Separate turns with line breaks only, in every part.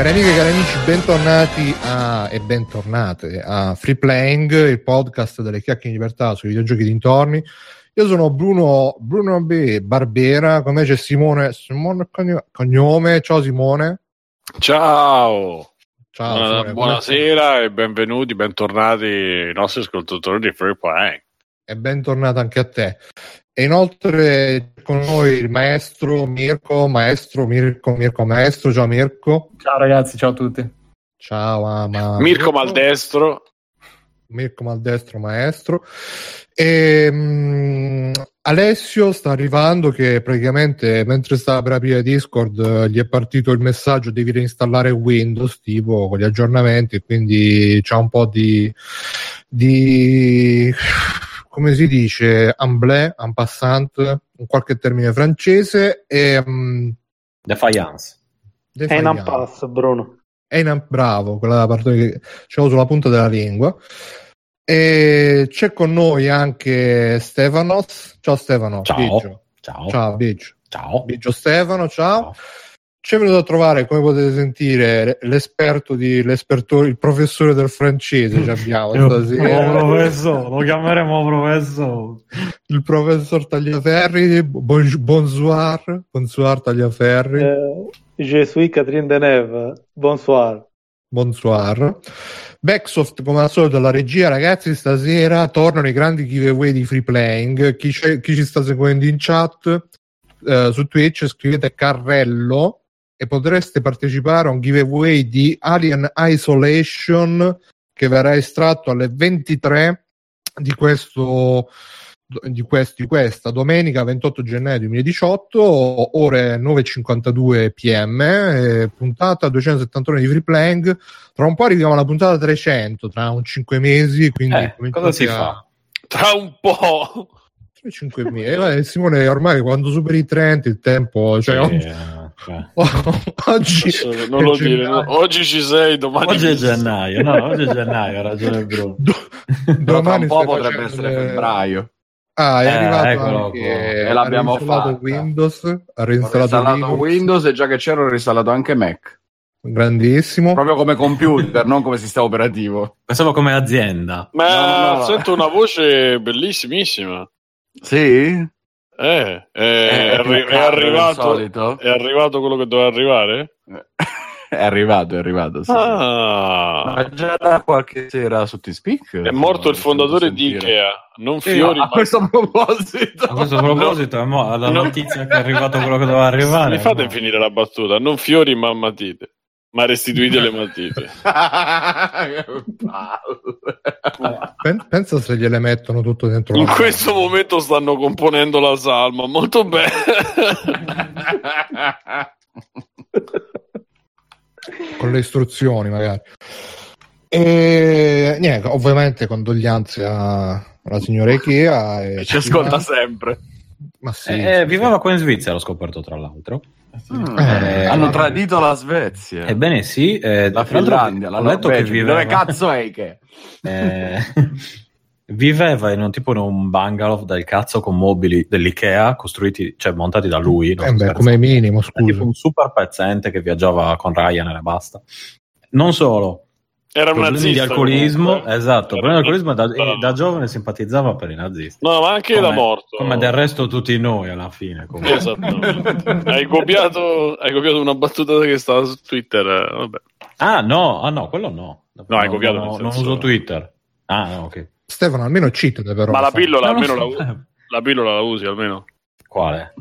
Cari amiche e cari amici, bentornati e bentornate a Free Playing, il podcast delle chiacchiere di libertà sui videogiochi dintorni. Io sono Bruno B. Barbera, con me c'è Simone Cognome. Ciao Simone.
Ciao.
Simone,
buonasera e bentornati i nostri ascoltatori di Free Playing.
E bentornato anche a te. E inoltre con noi il maestro Mirko. Ciao Mirko.
Ciao ragazzi, ciao a tutti.
Ciao
Mirko Maldestro,
maestro. E Alessio sta arrivando, che praticamente mentre stava per aprire Discord gli è partito il messaggio: devi reinstallare Windows, tipo con gli aggiornamenti, quindi c'ha un po' di come si dice, en passant, un qualche termine francese, e
Defiance.
È in impasse, Bruno.
Bravo, quella parte che c'avevo sulla punta della lingua. E c'è con noi anche Stefanos. Ciao Stefano.
Ciao
Biggio.
Ciao
Biggio Stefano, ciao. Ci è venuto a trovare, come potete sentire, il professore del francese. Ci abbiamo stasera.
Professore, lo chiameremo professore.
Il professor Tagliaferri. Bonsoir Tagliaferri.
Je suis Catherine Deneuve. Bonsoir.
Backsoft, come al solito, alla regia. Ragazzi, stasera tornano i grandi giveaway di Free Playing. Chi ci sta seguendo in chat su Twitch, scrivete Carrello e potreste partecipare a un giveaway di Alien Isolation che verrà estratto alle 23 di questa domenica 28 gennaio 2018, ore 9:52 PM, puntata 271 di Free Playing. Tra un po' arriviamo alla puntata 300, tra un 5 mesi, quindi
cosa si fa?
Tra un po'.
5 mesi. Simone, ormai quando superi i 30 il tempo, cioè oggi
non lo dire, oggi ci sei, domani
oggi è gennaio, ha ragione Bruno.
Domani
un po' potrebbe essere febbraio.
È arrivato anche,
e l'abbiamo
fatto Windows, ha reinstallato
Windows, e già che c'era ho reinstallato anche Mac.
Grandissimo,
proprio come computer, non come sistema operativo.
Pensavo come azienda.
Ma no. Sento una voce bellissimissima.
Sì?
È arrivato quello che doveva arrivare?
È arrivato, sì.
Ma
già da qualche sera su T-Speak
è morto il fondatore di Ikea, non Fiori.
A questo proposito,
la notizia che è arrivato quello che doveva arrivare.
Mi fate finire la battuta, non fiori ma matite. Ma restituite le matite.
Pensa se gliele mettono tutto dentro.
In questo momento stanno componendo la salma. Molto bene.
Con le istruzioni magari. E niente, ovviamente condoglianze alla signora Ikea.
Ci ascolta sempre.
Ma sì,
viveva qua in Svizzera, ho scoperto, tra l'altro.
Hanno tradito la Svezia.
Ebbene sì,
la Finlandia, la Norvegia. Dove cazzo è che?
Viveva in un bungalow del cazzo con mobili dell'Ikea costruiti, cioè montati da lui.
Come minimo, scusa.
Tipo un super pezzente che viaggiava con Ryanair e basta. Non solo.
Era un
problemi
nazista,
di alcolismo,
comunque.
Esatto, problemi di alcolismo, da giovane simpatizzava per i nazisti.
No, ma anche da morto.
Come del resto tutti noi alla fine.
Esatto. Hai copiato una battuta che stava su Twitter. Vabbè.
No, quello no.
No, hai copiato.
Non uso Twitter. No, ok.
Stefano, almeno citate però.
Ma la pillola almeno la pillola la usi almeno.
Quale?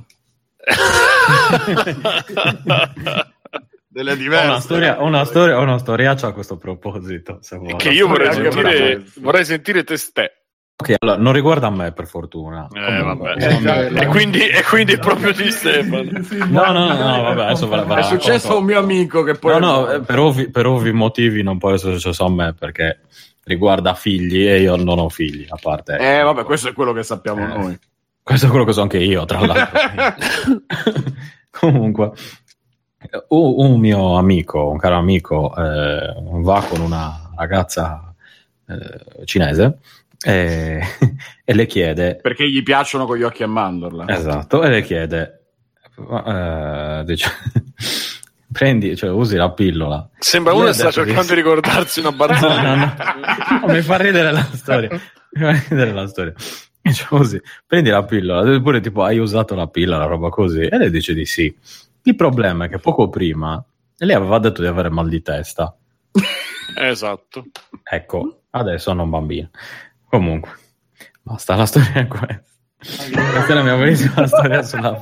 Delle diverse.
Una storiaccia a questo proposito.
Che io vorrei sentire te ste.
Ok, allora non riguarda me per fortuna.
Vabbè. E quindi è proprio di Stefano.
No, vabbè, adesso
è successo a un mio amico che poi
per ovvi motivi non può essere successo a me, perché riguarda figli e io non ho figli, a parte.
Vabbè, questo è quello che sappiamo noi.
Questo è quello che so anche io, tra l'altro. Comunque, un mio amico, un caro amico, va con una ragazza cinese e le chiede,
perché gli piacciono con gli occhi a mandorla.
Esatto, e le chiede, prendi, cioè usi la pillola.
Sembra uno che sta cercando di ricordarsi una barzelletta.
No, mi fa ridere la storia. Cioè, così, prendi la pillola, pure tipo hai usato la pillola, roba così, e lei dice di sì. Il problema è che poco prima lei aveva detto di avere mal di testa.
Esatto.
Ecco, adesso hanno un bambino. Comunque, basta, la storia è questa. Questa è la mia bellissima storia sulla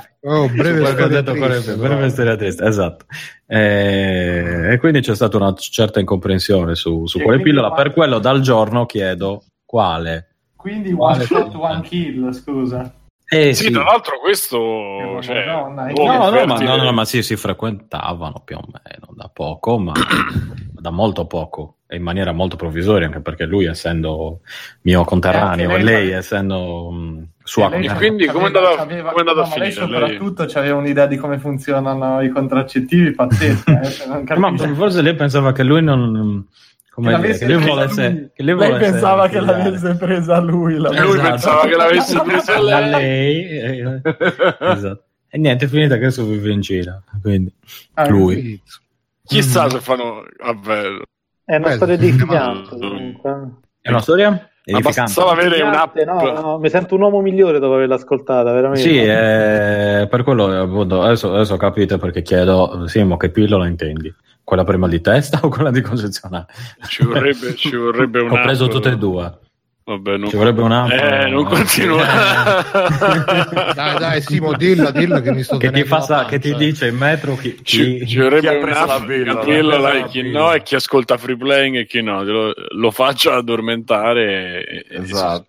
breve storia triste, esatto. E quindi c'è stata una certa incomprensione su quale pillola. Per quello dal giorno chiedo quale.
Quindi one shot, one kill, scusa.
Sì, tra l'altro questo
ma sì, si frequentavano più o meno da poco, ma da molto poco e in maniera molto provvisoria, anche perché lui essendo mio conterraneo e lei essendo sua
conterranea. E quindi come è andata a finire?
Lei soprattutto aveva un'idea di come funzionano i contraccettivi pazzesca.
Ma forse lei pensava che lui non...
Lei pensava che l'avesse presa lui.
Lui pensava che l'avesse presa
lei. Esatto. E niente, è finita che adesso vive in Cina. Quindi lui.
Chissà se fanno. Vabbè.
È una storia edificante.
È una storia?
Bastava avere un'app.
No, mi sento un uomo migliore dopo averla ascoltata, veramente.
Sì, per quello appunto, adesso capite perché chiedo, Simo, che pillola intendi? Quella prima di testa o quella di concezionale?
Ci vorrebbe un'app.
Ho preso tutte e due.
Vabbè,
ci vorrebbe un'app.
Non continua.
Dai, Simo, dilla che mi sto
tenendo che ti dice in metro
ci vorrebbe un'app, pillola, chi no, e chi ascolta free playing e chi no, lo faccia addormentare.
Esatto.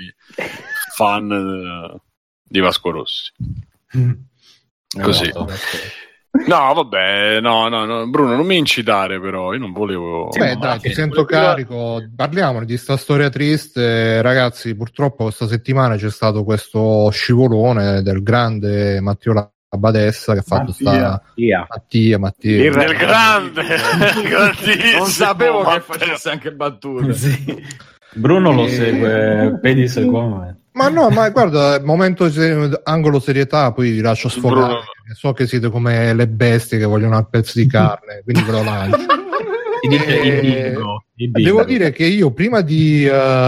Fan di Vasco Rossi. Così. No, vabbè, no, Bruno, non mi incitare, però io non volevo.
Beh, dai, ti sento carico. Parliamo di sta storia triste, ragazzi. Purtroppo questa settimana c'è stato questo scivolone del grande Matteo Badessa che ha fatto Mattia.
Il grande,
non sapevo che facesse anche battute.
Sì. Bruno lo segue pedissequamente.
Ma no, ma guarda, momento angolo serietà, poi vi lascio sfogare. So che siete come le bestie che vogliono un pezzo di carne, quindi ve lo lancio. Devo dire che io prima di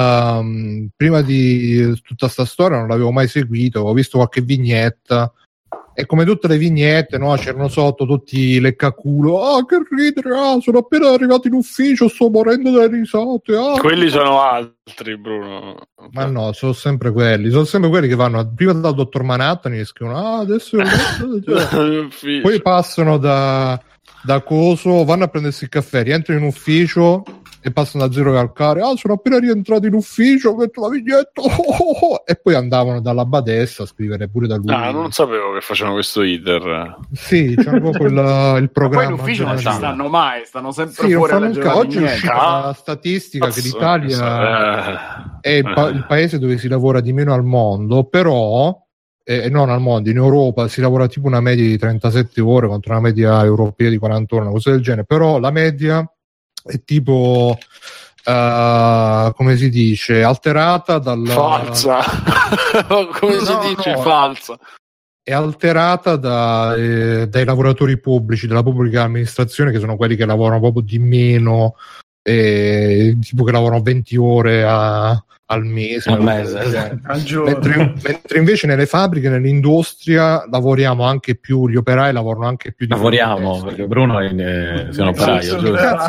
tutta sta storia non l'avevo mai seguito, ho visto qualche vignetta e come tutte le vignette, no, c'erano sotto tutti i leccaculo, che ridere, sono appena arrivato in ufficio, sto morendo dalle risate.
Quelli sono altri, Bruno.
Ma no, sono sempre quelli che vanno prima dal dottor Manhattan e scrivono adesso poi passano da coso, vanno a prendersi il caffè, rientrano in ufficio e passano da zero calcare, sono appena rientrato in ufficio, metto la vignetta, e poi andavano dalla badessa a scrivere pure da lui.
Non sapevo che facevano questo iter.
Sì, c'è proprio il programma.
Ma poi in ufficio non ci stanno mai, stanno sempre fuori alla
oggi è uscita la statistica che l'Italia è il paese dove si lavora di meno al mondo, però non al mondo, in Europa si lavora tipo una media di 37 ore contro una media europea di 40 ore, una cosa del genere, però la media è tipo come si dice, alterata dalla
falsa. Come si dice falsa?
È alterata dai lavoratori pubblici, della pubblica amministrazione, che sono quelli che lavorano proprio di meno, tipo che lavorano 20 ore al mese,
al giorno.
Mentre invece nelle fabbriche, nell'industria lavoriamo anche più, gli operai lavorano anche più di
perché Bruno è un operaio,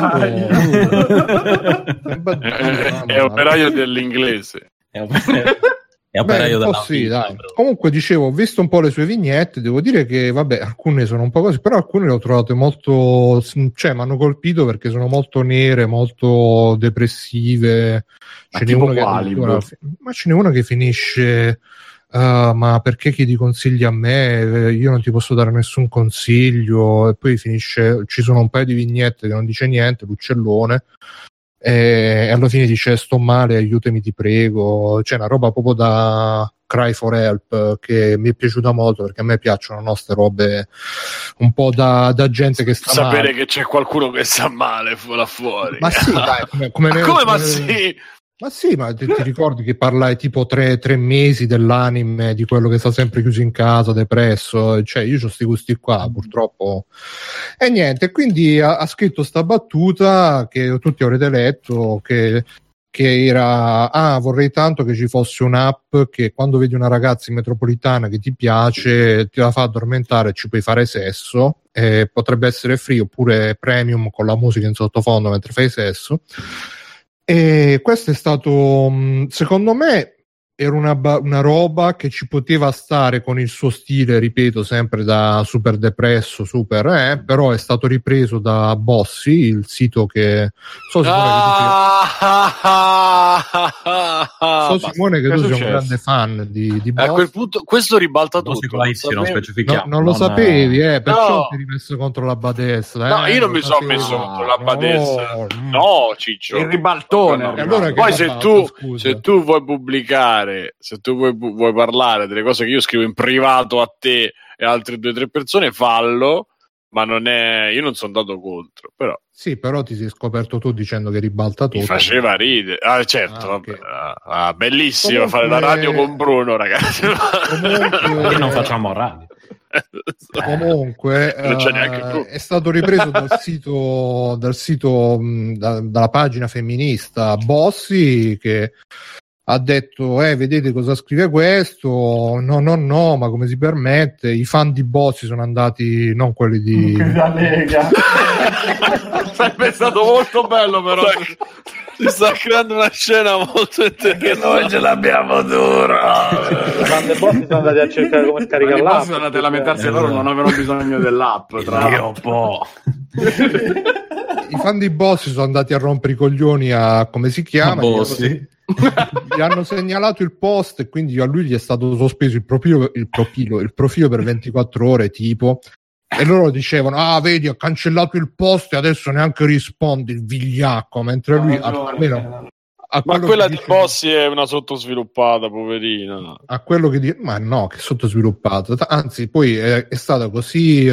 è operaio dell'inglese,
è operaio della
dai. Comunque dicevo, ho visto un po' le sue vignette, devo dire che vabbè, alcune sono un po' così, però alcune le ho trovate molto, cioè mi hanno colpito perché sono molto nere, molto depressive. Ce n'è una che finisce ma perché chiedi consigli a me? Io non ti posso dare nessun consiglio. E poi finisce, ci sono un paio di vignette che non dice niente, l'uccellone, e alla fine dice sto male, aiutami ti prego. C'è una roba proprio da cry for help che mi è piaciuta molto, perché a me piacciono nostre robe un po' da gente che sta
sapere
male.
Che c'è qualcuno che sta male là fuori.
Ma sì, dai, come
sì?
Ma sì, ma ti ricordi che parlai tipo 3 mesi dell'anime, di quello che sta sempre chiuso in casa, depresso, cioè io ho sti gusti qua purtroppo. E niente, quindi ha scritto sta battuta che tutti avrete letto, che era vorrei tanto che ci fosse un'app che quando vedi una ragazza in metropolitana che ti piace ti la fa addormentare e ci puoi fare sesso, potrebbe essere free oppure premium con la musica in sottofondo mentre fai sesso. E questo è stato, secondo me, era una roba che ci poteva stare con il suo stile, ripeto, sempre da super depresso, però è stato ripreso da Bossy, il sito che Simone che tu sei un grande fan di Bossy.
A quel punto questo ribalta tutto.
Non lo sapevi, perciò ti hai rimesso contro la badessa.
No, io non mi sono messo contro la badessa. No, Ciccio.
Il ribaltone.
Allora, poi se tu vuoi pubblicare, se tu vuoi parlare delle cose che io scrivo in privato a te e altre 2 o 3 persone, fallo, ma io non sono andato contro, però
sì, però ti sei scoperto tu dicendo che ribalta tutto.
Mi faceva ridere. Certo,
okay.
Bellissimo fare la radio con Bruno, ragazzi.
Comunque non facciamo radio.
Comunque è stato ripreso dal sito dalla pagina femminista Bossy, che ha detto vedete cosa scrive questo, no, ma come si permette, i fan di Bossy sono andati, non quelli di
la Lega.
Sarebbe stato molto bello, però
si sta creando una scena molto interessante.
Noi ce l'abbiamo dura.
I fan di Bossy sono andati a cercare come scaricare l'app.
Sono andati a lamentarsi, loro non avevano bisogno dell'app.
Io un po'.
I fan di Bossy sono andati a rompere i coglioni a come si chiama, gli hanno segnalato il post e quindi a lui gli è stato sospeso il profilo per 24 ore tipo, e loro dicevano vedi, ha cancellato il post e adesso neanche risponde il vigliacco, mentre lui almeno
ma quella di Bossy è una sottosviluppata, poverina.
A quello che dice, ma no, che sottosviluppata, anzi poi è stata così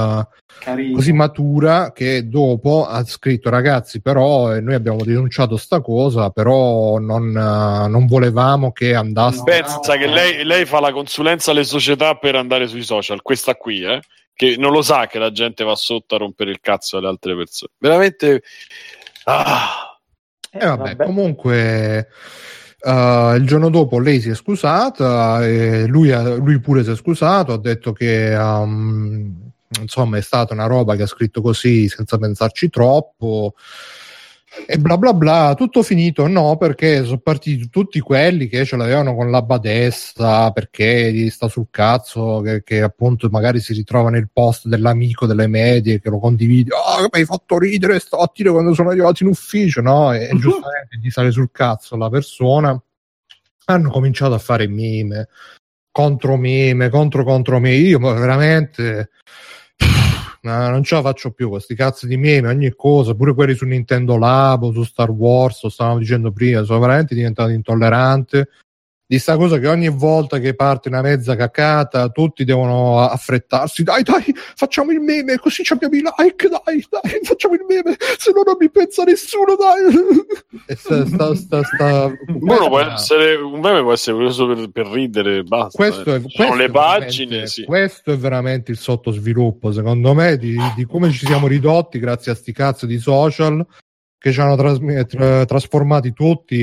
matura che dopo ha scritto ragazzi, però noi abbiamo denunciato sta cosa, però non volevamo che andasse.
Pensa che lei fa la consulenza alle società per andare sui social, questa qui che non lo sa che la gente va sotto a rompere il cazzo alle altre persone, veramente.
Vabbè. Comunque il giorno dopo lei si è scusata e lui pure si è scusato, ha detto che insomma è stata una roba che ha scritto così senza pensarci troppo e bla bla bla, tutto finito. No, perché sono partiti tutti quelli che ce l'avevano con la badessa perché gli sta sul cazzo che appunto magari si ritrova nel post dell'amico delle medie che lo condivide, mi hai fatto ridere stamattina quando sono arrivato in ufficio, no? E giustamente gli sale sul cazzo la persona. Hanno cominciato a fare meme contro meme. Io veramente non ce la faccio più questi cazzo di meme, ogni cosa, pure quelli su Nintendo Labo, su Star Wars, lo stavamo dicendo prima, sono veramente diventato intollerante di sta cosa che ogni volta che parte una mezza cacata tutti devono affrettarsi, dai facciamo il meme così abbiamo i like, dai facciamo il meme, se no non mi pensa nessuno, dai. E
un meme può essere preso per ridere, basta. Sono le pagine, sì.
Questo è veramente il sottosviluppo secondo me di come ci siamo ridotti grazie a sti cazzo di social che ci hanno trasformati tutti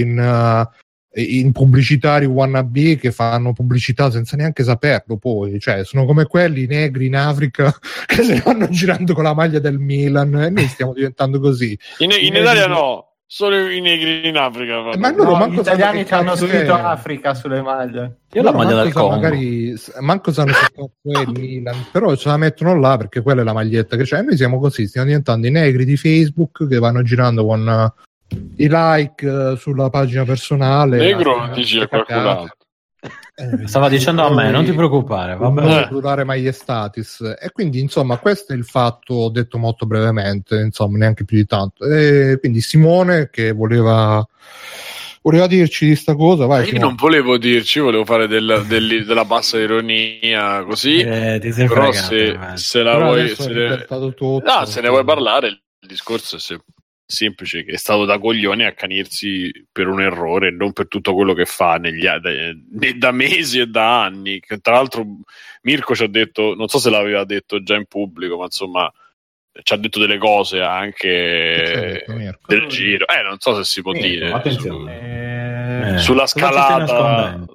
in pubblicitari wannabe che fanno pubblicità senza neanche saperlo, poi cioè sono come quelli negri in Africa che si vanno girando con la maglia del Milan e noi stiamo diventando così.
In Italia no, solo i negri in Africa.
Ma loro gli italiani ci hanno scritto Africa sulle maglie.
Io la maglia del Congo.
Magari manco sanno che cazzo è il Milan, però ce la mettono là perché quella è la maglietta che c'è. Noi siamo così, stiamo diventando i negri di Facebook che vanno girando con i like sulla pagina personale.
Negro dici a qualcun altro.
Stava dicendo a me, non ti preoccupare, va bene.
Plurare maiestatis. E quindi insomma questo è il fatto, detto molto brevemente, insomma neanche più di tanto. E quindi Simone che voleva dirci di sta cosa, vai.
Io non volevo dirci, volevo fare della bassa ironia così, però se la vuoi se ne vuoi parlare, il discorso è sempre semplice, che è stato da coglione accanirsi per un errore, non per tutto quello che fa da mesi e da anni. Che, tra l'altro, Mirko ci ha detto, non so se l'aveva detto già in pubblico, ma insomma ci ha detto delle cose anche del giro, non so se si può dire sulla scalata,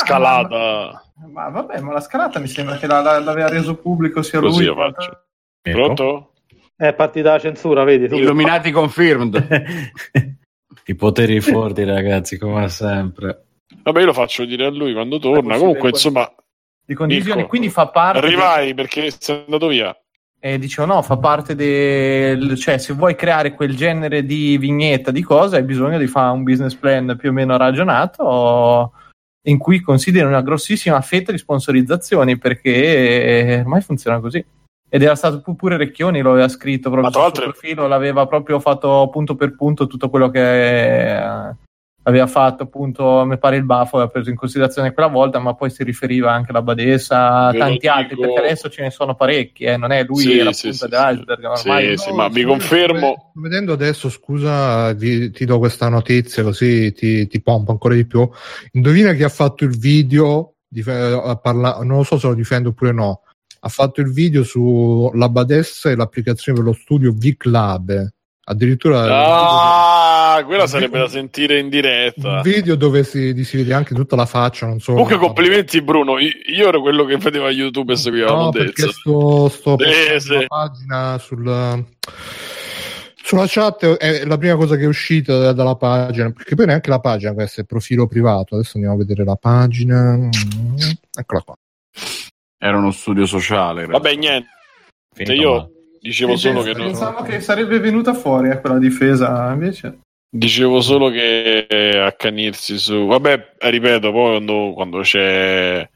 ma vabbè, ma la scalata mi sembra che l'aveva reso pubblico sia
così
lui.
Faccio. Pronto?
È partita la censura, vedi tu.
Illuminati confirmed.
I poteri forti, ragazzi, come sempre.
Vabbè, io lo faccio dire a lui quando torna. Comunque, insomma,
di condivisione,
Mirko,
quindi fa parte.
Arrivai perché sei andato via.
Dicevo no, fa parte cioè se vuoi creare quel genere di vignetta di cosa hai bisogno di fare un business plan più o meno ragionato in cui consideri una grossissima fetta di sponsorizzazioni, perché ormai funziona così. Ed era stato pure Recchioni, lo aveva scritto proprio sul suo profilo, l'aveva proprio fatto punto per punto tutto quello che aveva fatto, appunto, mi pare il Baffo aveva preso in considerazione quella volta, ma poi si riferiva anche alla Badessa, tanti altri, perché adesso ce ne sono parecchi, non è lui la punta dell'iceberg, ormai.
Sì, ma vi confermo.
Vedendo adesso, scusa, ti do questa notizia così ti pompo ancora di più. Indovina chi ha fatto il video, non lo so se lo difendo oppure no, ha fatto il video sulla Badessa e l'applicazione per lo studio VClub. Addirittura
quella sarebbe da sentire in diretta.
Un video dove si vede anche tutta la faccia, non so.
Comunque complimenti Bruno, io ero quello che vedeva YouTube e seguiva la
perché sto la pagina sulla chat è la prima cosa che è uscita dalla pagina, perché poi neanche la pagina, questo è il profilo privato. Adesso andiamo a vedere la pagina, eccola qua.
Era uno studio sociale.
Vabbè, niente, io dicevo solo che
pensavo che sarebbe venuta fuori quella difesa, invece
dicevo solo che accanirsi su, vabbè, ripeto, poi quando c'è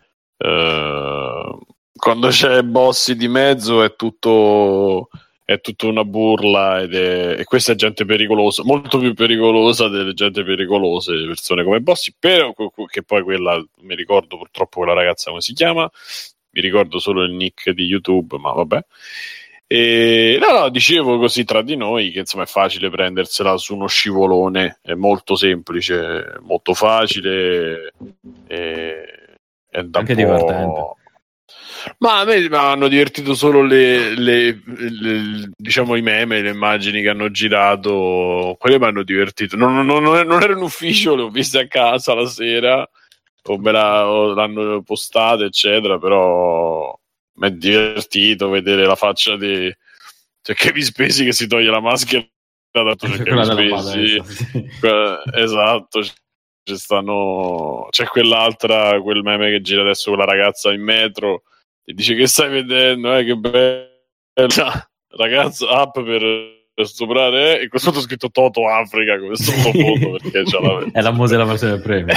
Bossi di mezzo è tutto una burla e questa è gente pericolosa, molto più pericolosa delle gente pericolose, persone come Bossi, però che poi quella, mi ricordo purtroppo quella ragazza come si chiama, mi ricordo solo il nick di YouTube, ma vabbè. No, dicevo così tra di noi che insomma è facile prendersela su uno scivolone, è molto semplice, molto facile e
anche divertente.
Ma a me hanno divertito solo le diciamo i meme, le immagini che hanno girato, quelle mi hanno divertito. Non ero in ufficio, le ho viste a casa la sera o l'hanno postate eccetera, però mi è divertito vedere la faccia di Kevin Spacey che si toglie la maschera dato Kevin Spacey. Esatto, c'è quell'altra, quel meme che gira adesso con la ragazza in metro e dice che stai vedendo, che bella ragazza app per stuprare, e questo ho scritto Toto Africa come sottofondo perché c'è
è la musica della versione premium.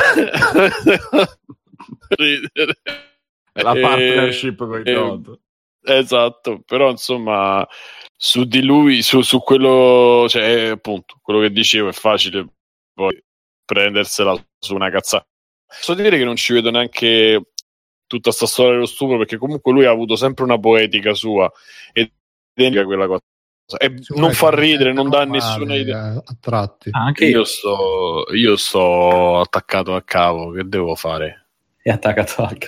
La partnership con i Toto.
Esatto, però insomma su di lui, su quello, cioè appunto quello che dicevo, è facile poi prendersela su una cazzata. So dire che non ci vedo neanche tutta sta storia dello stupro, perché comunque lui ha avuto sempre una poetica sua ed è quella cosa e non fa ridere, non dà nessuna idea
a tratti.
Anche
io sto attaccato a cavo, che devo fare?
È attaccato al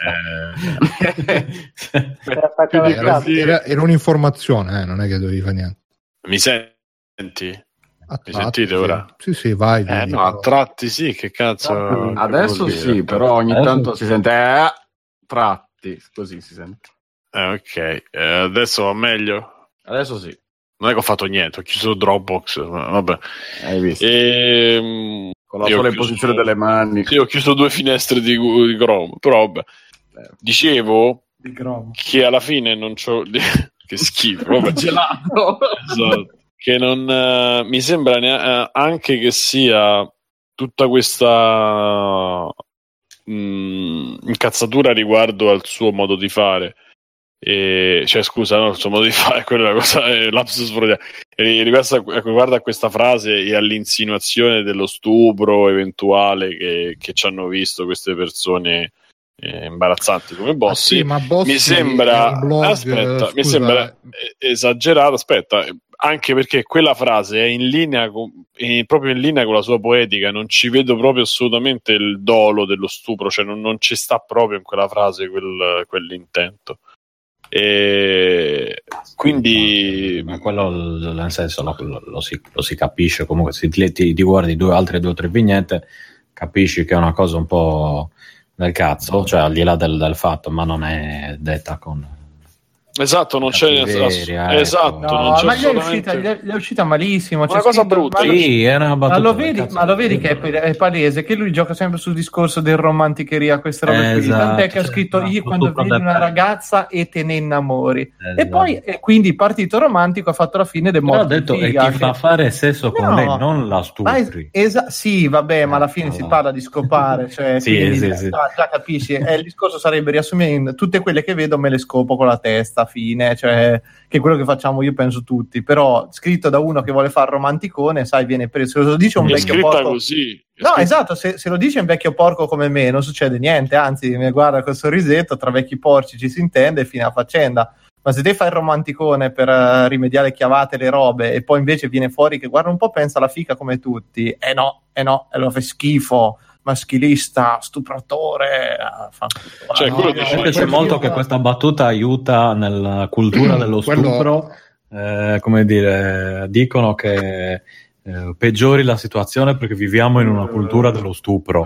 era un'informazione, non è che dovevi fare niente.
Mi senti? Mi sentite ora?
Sì, vai.
No, a tratti sì, che cazzo.
Adesso sì, però ogni tanto si sente tratti, così si sente.
Ok, adesso va meglio?
Adesso sì.
Non è che ho fatto niente, ho chiuso Dropbox, vabbè.
Hai visto? Con la sola posizione delle mani.
Sì, ho chiuso 2 finestre di Chrome, però vabbè. Dicevo che alla fine non c'ho... che schifo, vabbè.
Gelato.
Esatto. Che non... mi sembra anche che sia tutta questa incazzatura riguardo al suo modo di fare. Cioè scusa, no, il suo modo di fare, quella è una cosa, lapsus freudiano, riguardo a questa frase e all'insinuazione dello stupro eventuale che ci hanno visto queste persone imbarazzanti come Bossi.
Sì, ma Bossi
mi sembra
blog,
mi sembra esagerato. Aspetta, anche perché quella frase è in linea proprio in linea con la sua poetica, non ci vedo proprio assolutamente il dolo dello stupro, cioè non ci sta proprio in quella frase quell'intento. E quindi
ma quello nel senso lo si capisce comunque, se ti guardi altre 2 o 3 vignette capisci che è una cosa un po' del cazzo, cioè al di là del fatto, ma non è detta con
esatto, non c'è esatto,
no,
non c'è
ma
assolutamente...
gli è uscita malissimo,
una cosa brutta.
Sì, è una battuta,
ma lo vedi che è palese che lui gioca sempre sul discorso del romanticheria, queste robe qui, tant'è che ha scritto io quando vedi una ragazza e te ne innamori, e poi quindi partito romantico ha fatto la fine del modo,
ha detto e ti fa fare sesso con lei, non la stupri.
Sì, vabbè, ma alla fine si parla di scopare, cioè
sì.
Già capisci, il discorso sarebbe riassumere in tutte quelle che vedo me le scopo con la testa, fine, cioè che è quello che facciamo io penso tutti, però scritto da uno che vuole fare romanticone, sai, viene preso, se lo dice un vecchio porco
così,
no, esatto, se lo dice un vecchio porco come me non succede niente, anzi mi guarda col sorrisetto, tra vecchi porci ci si intende, fine a faccenda. Ma se te fai il romanticone per rimediare chiavate le robe e poi invece viene fuori che guarda un po', pensa alla fica come tutti, no, e lo fa schifo, maschilista, stupratore,
cioè,
c'è molto che questa battuta aiuta nella cultura dello stupro, come dire, dicono che peggiori la situazione perché viviamo in una cultura dello stupro.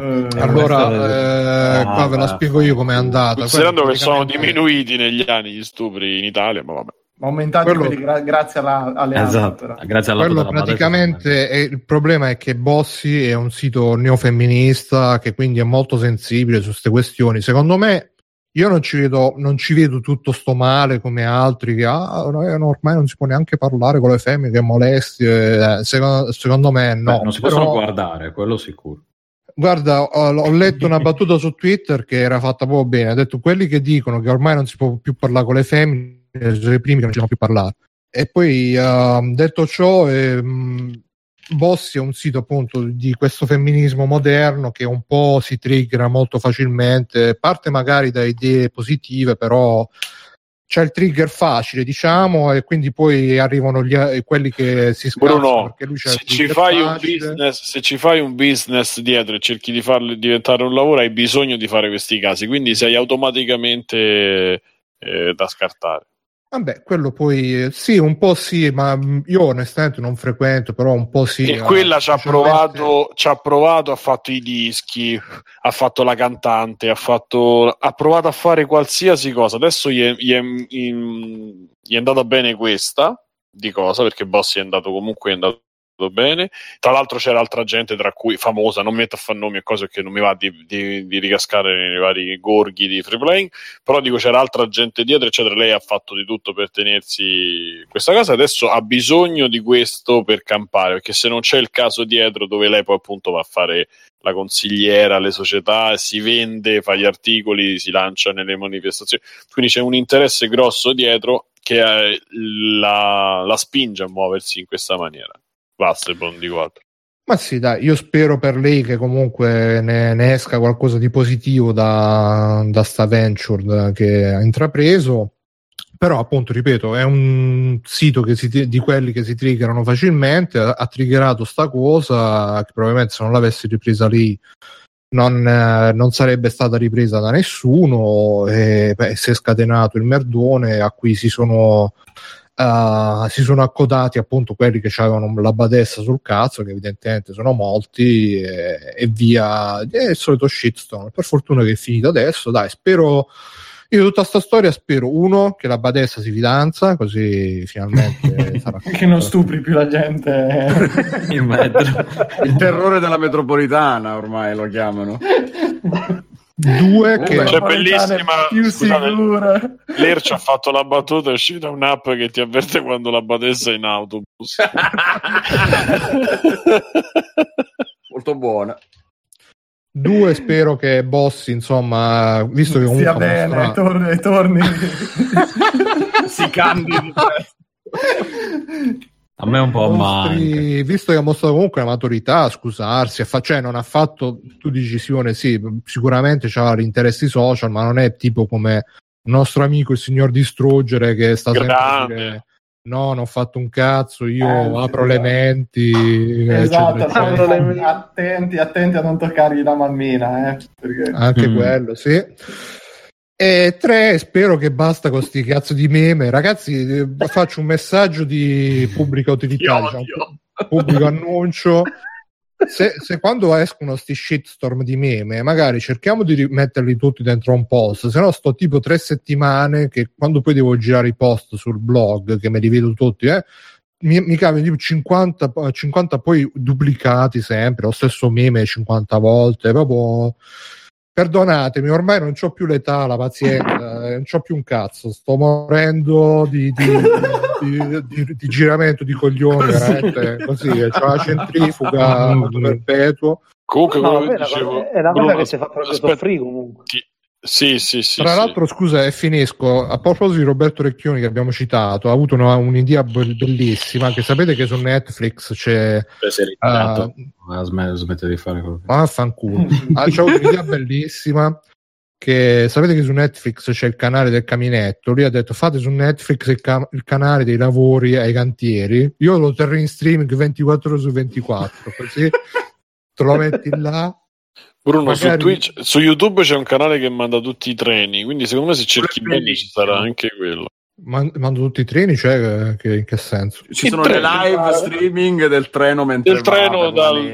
Allora qua ve la spiego io com'è andata,
considerando che sono diminuiti negli anni gli stupri in Italia, ma vabbè,
aumentati quelli grazie alle
esatto, grazie alla
quello praticamente il problema è che Bossi è un sito neofemminista che quindi è molto sensibile su queste questioni. Secondo me io non ci vedo tutto sto male come altri che ormai non si può neanche parlare con le femmine, che molesti, secondo me no.
Non si possono guardare, quello sicuro.
Guarda, ho letto una battuta su Twitter che era fatta proprio bene, ha detto quelli che dicono che ormai non si può più parlare con le femmine sono i primi che non ci possono più parlare. E poi detto ciò, Bossi è un sito appunto di questo femminismo moderno che un po' si triggera molto facilmente, parte magari da idee positive, però c'è il trigger facile, diciamo, e quindi poi arrivano quelli che si scassano.
Bruno,
perché lui c'è
se ci fai un business dietro e cerchi di farlo diventare un lavoro, hai bisogno di fare questi casi, quindi sei automaticamente da scartare.
Vabbè, quello poi sì, un po' sì, ma io onestamente non frequento, però un po' sì.
E quella ci ha provato, ha fatto i dischi, ha fatto la cantante, ha provato a fare qualsiasi cosa. Adesso gli è andata bene questa di cosa, perché Bossi è andato bene. Tra l'altro c'era altra gente, tra cui famosa, non metto a fare nomi e cose perché non mi va di ricascare nei vari gorghi di free playing, però dico c'era altra gente dietro eccetera. Lei ha fatto di tutto per tenersi questa casa, adesso ha bisogno di questo per campare, perché se non c'è il caso dietro dove lei poi appunto va a fare la consigliera alle società, si vende, fa gli articoli, si lancia nelle manifestazioni, quindi c'è un interesse grosso dietro che la spinge a muoversi in questa maniera. Basta il buon di 4.
Ma sì, dai, io spero per lei che comunque ne esca qualcosa di positivo da sta venture che ha intrapreso. Però appunto, ripeto, è un sito di quelli che si triggerano facilmente, ha triggerato sta cosa che probabilmente se non l'avessi ripresa lì non sarebbe stata ripresa da nessuno, e si è scatenato il merdone a cui si sono accodati appunto quelli che avevano la badessa sul cazzo, che evidentemente sono molti, e via il solito shitstorm. Per fortuna che è finito adesso, dai, spero. Io tutta sta storia spero, uno, che la badessa si fidanza, così finalmente sarà
che non stupri più la gente
in metro. Il terrore della metropolitana ormai lo chiamano.
Due, che
c'è bellissima
più sicura.
Lercio ha fatto la battuta, è uscita un'app che ti avverte quando la badessa è in autobus.
Molto buona.
Due, spero che Bossi, insomma, visto che comunque
stia bene, torni
si candidi.
A me un po' mostri,
visto che ha mostrato comunque la maturità a scusarsi, cioè non ha fatto, tu dici Simone, sì, sicuramente c'ha gli interessi social, ma non è tipo come il nostro amico il signor Distruggere che sta sempre a dire no, non ho fatto un cazzo, io apro le menti.
Esatto,
eccetera, eccetera.
attenti a non toccargli la mammina, perché...
Anche quello, sì. E 3, spero che basta con sti cazzo di meme. Ragazzi, faccio un messaggio di pubblica utilità, diciamo, pubblico annuncio. Se quando escono sti shitstorm di meme, magari cerchiamo di metterli tutti dentro un post, se no sto tipo 3 settimane che quando poi devo girare i post sul blog, che me li vedo tutti, mi cambio tipo 50 poi duplicati sempre, lo stesso meme 50 volte, proprio... Perdonatemi, ormai non c'ho più l'età, la pazienza, non c'ho più un cazzo, sto morendo di giramento di coglioni, veramente così, c'ho la centrifuga perpetuo.
Comunque,
è una cosa che si fa proprio soffrire comunque.
Sì.
Tra l'altro, scusa, e finisco. A proposito di Roberto Recchioni che abbiamo citato, ha avuto un'idea bellissima. Che sapete che su Netflix c'è.
Smette di fare quello.
Fanculo. C'è un'idea bellissima. Che sapete che su Netflix c'è il canale del caminetto. Lui ha detto: fate su Netflix il canale dei lavori ai cantieri. Io lo terrò in streaming 24 ore su 24. Così te lo metti là.
Bruno, magari... su Twitch, su YouTube c'è un canale che manda tutti i treni, quindi secondo me se cerchi bene ci sarà anche quello.
Mando tutti i treni, cioè in che senso?
Ci sono le live streaming del treno mentre
del treno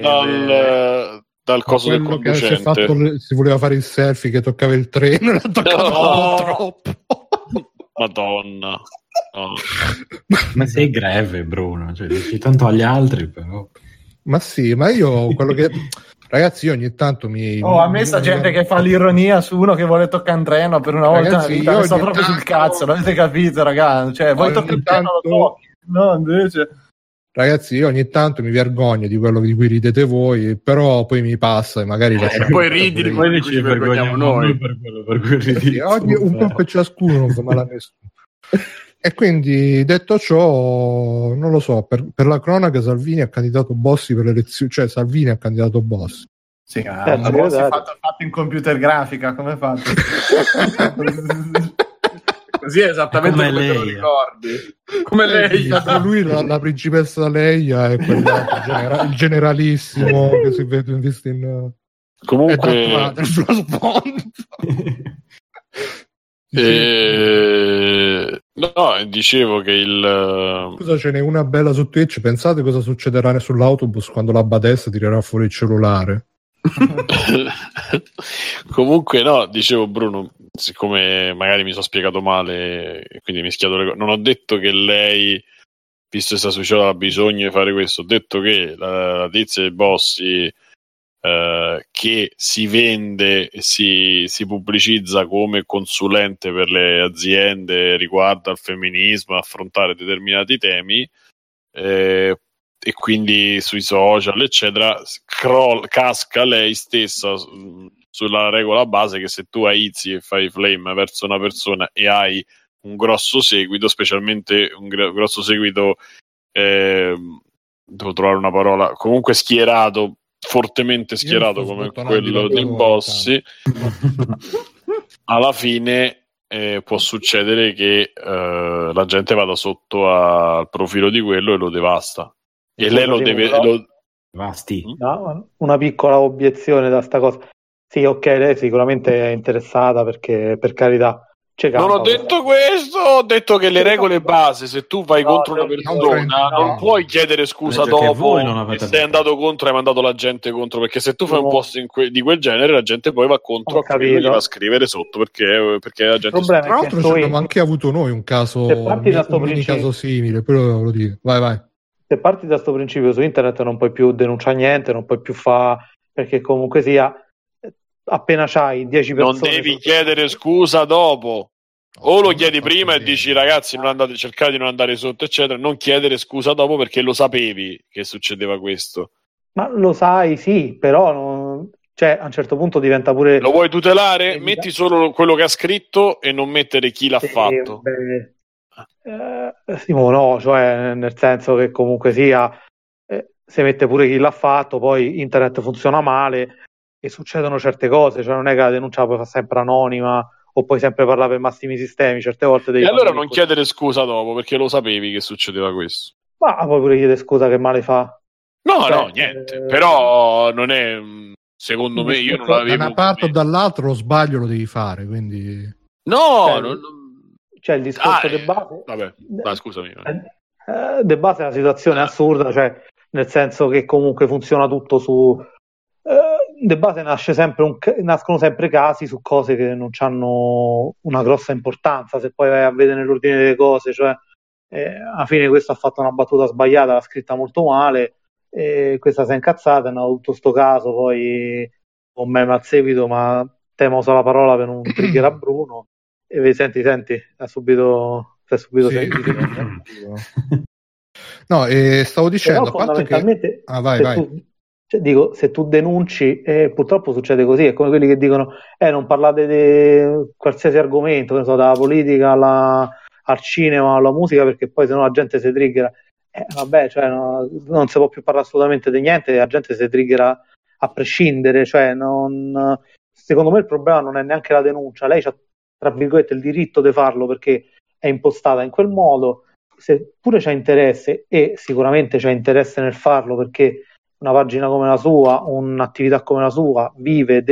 dal coso del conducente.
Si voleva fare il selfie che toccava il treno, troppo.
Madonna. Oh.
Ma sei greve, Bruno, cioè, dici tanto agli altri però.
Ma sì, ma io quello che ragazzi, io ogni tanto
a me sta gente che fa l'ironia su uno che vuole toccare un treno per una volta
ragazzi,
nella vita, sto proprio sul cazzo, l'avete capito, ragazzi? Cioè, voi toccate il treno, lo tocchi, no, invece...
Ragazzi, io ogni tanto mi vergogno di quello di cui ridete voi, però poi mi passa e magari
poi ridi di quello di cui ci vergogniamo noi
per quello per cui ridi.
Un po' per ciascuno, non fa male a nessuno. E quindi, detto ciò, non lo so, per la cronaca Salvini ha candidato Bossi per le elezioni, cioè Salvini ha candidato Bossi.
Sì, Bossi fatto in computer grafica, come fate?
Così è esattamente come te lo ricordi. Come lei.
Lui la principessa Leia è quella, il generalissimo che si vede visto in...
Comunque... No, dicevo che
Scusa, ce n'è una bella su Twitch. Pensate cosa succederà sull'autobus quando la badessa tirerà fuori il cellulare.
Comunque no, dicevo Bruno, siccome magari mi sono spiegato male, quindi mischiato le cose, non ho detto che lei, visto che sta succedendo, ha bisogno di fare questo. Ho detto che la tizia dei Bossi che si vende e si pubblicizza come consulente per le aziende riguardo al femminismo, affrontare determinati temi, e quindi sui social eccetera, casca lei stessa sulla regola base che se tu aizi e fai flame verso una persona e hai un grosso seguito, specialmente un grosso seguito, devo trovare una parola, comunque schierato, fortemente schierato come quello dei Bossi, alla fine può succedere che la gente vada sotto al profilo di quello e lo devasta. E lei lo deve...
No, una piccola obiezione da sta cosa. Sì, ok, lei sicuramente è interessata perché, per carità...
Non ho detto questo, ho detto che le regole base, se tu vai contro una persona, non puoi chiedere scusa dopo che sei andato contro e hai mandato la gente contro, perché se tu fai un post di quel genere, la gente poi va contro a quello e va a scrivere sotto perché la gente...
Tra l'altro abbiamo anche avuto noi un caso, un caso simile, però lo dico. Vai.
Se parti da sto principio, su internet non puoi più denunciare niente, non puoi più fare, perché comunque sia, appena c'hai 10 persone...
Non devi chiedere scusa dopo. O lo chiedi prima e dici ragazzi cercate di non andare sotto eccetera, non chiedere scusa dopo perché lo sapevi che succedeva questo.
Ma lo sai, sì, però cioè, a un certo punto diventa pure...
Lo vuoi tutelare? Metti solo quello che ha scritto e non mettere chi l'ha fatto.
No, cioè nel senso che comunque sia se mette pure chi l'ha fatto, poi internet funziona male e succedono certe cose, cioè non è che la denuncia la puoi fare sempre anonima o puoi sempre parlare per massimi sistemi, certe volte devi...
E allora non chiedere scusa dopo, perché lo sapevi che succedeva questo.
Ma poi pure chiedere scusa, che male fa?
No, no, niente, però non è, secondo me, io non l'avevo...
Da una parte o dall'altra lo sbaglio lo devi fare, quindi...
No,
cioè il discorso di base...
Vabbè, scusami.
De base è una situazione assurda, cioè nel senso che comunque funziona tutto su... De base nascono sempre casi su cose che non hanno una grossa importanza, se poi vai a vedere nell'ordine delle cose, cioè alla fine questo ha fatto una battuta sbagliata, l'ha scritta molto male, e questa si è incazzata, è andato tutto sto caso, poi con me al seguito, ma temo usa la parola per un trigger a Bruno, e senti, ha subito
sì. No, stavo dicendo,
però fondamentalmente vai. Dico, se tu denunci, purtroppo succede così, è come quelli che dicono non parlate di qualsiasi argomento, ne so, dalla politica al cinema, alla musica, perché poi sennò la gente si triggera. Vabbè, cioè, non si può più parlare assolutamente di niente, la gente si triggera a prescindere, cioè secondo me il problema non è neanche la denuncia, lei ha, tra virgolette, il diritto di farlo perché è impostata in quel modo, se pure c'ha interesse, e sicuramente c'ha interesse nel farlo perché una pagina come la sua, un'attività come la sua vive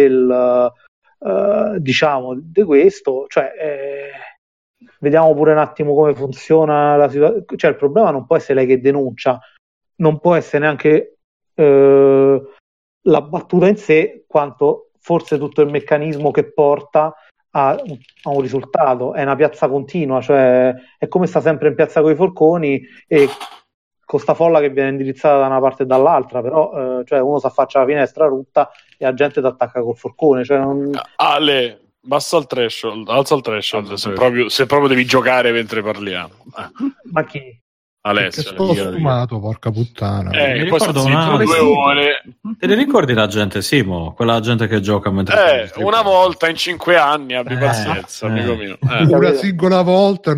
diciamo di questo, cioè vediamo pure un attimo come funziona la situazione, cioè il problema non può essere lei che denuncia, non può essere neanche la battuta in sé, quanto forse tutto il meccanismo che porta a un risultato. È una piazza continua, cioè è come sta sempre in piazza coi forconi e con sta folla che viene indirizzata da una parte e dall'altra, però cioè uno si affaccia alla finestra rutta e la gente ti attacca col forcone, cioè
Ale, basta il threshold, alza il threshold se proprio devi giocare mentre parliamo.
Ma chi?
Alessio,
sto sfumato, porca puttana.
Mi ricordo te ne ricordi la gente, Simo? Quella gente che gioca mentre
una volta in 5 anni, abbi pazienza, amico mio.
Una singola volta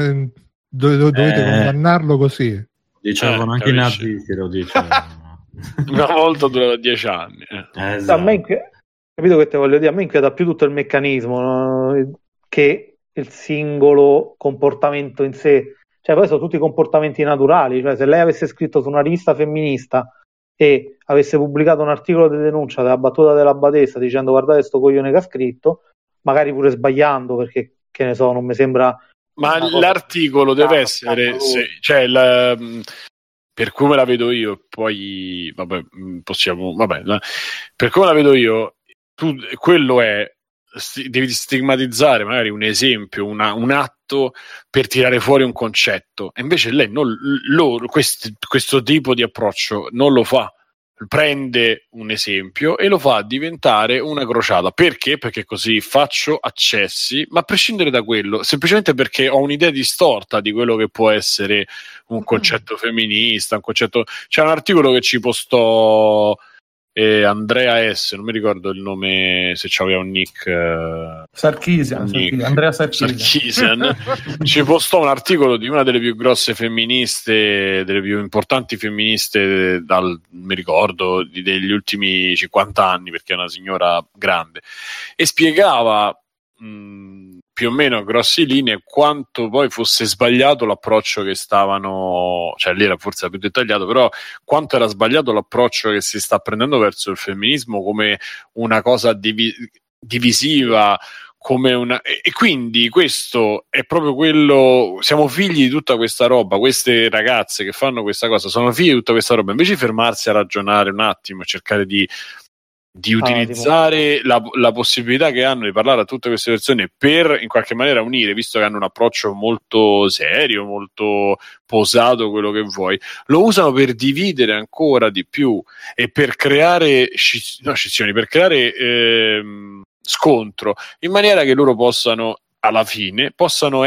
dovete condannarlo così.
Dicevano anche i nazisti, lo dicevano.
Una volta durava 10 anni.
Esatto. A me capito che te voglio dire? A me inquieta più tutto il meccanismo, no? Che il singolo comportamento in sé. Cioè poi sono tutti comportamenti naturali, cioè se lei avesse scritto su una rivista femminista e avesse pubblicato un articolo di denuncia della battuta della Badessa dicendo guardate sto coglione che ha scritto, magari pure sbagliando, perché che ne so, non mi sembra...
Ma l'articolo deve essere, cioè per come la vedo io, poi vabbè, per come la vedo io, quello è, devi stigmatizzare magari un esempio, un atto per tirare fuori un concetto, e invece lei questo tipo di approccio non lo fa. Prende un esempio e lo fa diventare una crociata. Perché? Perché così faccio accessi, ma a prescindere da quello, semplicemente perché ho un'idea distorta di quello che può essere un concetto femminista, un concetto... C'è un articolo che ci postò Andrea S, non mi ricordo il nome, se c'aveva un nick,
Andrea Sarkisian.
Ci postò un articolo di una delle più grosse femministe, delle più importanti femministe mi ricordo degli ultimi 50 anni, perché è una signora grande, e spiegava più o meno a grossi linee quanto poi fosse sbagliato l'approccio che stavano, cioè lì era forse più dettagliato, però quanto era sbagliato l'approccio che si sta prendendo verso il femminismo come una cosa divisiva, come una... E quindi questo è proprio quello, siamo figli di tutta questa roba, queste ragazze che fanno questa cosa sono figli di tutta questa roba, invece di fermarsi a ragionare un attimo, cercare di utilizzare la possibilità che hanno di parlare a tutte queste persone per in qualche maniera unire, visto che hanno un approccio molto serio, molto posato, quello che vuoi, lo usano per dividere ancora di più e per creare scissioni, per creare scontro, in maniera che loro possano alla fine possano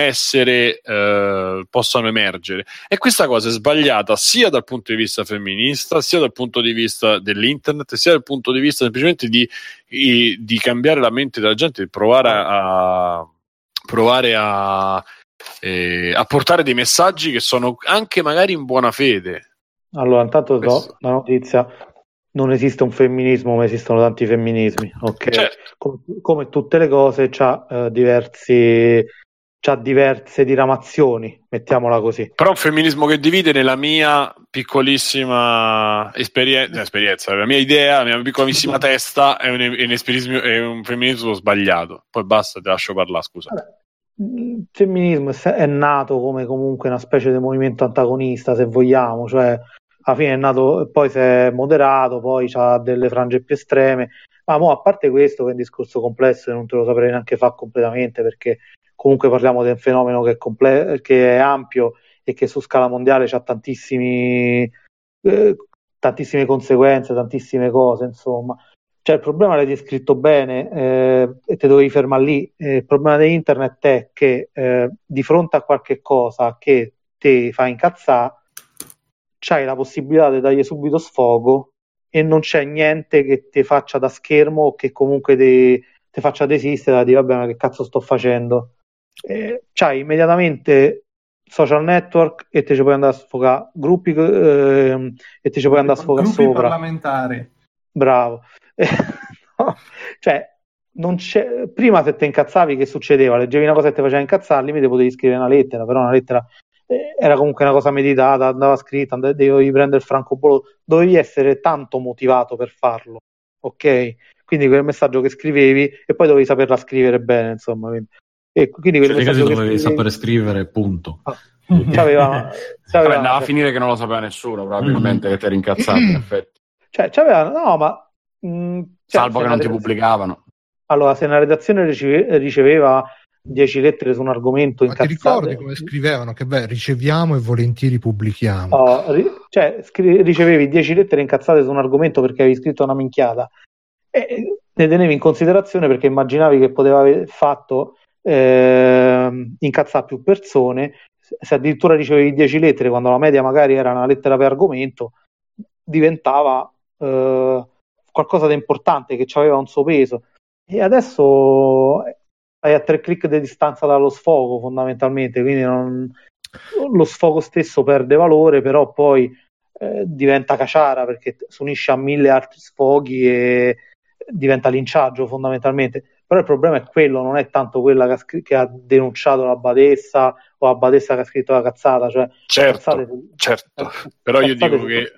emergere. E questa cosa è sbagliata sia dal punto di vista femminista, sia dal punto di vista dell'internet, sia dal punto di vista semplicemente di cambiare la mente della gente, di provare a portare dei messaggi che sono anche magari in buona fede.
Allora, intanto do la notizia: non esiste un femminismo, ma esistono tanti femminismi, ok?
Certo.
Come tutte le cose c'ha diverse diramazioni, mettiamola così.
Però un femminismo che divide, nella mia piccolissima esperienza, la mia idea, la mia piccolissima testa, è un femminismo sbagliato. Poi basta, ti lascio parlare, scusa.
Vabbè, il femminismo è nato come comunque una specie di movimento antagonista, se vogliamo, cioè alla fine è nato, poi si è moderato, poi c'ha delle frange più estreme, ma a parte questo, che è un discorso complesso e non te lo saprei neanche fare completamente, perché comunque parliamo di un fenomeno che è ampio e che su scala mondiale c'ha tantissime conseguenze, tantissime cose, insomma. Cioè, il problema l'hai descritto bene, e te dovevi fermare lì. Il problema di internet è che di fronte a qualche cosa che ti fa incazzare, c'hai la possibilità di dargli subito sfogo e non c'è niente che ti faccia da schermo o che comunque ti faccia desistere da dire vabbè, ma che cazzo sto facendo? C'hai immediatamente social network e te ci puoi andare a sfogare, gruppi e te ci puoi andare a sfogare
gruppi
sopra.
parlamentari.
Bravo. No, cioè, non c'è... prima se te incazzavi che succedeva? Leggevi una cosa e ti faceva incazzare, al limite potevi scrivere una lettera, però una lettera era comunque una cosa meditata, andava scritta, dovevi prendere il francobollo, dovevi essere tanto motivato per farlo, ok? Quindi quel messaggio che scrivevi e poi dovevi saperla scrivere bene, insomma. E quindi quel messaggio che
dovevi sapere scrivere, punto.
Andava
a finire che non lo sapeva nessuno, probabilmente, che ti eri incazzato, in effetti.
Cioè, no, ma
salvo che non ti pubblicavano.
Allora, se una redazione riceveva 10 lettere su un argomento incazzate,
ti ricordi come scrivevano? Che riceviamo e volentieri pubblichiamo.
Ricevevi 10 lettere incazzate su un argomento perché avevi scritto una minchiata e ne tenevi in considerazione perché immaginavi che poteva aver fatto incazzare più persone. Se addirittura ricevevi 10 lettere quando la media magari era una lettera per argomento, diventava qualcosa di importante che aveva un suo peso. E adesso hai a 3 click di distanza dallo sfogo, fondamentalmente, quindi lo sfogo stesso perde valore, però poi diventa caciara perché si unisce a 1000 altri sfoghi e diventa linciaggio, fondamentalmente. Però il problema è quello, non è tanto quella che ha denunciato la badessa o la badessa che ha scritto la cazzata, cioè
certo. Però io dico che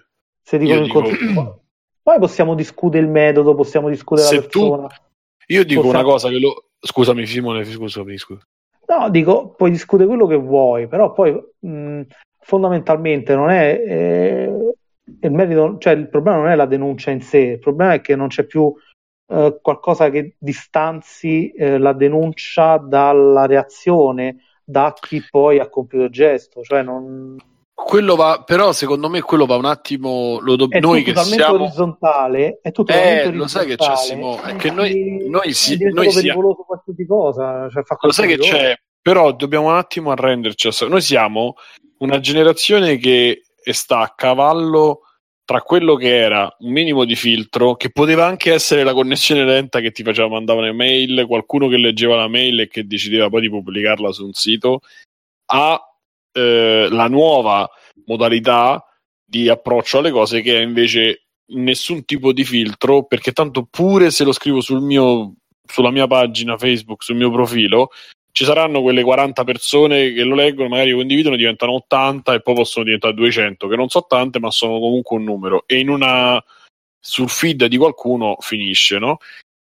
poi possiamo discutere il metodo, possiamo discutere la persona.
Io dico una cosa che scusami Simone, scusa.
No, dico, puoi discutere quello che vuoi, però poi fondamentalmente non è il merito, cioè il problema non è la denuncia in sé, il problema è che non c'è più qualcosa che distanzi la denuncia dalla reazione da chi poi ha compiuto il gesto, cioè non...
Quello va, però secondo me quello va un attimo,
è
noi
tutto
che siamo orizzontale,
è tutto
lo sai che c'è Simone, è che noi siamo
pericoloso qualsiasi cosa, cioè
lo sai che c'è, però dobbiamo un attimo arrenderci, noi siamo una generazione che sta a cavallo tra quello che era un minimo di filtro, che poteva anche essere la connessione lenta che ti mandava le mail, qualcuno che leggeva la mail e che decideva poi di pubblicarla su un sito, a la nuova modalità di approccio alle cose, che è invece nessun tipo di filtro, perché tanto pure se lo scrivo sulla mia pagina Facebook, sul mio profilo, ci saranno quelle 40 persone che lo leggono, magari lo condividono, diventano 80 e poi possono diventare 200, che non so tante ma sono comunque un numero, e sul feed di qualcuno finisce, no?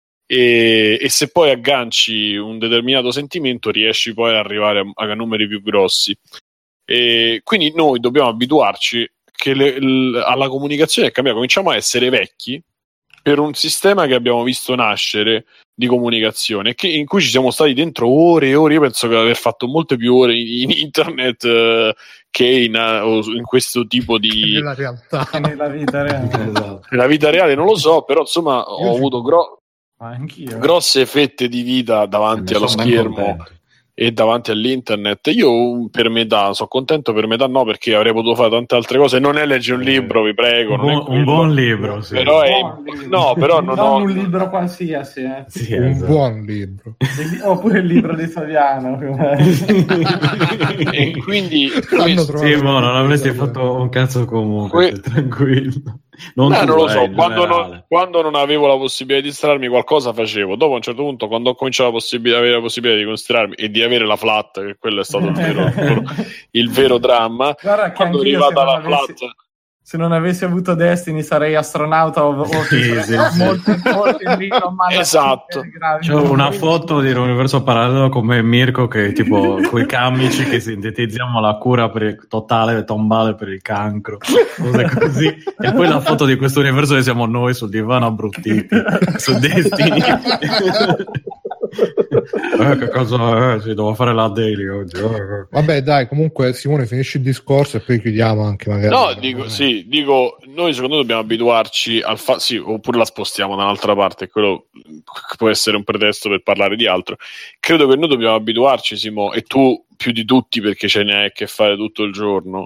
E se poi agganci un determinato sentimento riesci poi ad arrivare a numeri più grossi. E quindi noi dobbiamo abituarci che alla comunicazione è cambiata, cominciamo a essere vecchi per un sistema che abbiamo visto nascere di comunicazione, in cui ci siamo stati dentro ore e ore. Io penso che aver fatto molte più ore in internet che in questo tipo di...
nella realtà.
Nella vita reale.
Nella vita reale non lo so, però insomma ho avuto grosse fette di vita davanti allo schermo e davanti all'internet. Io per metà sono contento, per metà no, perché avrei potuto fare tante altre cose. Non è leggere un libro, vi prego,
un buon libro, sì.
Però però non ho
un libro qualsiasi,
sì, un buon libro,
oppure il libro di Fabiano.
E quindi
sì, ma non avresti fatto un cazzo comunque, tranquillo. Non
lo so, quando non avevo la possibilità di distrarmi qualcosa facevo. Dopo a un certo punto, quando ho cominciato avere la possibilità di considerarmi e di avere la flat, che quello è stato il vero dramma.
Guarda che
quando è arrivata la flat,
se non avessi avuto Destiny sarei astronauta o molto
esatto.
C'è una foto di un universo parallelo con me e Mirko che tipo coi camici che sintetizziamo la cura totale tombale per il cancro, cose così, e poi la foto di questo universo che siamo noi sul divano abbruttiti su Destiny. Che cosa ci devo fare la daily oggi?
Vabbè, dai, comunque Simone finisci il discorso e poi chiudiamo anche magari.
No, dico, noi secondo me dobbiamo abituarci al sì, oppure la spostiamo da un'altra parte, quello può essere un pretesto per parlare di altro. Credo che noi dobbiamo abituarci, Simo, e tu più di tutti perché ce ne hai a che fare tutto il giorno,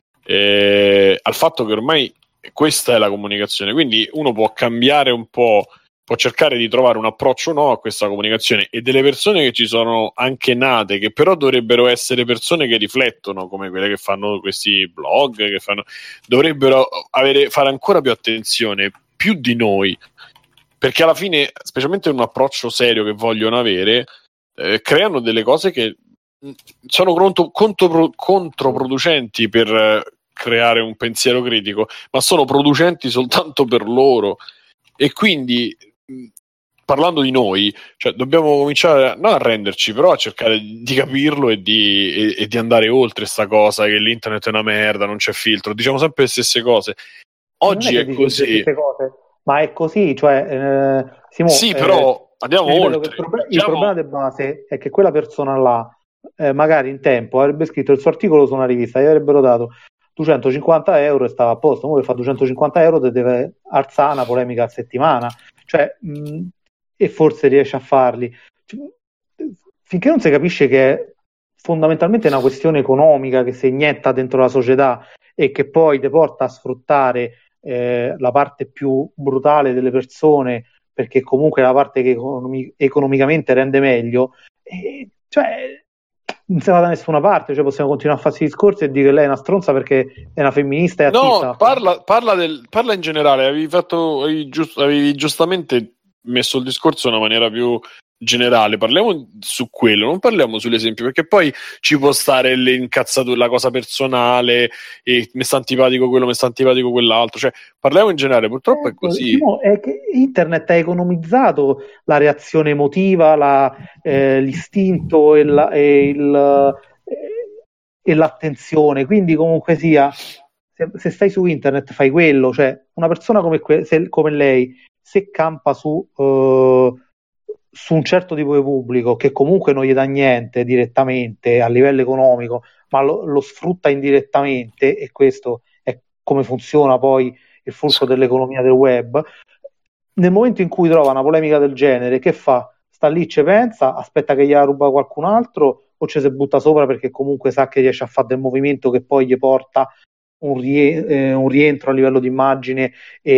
al fatto che ormai questa è la comunicazione, quindi uno può cambiare un po', può cercare di trovare un approccio nuovo a questa comunicazione, e delle persone che ci sono anche nate, che però dovrebbero essere persone che riflettono, come quelle che fanno questi blog, dovrebbero fare ancora più attenzione, più di noi, perché alla fine, specialmente in un approccio serio che vogliono avere, creano delle cose che sono controproducenti per creare un pensiero critico, ma sono producenti soltanto per loro. E quindi, parlando di noi, cioè, dobbiamo cominciare non a renderci, però a cercare di capirlo e di andare oltre sta cosa che l'internet è una merda, non c'è filtro, diciamo sempre le stesse cose. Oggi è così,
ma è così, cioè
sì, però andiamo oltre.
Il problema di base è che quella persona là magari in tempo avrebbe scritto il suo articolo su una rivista, gli avrebbero dato 250 euro e stava a posto. Ora che fa 250 euro te deve alzare una polemica a settimana, cioè, e forse riesce a farli, finché non si capisce che è fondamentalmente una questione economica che si inietta dentro la società e che poi ti porta a sfruttare la parte più brutale delle persone, perché comunque è la parte che economicamente rende meglio, cioè non si va da nessuna parte, cioè possiamo continuare a farsi discorsi e dire che lei è una stronza perché è una femminista e attista.
No, parla in generale, avevi giustamente messo il discorso in una maniera più generale, parliamo su quello, non parliamo sull'esempio, perché poi ci può stare l'incazzatura, la cosa personale, e mi sta antipatico quello, mi sta antipatico quell'altro, cioè parliamo in generale, purtroppo è così.
No, è che internet ha economizzato la reazione emotiva, l'istinto e l'attenzione, quindi comunque sia, se stai su internet fai quello, cioè una persona come lei, se campa su un certo tipo di pubblico che comunque non gli dà niente direttamente a livello economico, ma lo sfrutta indirettamente, e questo è come funziona poi il flusso dell'economia del web. Nel momento in cui trova una polemica del genere, che fa? Sta lì, ci pensa, aspetta che gliela ruba qualcun altro, o ci si butta sopra perché comunque sa che riesce a fare del movimento che poi gli porta un rientro a livello di immagine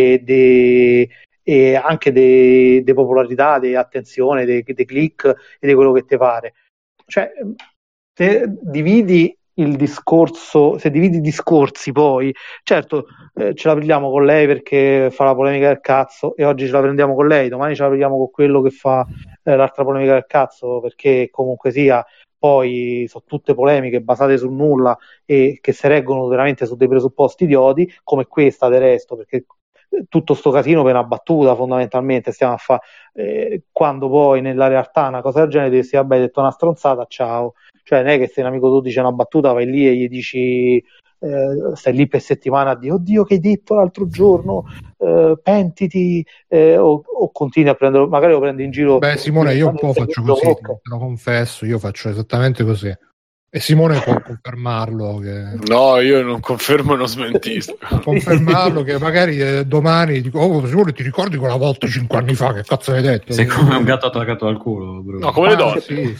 e anche di popolarità, di attenzione, di click e di quello che ti pare. Cioè, se dividi il discorso, se dividi i discorsi, poi certo ce la prendiamo con lei perché fa la polemica del cazzo, e oggi ce la prendiamo con lei, domani ce la prendiamo con quello che fa l'altra polemica del cazzo, perché comunque sia poi sono tutte polemiche basate sul nulla e che si reggono veramente su dei presupposti idioti, come questa del resto, perché tutto sto casino per una battuta fondamentalmente stiamo a fare, quando poi nella realtà una cosa del genere ti dici vabbè, hai detto una stronzata, ciao, cioè non è che se un amico tuo dice una battuta vai lì e gli dici stai lì per settimana a dire oddio che hai detto l'altro giorno, pentiti, o continui a prenderlo, magari lo prendi in giro.
Beh Simone, io un po' faccio così, te lo confesso, io faccio esattamente così. E Simone può confermarlo
no, io non confermo e non smentisco.
Confermarlo che magari domani dico oh Simone, ti ricordi quella volta 5 anni fa, che cazzo hai detto?
Sei come un gatto attaccato al culo, Bruno.
No, come le donne.
Sì.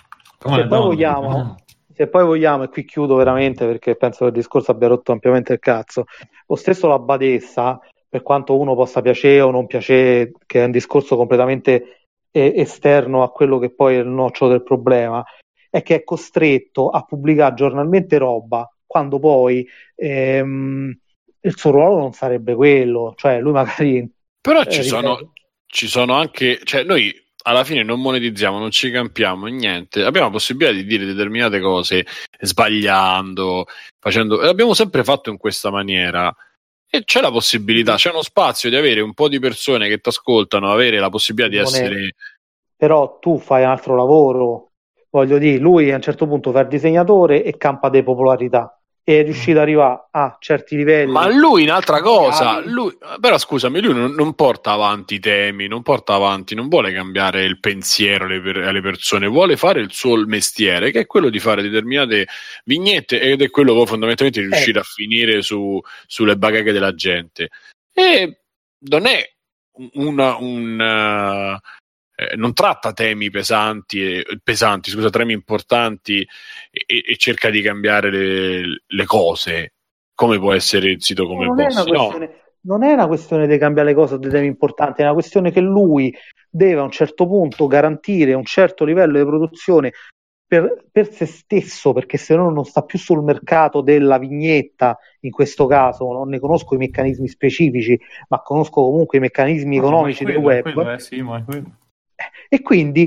Se poi vogliamo, e qui chiudo veramente perché penso che il discorso abbia rotto ampiamente il cazzo, lo stesso la badessa, per quanto uno possa piacere o non piacere, che è un discorso completamente esterno a quello che poi è il nocciolo del problema, è che è costretto a pubblicare giornalmente roba quando poi il suo ruolo non sarebbe quello, cioè lui magari
però ci sono anche, cioè noi alla fine non monetizziamo, non ci campiamo niente, abbiamo la possibilità di dire determinate cose sbagliando, facendo, e l'abbiamo sempre fatto in questa maniera, e c'è la possibilità, c'è uno spazio di avere un po' di persone che ti ascoltano, avere la possibilità di essere...
Però tu fai un altro lavoro, voglio dire, lui a un certo punto fa il disegnatore e campa di popolarità, e è riuscito ad arrivare a certi livelli.
Ma lui un'altra cosa, lui, però scusami, lui non porta avanti i temi, non vuole cambiare il pensiero alle persone, vuole fare il suo mestiere, che è quello di fare determinate vignette, ed è quello poi fondamentalmente di riuscire a finire sulle bacheche della gente. E non è non tratta temi pesanti, temi importanti, e cerca di cambiare le cose, come può essere il sito come Boss.
Non è una questione di cambiare le cose o dei temi importanti, è una questione che lui deve a un certo punto garantire un certo livello di produzione per se stesso, perché se no non sta più sul mercato della vignetta. In questo caso non ne conosco i meccanismi specifici, ma conosco comunque i meccanismi economici del web. E quindi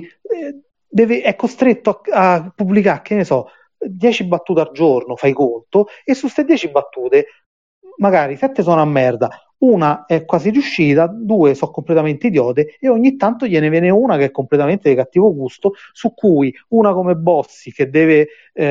è costretto a pubblicare, che ne so, 10 battute al giorno, fai conto, e su queste 10 battute magari 7 sono a merda, una è quasi riuscita, 2 sono completamente idiote, e ogni tanto gliene viene una che è completamente di cattivo gusto, su cui una come Bossi che deve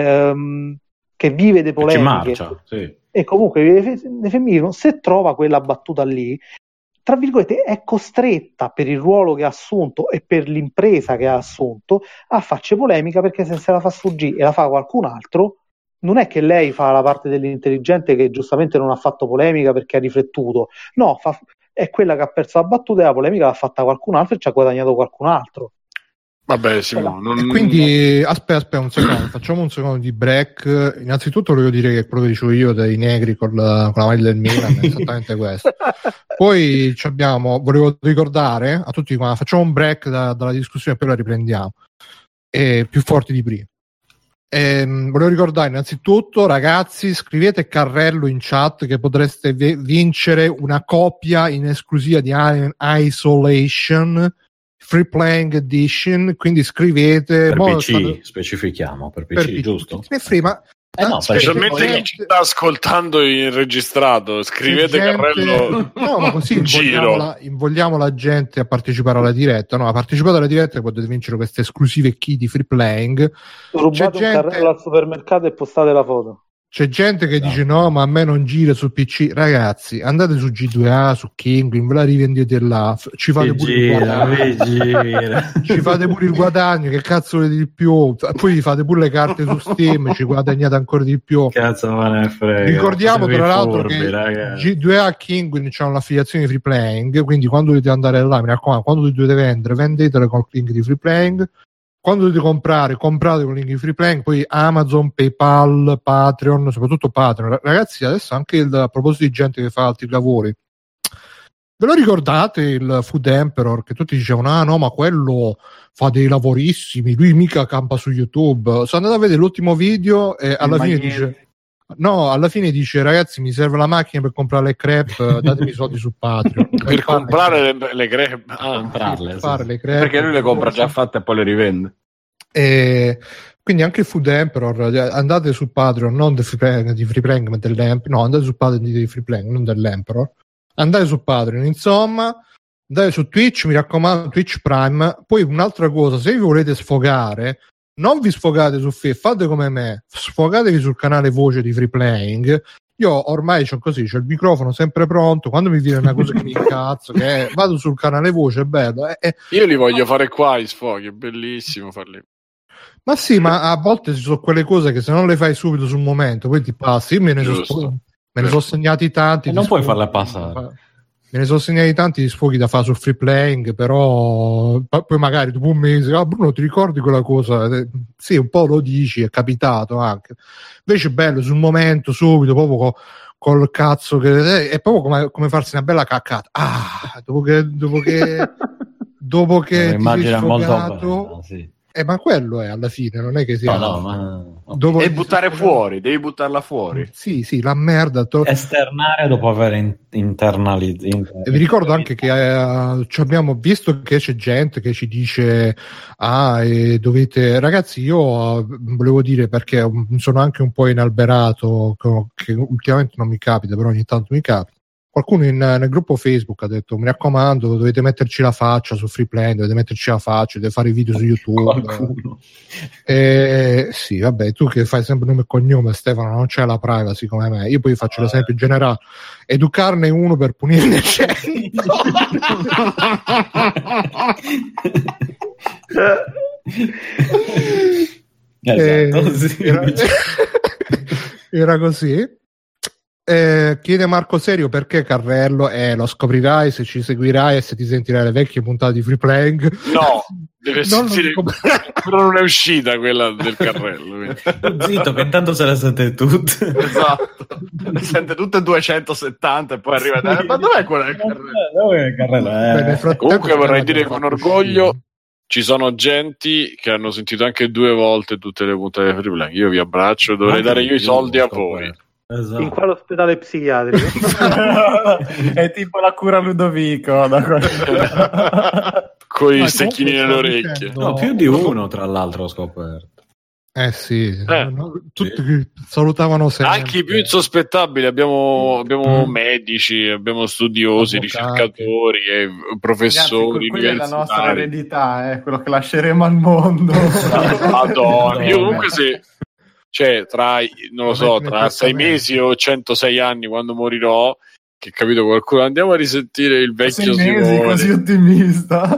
che vive dei polemiche,
marcia, sì.
E comunque vive dei femminismo, se trova quella battuta lì, tra virgolette, è costretta, per il ruolo che ha assunto e per l'impresa che ha assunto, a farci polemica, perché se la fa sfuggire e la fa qualcun altro, non è che lei fa la parte dell'intelligente che giustamente non ha fatto polemica perché ha riflettuto, no, è quella che ha perso la battuta, e la polemica l'ha fatta qualcun altro e ci ha guadagnato qualcun altro.
Vabbè, Simone,
quindi aspetta un secondo, facciamo un secondo di break. Innanzitutto voglio dire che quello che dicevo io dei negri con la maglia del Milan è esattamente questo. Poi volevo ricordare a tutti quanti, facciamo un break dalla discussione e poi la riprendiamo, più forti di prima. Volevo ricordare innanzitutto, ragazzi, scrivete carrello in chat che potreste vincere una copia in esclusiva di Isolation Free Playing Edition, quindi scrivete
per PC, specifichiamo per PC, giusto?
specialmente chi ci sta ascoltando in registrato, scrivete carrello.
No, ma così invogliamo la gente a partecipare alla diretta. No, a partecipare alla diretta potete vincere queste esclusive key di Free Playing.
Rubate un carrello al supermercato e postate la foto.
C'è gente che dice no, ma a me non gira su PC. Ragazzi, andate su G2A, su Kinguin, ve la rivendete là, ci fate pure il guadagno, che cazzo volete di più? Poi vi fate pure le carte su Steam, ci guadagnate ancora di più.
Cazzo me ne frega.
Ricordiamo tra l'altro che G2A e Kinguin c'hanno l'affiliazione di Free Playing, quindi quando dovete andare là, mi raccomando, quando dovete vendere, vendetele con il link di Free Playing. Quando dovete comprate con il link di Free Playing, poi Amazon, PayPal, Patreon, soprattutto Patreon. Ragazzi, adesso anche a proposito di gente che fa altri lavori, ve lo ricordate il Food Emperor, che tutti dicevano ah no, ma quello fa dei lavorissimi, lui mica campa su YouTube. Sono andato a vedere l'ultimo video e alla fine dice ragazzi, mi serve la macchina per comprare le crepe, datemi i soldi su Patreon.
Per comprare le crepe,
comprarle,
le crepe, perché lui le compra già fatte e poi le rivende.
Quindi anche il Food Emperor, andate su Patreon, non di Free Playing, ma dell'Emperor. No, andate su Patreon di Free Playing, non dell'Emperor. Andate su Patreon, insomma, andate su Twitch, mi raccomando, Twitch Prime. Poi un'altra cosa, se vi volete sfogare, non vi sfogate su fate come me, sfogatevi sul canale voce di Free Playing. Io ormai c'ho il microfono sempre pronto, quando mi viene una cosa che mi incazzo, che vado sul canale voce, è bello.
Io li voglio fare qua i sfoghi, è bellissimo farli.
Ma sì, ma a volte ci sono quelle cose che se non le fai subito sul momento, poi ti passi. Io me ne sono segnati tanti.
E non puoi farla passare.
Me ne sono segnati tanti di sfoghi da fare su Free Playing, però poi magari dopo un mese, Bruno, ti ricordi quella cosa? Sì, un po' lo dici, è capitato anche. Invece è bello, sul momento, subito, proprio col cazzo che è proprio come farsi una bella caccata. Dopo che ti sei sfogato,
molto bella, sì.
Ma quello è alla fine, non è che sia.
Devi buttare fuori, devi buttarla fuori.
Sì, la merda.
Esternare dopo aver internalizzato.
Vi ricordo anche che abbiamo visto che c'è gente che ci dice: dovete. Ragazzi, io volevo dire, perché sono anche un po' inalberato, che ultimamente non mi capita, però ogni tanto mi capita. Qualcuno nel gruppo Facebook ha detto: mi raccomando, dovete metterci la faccia su Freeplane, dovete metterci la faccia, dovete fare i video su YouTube.
Qualcuno.
Sì, vabbè, tu che fai sempre nome e cognome, Stefano, non c'è la privacy come me. Io poi faccio l'esempio generale: educarne uno per punirne 100. Era così. Chiede Marco Serio perché Carrello, lo scoprirai se ci seguirai e se ti sentirai le vecchie puntate di Freeplaying.
No, deve sentire, però non è uscita quella del Carrello.
Zitto, che intanto se le sente tutte.
Esatto, le sente tutte 270 e poi arriva ma dov'è quella del Carrello?
Dov'è il Carrello?
Comunque vorrei dire con orgoglio, ci sono genti che hanno sentito anche 2 volte tutte le puntate di Freeplaying. Io vi abbraccio, dovrei dare io i soldi a voi.
Esatto. In quale ospedale psichiatrico?
È tipo la cura Ludovico
con i stecchini nelle orecchie.
No, più di uno tra l'altro ho scoperto.
Sì. Tutti salutavano sempre.
Anche i più insospettabili, abbiamo medici, abbiamo studiosi, ricercatori, professori.
Quella è la nostra eredità, quello che lasceremo al mondo.
Madonna, io comunque cioè tra 6 mesi o 106 anni, quando morirò, che capito qualcuno, andiamo a risentire il vecchio
6 mesi,
Simone.
così ottimista.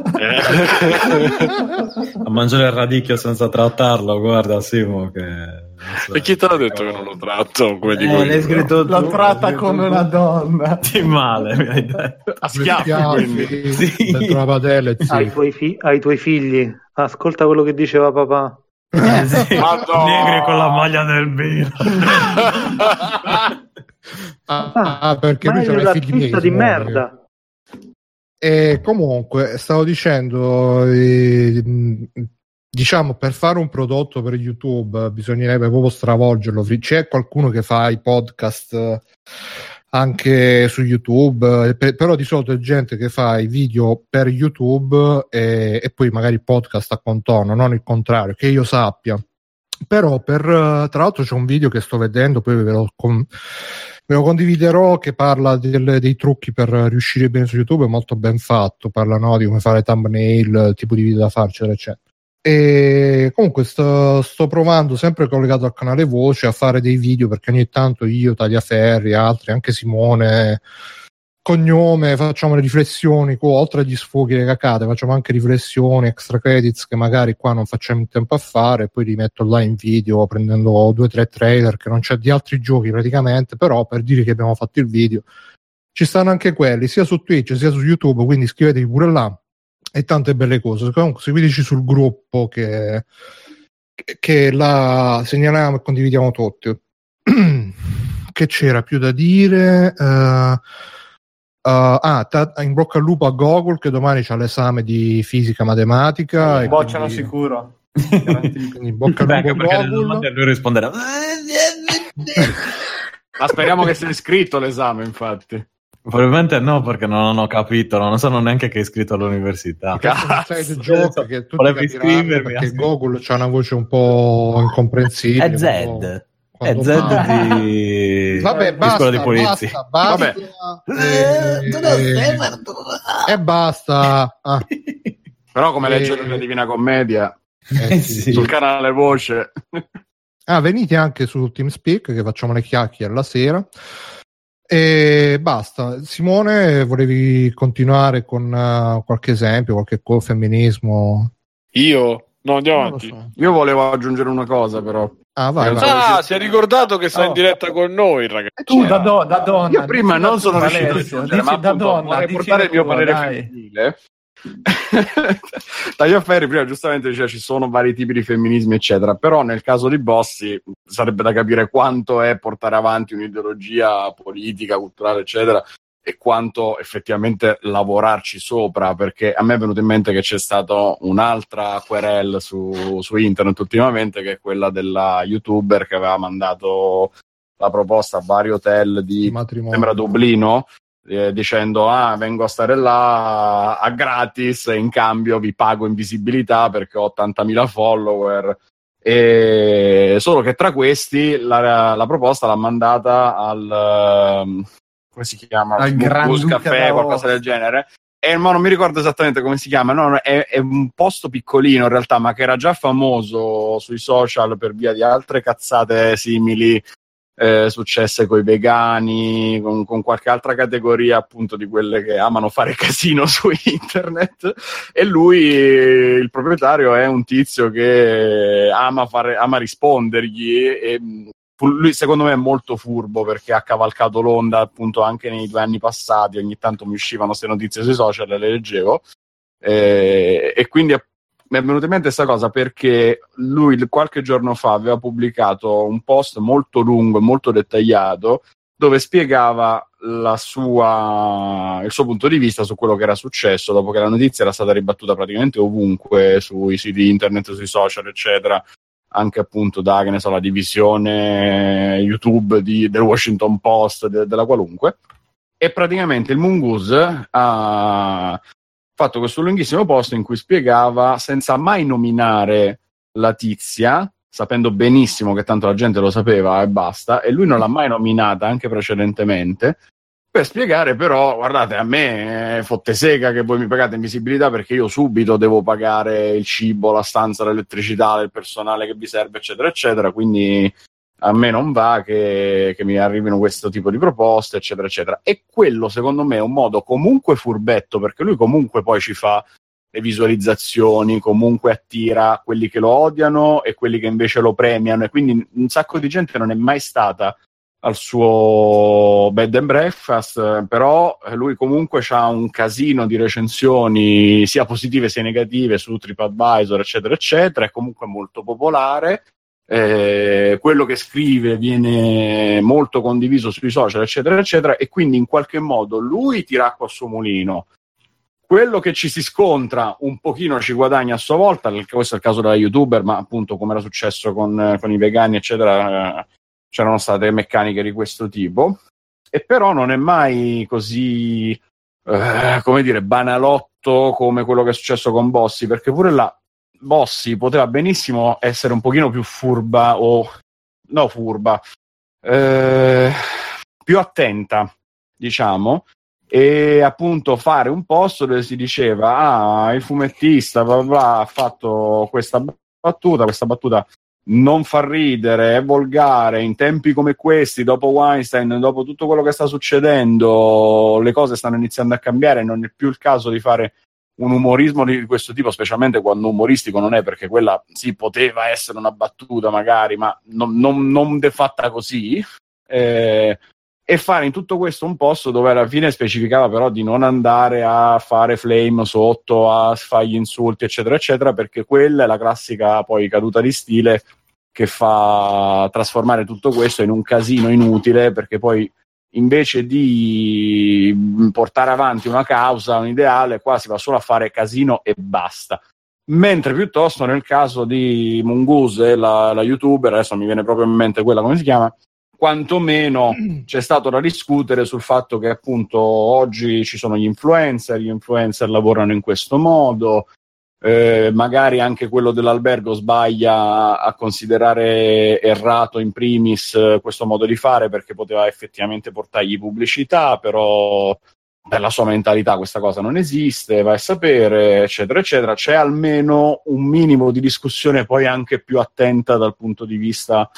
A mangiare il radicchio senza trattarlo, guarda Simo che...
E chi te l'ha detto che non lo tratto? Come dico
l'hai scritto tu,
lo tratta come una donna.
Di male, mi hai detto.
A schiaffi, quindi.
Sì.
Dentro la padella,
ai tuoi figli, ascolta quello che diceva papà.
Sì. Negri con la maglia del birra.
Perché lui c'era i figli miei
di merda.
E comunque stavo dicendo, diciamo, per fare un prodotto per YouTube bisognerebbe proprio stravolgerlo. C'è qualcuno che fa i podcast anche su YouTube, però di solito è gente che fa i video per YouTube e poi magari podcast a contorno, non il contrario, che io sappia. Però tra l'altro c'è un video che sto vedendo, poi ve lo condividerò, che parla dei trucchi per riuscire bene su YouTube. È molto ben fatto, parla di come fare thumbnail, tipo di video da fare, eccetera eccetera. E comunque sto provando, sempre collegato al canale Voce, a fare dei video, perché ogni tanto io, Tagliaferri, altri, anche Simone Cognome, facciamo le riflessioni, oltre agli sfoghi e le cacate, facciamo anche riflessioni, extra credits che magari qua non facciamo in tempo a fare, e poi li metto là in video prendendo 2 o 3 trailer che non c'è di altri giochi praticamente, però per dire che abbiamo fatto il video ci stanno anche quelli, sia su Twitch sia su YouTube, quindi iscrivetevi pure là. E tante belle cose. Comunque seguiteci sul gruppo che la segnaliamo e condividiamo tutti. Che c'era più da dire? In bocca al lupo a Gogol, che domani c'ha l'esame di fisica matematica.
Bocciano quindi... sicuro.
Quindi bocca al lupo a Gogol.
Lui risponderà.
Ma speriamo che sia iscritto l'esame, infatti.
Probabilmente no, perché non ho capito, non sanno neanche che è iscritto all'università.
Gioco che volevo iscrivermi, perché Google c'ha una voce un po' incomprensibile.
È Zed. È Zed di...
Vabbè,
di scuola di polizia.
Basta. E basta.
Però come leggere la Divina Commedia
sì.
Sul canale Voce.
Venite anche su TeamSpeak, che facciamo le chiacchiere la sera. E basta. Simone, volevi continuare con qualche esempio, qualche femminismo?
Io? No, andiamo avanti.
So.
Io volevo aggiungere una cosa, però.
Vai.
Si è ricordato che sta in diretta con noi, ragazzi.
Tu da donna.
Io prima non sono riuscito a aggiungere, ma
da donna,
vorrei portare il mio parere femminile. Tagliaferri prima giustamente diceva ci sono vari tipi di femminismi eccetera, però nel caso di Bossi sarebbe da capire quanto è portare avanti un'ideologia politica, culturale eccetera, e quanto effettivamente lavorarci sopra, perché a me è venuto in mente che c'è stata un'altra querel su internet ultimamente, che è quella della YouTuber che aveva mandato la proposta a vari hotel di sembra Dublino, dicendo vengo a stare là a gratis e in cambio vi pago in visibilità perché ho 80.000 follower. E solo che tra questi la proposta l'ha mandata al come si chiama?
Al Granduca
Caffè, qualcosa del genere. Ma non mi ricordo esattamente come si chiama. No, è un posto piccolino in realtà, ma che era già famoso sui social per via di altre cazzate simili successe coi vegani, con qualche altra categoria appunto di quelle che amano fare casino su internet. E lui, il proprietario, è un tizio che ama rispondergli, e lui secondo me è molto furbo perché ha cavalcato l'onda appunto anche nei 2 anni passati. Ogni tanto mi uscivano queste notizie sui social e le leggevo, e quindi mi è venuta in mente questa cosa perché lui qualche giorno fa aveva pubblicato un post molto lungo e molto dettagliato dove spiegava il suo punto di vista su quello che era successo dopo che la notizia era stata ribattuta praticamente ovunque, sui siti internet, sui social eccetera, anche appunto da, che ne so, la divisione YouTube del Washington Post, della qualunque. E praticamente il Mongoose ha fatto questo lunghissimo post in cui spiegava, senza mai nominare la tizia, sapendo benissimo che tanto la gente lo sapeva e basta, e lui non l'ha mai nominata anche precedentemente, per spiegare però, guardate, a me fotte sega che voi mi pagate in visibilità perché io subito devo pagare il cibo, la stanza, l'elettricità, il personale che vi serve, eccetera, eccetera, quindi a me non va che mi arrivino questo tipo di proposte, eccetera, eccetera. E quello, secondo me, è un modo comunque furbetto, perché lui comunque poi ci fa le visualizzazioni, comunque attira quelli che lo odiano e quelli che invece lo premiano, e quindi un sacco di gente non è mai stata al suo bed and breakfast, però lui comunque ha un casino di recensioni sia positive sia negative su TripAdvisor, eccetera, eccetera, è comunque molto popolare. Quello che scrive viene molto condiviso sui social, eccetera, eccetera, e quindi in qualche modo lui tira acqua al suo mulino. Quello che ci si scontra un pochino ci guadagna a sua volta, questo è il caso della YouTuber, ma appunto come era successo con i vegani, eccetera, c'erano state meccaniche di questo tipo. E però non è mai così come dire, banalotto come quello che è successo con Bossi, perché pure là Bossi poteva benissimo essere un pochino più furba, più attenta, diciamo, e appunto fare un post dove si diceva il fumettista ha fatto questa battuta non fa ridere, è volgare, in tempi come questi, dopo Weinstein, dopo tutto quello che sta succedendo, le cose stanno iniziando a cambiare, non è più il caso di fare un umorismo di questo tipo, specialmente quando umoristico non è, perché quella sì poteva essere una battuta magari, ma non fatta così, e fare in tutto questo un post dove alla fine specificava però di non andare a fare flame sotto, a fare gli insulti, eccetera, eccetera, perché quella è la classica poi caduta di stile che fa trasformare tutto questo in un casino inutile, perché poi invece di portare avanti una causa, un ideale, qua si va solo a fare casino e basta. Mentre piuttosto nel caso di Mongoose, la YouTuber, adesso mi viene proprio in mente quella, come si chiama, quantomeno c'è stato da discutere sul fatto che appunto oggi ci sono gli influencer lavorano in questo modo, magari anche quello dell'albergo sbaglia a considerare errato in primis questo modo di fare, perché poteva effettivamente portargli pubblicità, però per la sua mentalità questa cosa non esiste, vai a sapere, eccetera, eccetera. C'è almeno un minimo di discussione poi anche più attenta dal punto di vista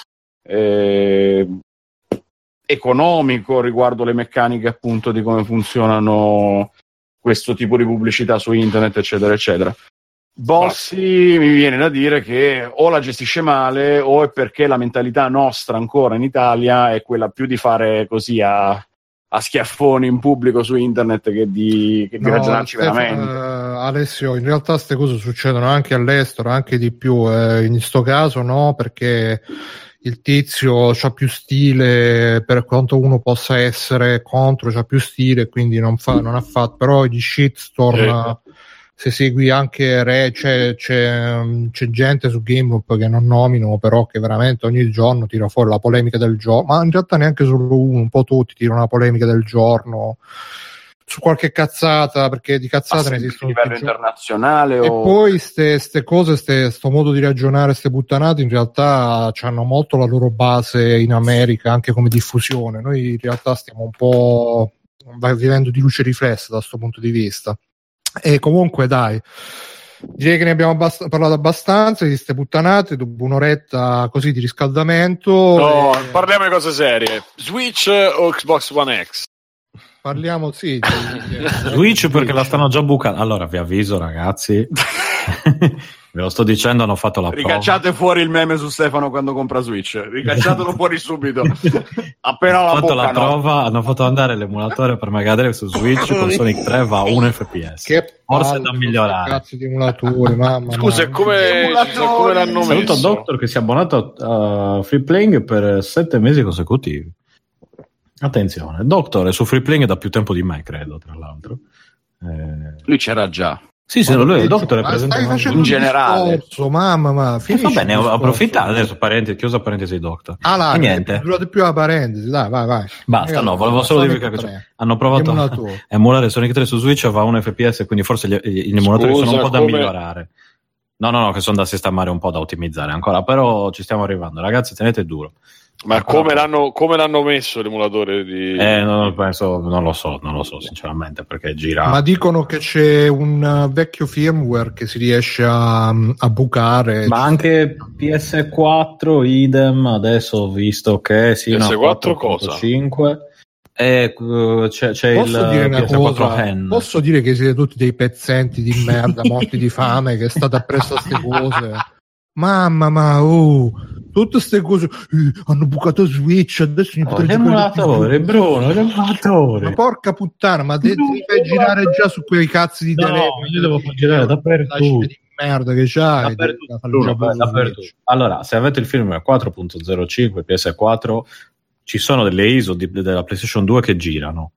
economico riguardo le meccaniche appunto di come funzionano questo tipo di pubblicità su internet, eccetera, eccetera. Bossi mi viene da dire che o la gestisce male o è perché la mentalità nostra ancora in Italia è quella più di fare così a schiaffoni in pubblico su internet che di ragionarci veramente.
Alessio, in realtà queste cose succedono anche all'estero, anche di più, in sto caso no, perché il tizio c'ha più stile, per quanto uno possa essere contro, c'ha più stile, quindi non ha fatto, però gli shitstorm, se segui anche c'è gente su GameLoop che non nomino, però che veramente ogni giorno tira fuori la polemica del giorno, ma in realtà neanche solo uno, un po' tutti tirano la polemica del giorno su qualche cazzata, perché di cazzate ne esistono
a livello internazionale
e poi ste cose, sto modo di ragionare, ste puttanate in realtà hanno molto la loro base in America anche come diffusione. Noi in realtà stiamo un po' vivendo di luce riflessa da questo punto di vista. E comunque dai, direi che ne abbiamo parlato abbastanza di ste puttanate dopo un'oretta così di riscaldamento.
No, parliamo di cose serie. Switch o Xbox One X?
Parliamo di
Switch perché la stanno già bucando. Allora vi avviso ragazzi, ve lo sto dicendo, hanno fatto la
ricacciate fuori il meme su Stefano quando compra Switch, ricacciatelo fuori subito appena
hanno fatto la prova, hanno fatto andare l'emulatore per Mega Drive su Switch con Sonic 3 va a 1 fps,
che
forse è da migliorare.
Cazzo di emulatori, mamma.
Scusa, come l'hanno messo?
Saluto Doctor che si è abbonato a Free Playing per 7 mesi consecutivi. Attenzione, Doctor è su Free Playing da più tempo di me, credo, tra l'altro.
Lui c'era già.
Sì, lui il Doctor è presente
in generale.
Discorso, mamma,
va bene, approfittate adesso, chiusa parentesi Doctor.
E
niente.
Durate più la parentesi, dai, vai.
Basta, no, volevo solo dirvi che hanno provato a emulare Sonic 3 su Switch, va a 1 fps, quindi forse gli emulatori sono un po' da migliorare. No, che sono da sistemare, un po' da ottimizzare ancora, però ci stiamo arrivando, ragazzi, tenete duro.
Ma come l'hanno messo l'emulatore di...
non lo so sinceramente, perché gira.
Ma dicono che c'è un vecchio firmware che si riesce a bucare.
Ma anche PS4 idem, adesso ho visto che sì,
PS4 cosa?
5 e c'è
posso
il
dire una
PS4
cosa?
Hen.
Posso dire che siete tutti dei pezzenti di merda morti di fame che state appresso a ste cose. Mamma, tutte queste cose hanno bucato Switch, adesso
l'emulatore, Bruno, l'emulatore.
Ma porca puttana, ma devi fai girare già su quei cazzi di telefono.
Io devo far girare dappertutto.
Di merda che c'hai
dappertutto. Allora, se avete il firmware 4.05 PS4 ci sono delle ISO della PlayStation 2 che girano.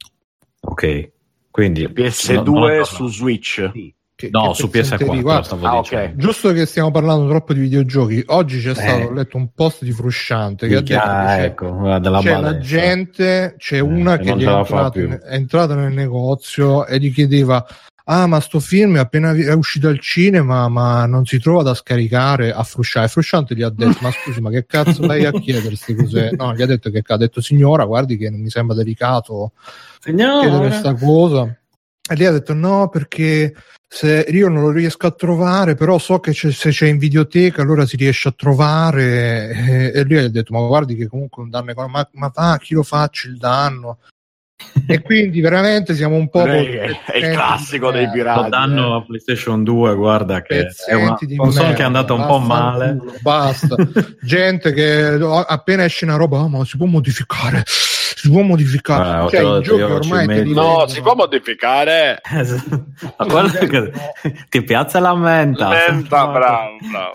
Ok. Quindi
PS2 su Switch.
Sì. No, su PS4 stavo dicendo.
Okay.
Giusto che stiamo parlando troppo di videogiochi, oggi c'è stato, ho letto un post di Frusciante che ha detto che la gente, c'è una che è entrata nel negozio e gli chiedeva ma sto film è appena è uscito al cinema ma non si trova da scaricare a Frusciante. Frusciante gli ha detto ma scusi, ma che cazzo vai a chiedere queste cose? No, gli ha detto che ha detto signora, guardi che non mi sembra delicato chiedere questa cosa. E lei ha detto no, perché se io non lo riesco a trovare, però so che se c'è in videoteca allora si riesce a trovare. E lui ha detto ma guardi che comunque un danno ma va, chi lo faccia il danno? E quindi veramente siamo un po'
è il classico dei pirati.
Lo danno a PlayStation 2, guarda che è una console che è andata un po' male.
Basta. Gente che appena esce una roba ma si può modificare. Si può modificare, i giochi ormai
si può modificare.
Ma guarda che ti piazza la menta.
Bravo.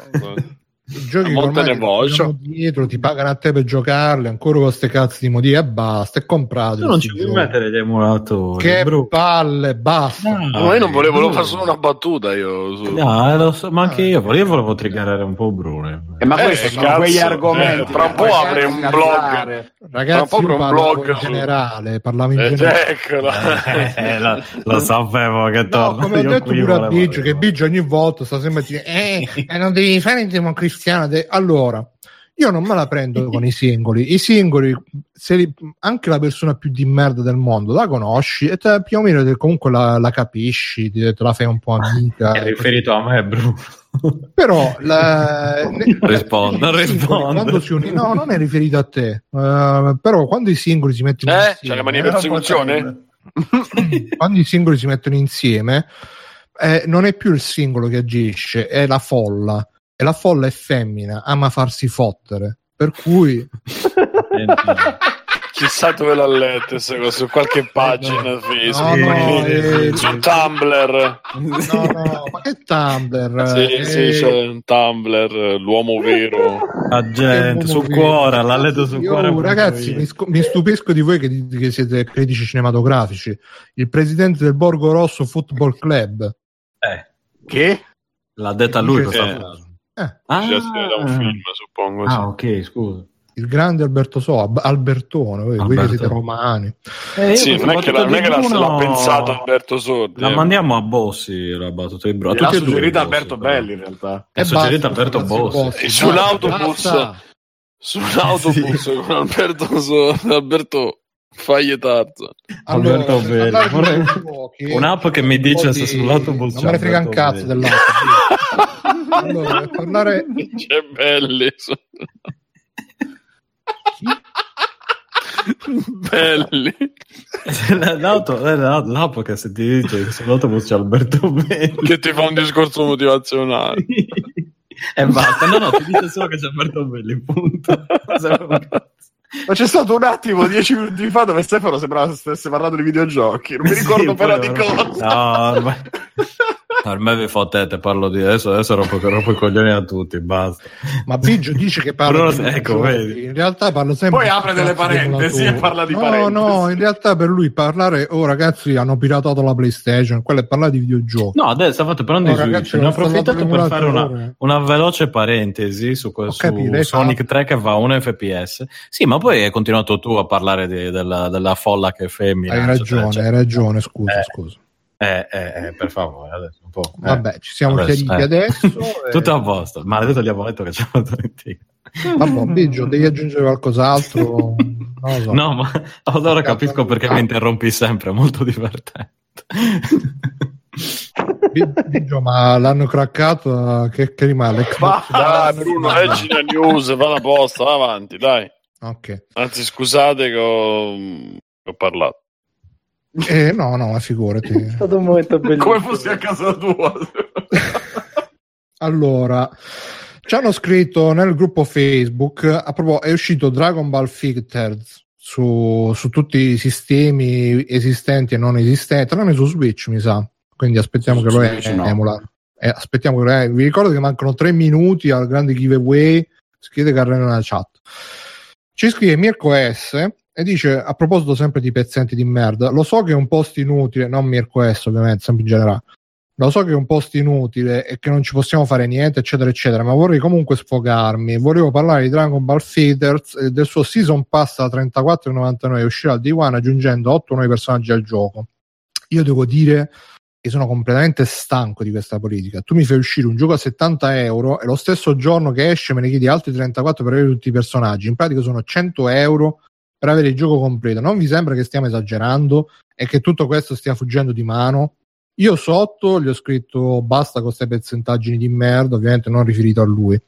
I giochi che ormai dietro ti pagano a te per giocarli ancora con queste cazzo di modi e basta, e comprate.
Tu non ci puoi mettere gli emulatori,
che palle, basta.
Ma io non volevo fare solo una battuta
lo so, ma anche io volevo triggerare un po' Bruno.
Ma questi sono quegli argomenti
tra un po' apre un blog,
ragazzi, io parlavo in generale, parlavo in
generale.
Lo sapevo che torno.
Come ho detto pure a Biggio, che Biggio ogni volta sta sempre a dire non devi fare il democristiano. Allora, io non me la prendo con i singoli, anche la persona più di merda del mondo la conosci e più o meno comunque la capisci, te la fai un po' amica.
È riferito a me, Bruno.
Però
rispondo.
No, non è riferito a te, però quando i singoli si mettono insieme,
c'è la mania di persecuzione?
Quando i singoli si mettono insieme non è più il singolo che agisce, è la folla. E la folla è femmina, ama farsi fottere, per cui
Chissà dove l'ha letto su qualche pagina Facebook, su Tumblr.
No, ma che Tumblr?
Sì, c'è un Tumblr, l'uomo vero.
La gente su Quora, l'ha letto su Quora.
Ragazzi, mi stupisco di voi che siete critici cinematografici. Il presidente del Borgo Rosso Football Club.
Che?
L'ha detta lui questa frase.
Da un film, suppongo.
Ok, scusa.
Il grande Albertone, voi che siete romani.
Non è che l'ha pensato Alberto Sordi.
La mandiamo a Bossi la battuta di Bro.
L'ha suggerita Alberto Belli in realtà.
È suggerita Alberto Bossi.
Su un autobus con Alberto Faglie Tarzan.
Alberto Belli. Un'app che mi dice se sull'autobus
non me ne frega un cazzo dell'app. Allora, per parlare
c'è Belli. Belli.
L'app che se ti dice sull'autobus c'è Alberto Belli
che ti fa un discorso motivazionale
e basta. No, ti dice solo che c'è Alberto Belli, punto.
Ma c'è stato un attimo 10 minuti fa dove Stefano sembrava stesse parlando di videogiochi, non mi ricordo però di cosa.
No, ormai vi fottete, parlo di adesso rompo i coglioni a tutti, basta.
Ma Biggio dice che parla di
vedi.
In realtà parlo sempre.
Poi apre delle parentesi e parla di parentesi.
No, in realtà per lui parlare ragazzi hanno piratato la PlayStation, quello è parlare di videogiochi.
No, adesso state parlando di Switch. Ne ho approfittato per fare una veloce parentesi su Sonic 3 che va a 1 FPS. Sì, ma poi hai continuato tu a parlare della folla che è femmina.
Hai ragione, scusa.
Per favore, adesso un po'.
Vabbè, ci siamo chiariti adesso.
Tutto a posto. Maledetto diavoletto che c'è fatto in te.
Vabbè, Biggio, devi aggiungere qualcos'altro? Non lo so.
No, ma allora capisco perché mi interrompi sempre, è molto divertente.
Biggio, ma l'hanno craccato, che rimane?
Bruno, leggi la news, va alla posta, va avanti, dai.
Ok.
Anzi, scusate che ho parlato.
No, ma figurati.
È stato un momento bellissimo.
Come fossi a casa tua.
Allora, ci hanno scritto nel gruppo Facebook, a proposito, è uscito Dragon Ball FighterZ su tutti i sistemi esistenti e non esistenti, tranne su Switch, mi sa. Quindi aspettiamo che lo emula. Aspettiamo che vi ricordo che mancano 3 minuti al grande giveaway. Scrivete Carreno nella chat. Ci scrive Mirko S e dice, a proposito sempre di pezzenti di merda, lo so che è un post inutile, non Mirko S ovviamente, sempre in generale, lo so che è un post inutile e che non ci possiamo fare niente, eccetera eccetera, ma vorrei comunque sfogarmi. Volevo parlare di Dragon Ball FighterZ e del suo Season Pass da 34,99, uscirà al Day One aggiungendo 8 nuovi personaggi al gioco. Io devo dire che sono completamente stanco di questa politica. Tu mi fai uscire un gioco a 70 euro e lo stesso giorno che esce me ne chiedi altri 34 per avere tutti i personaggi. In pratica sono 100 euro per avere il gioco completo. Non vi sembra che stiamo esagerando e che tutto questo stia fuggendo di mano? Io sotto gli ho scritto basta con queste pezzentaggini di merda, ovviamente non riferito a lui.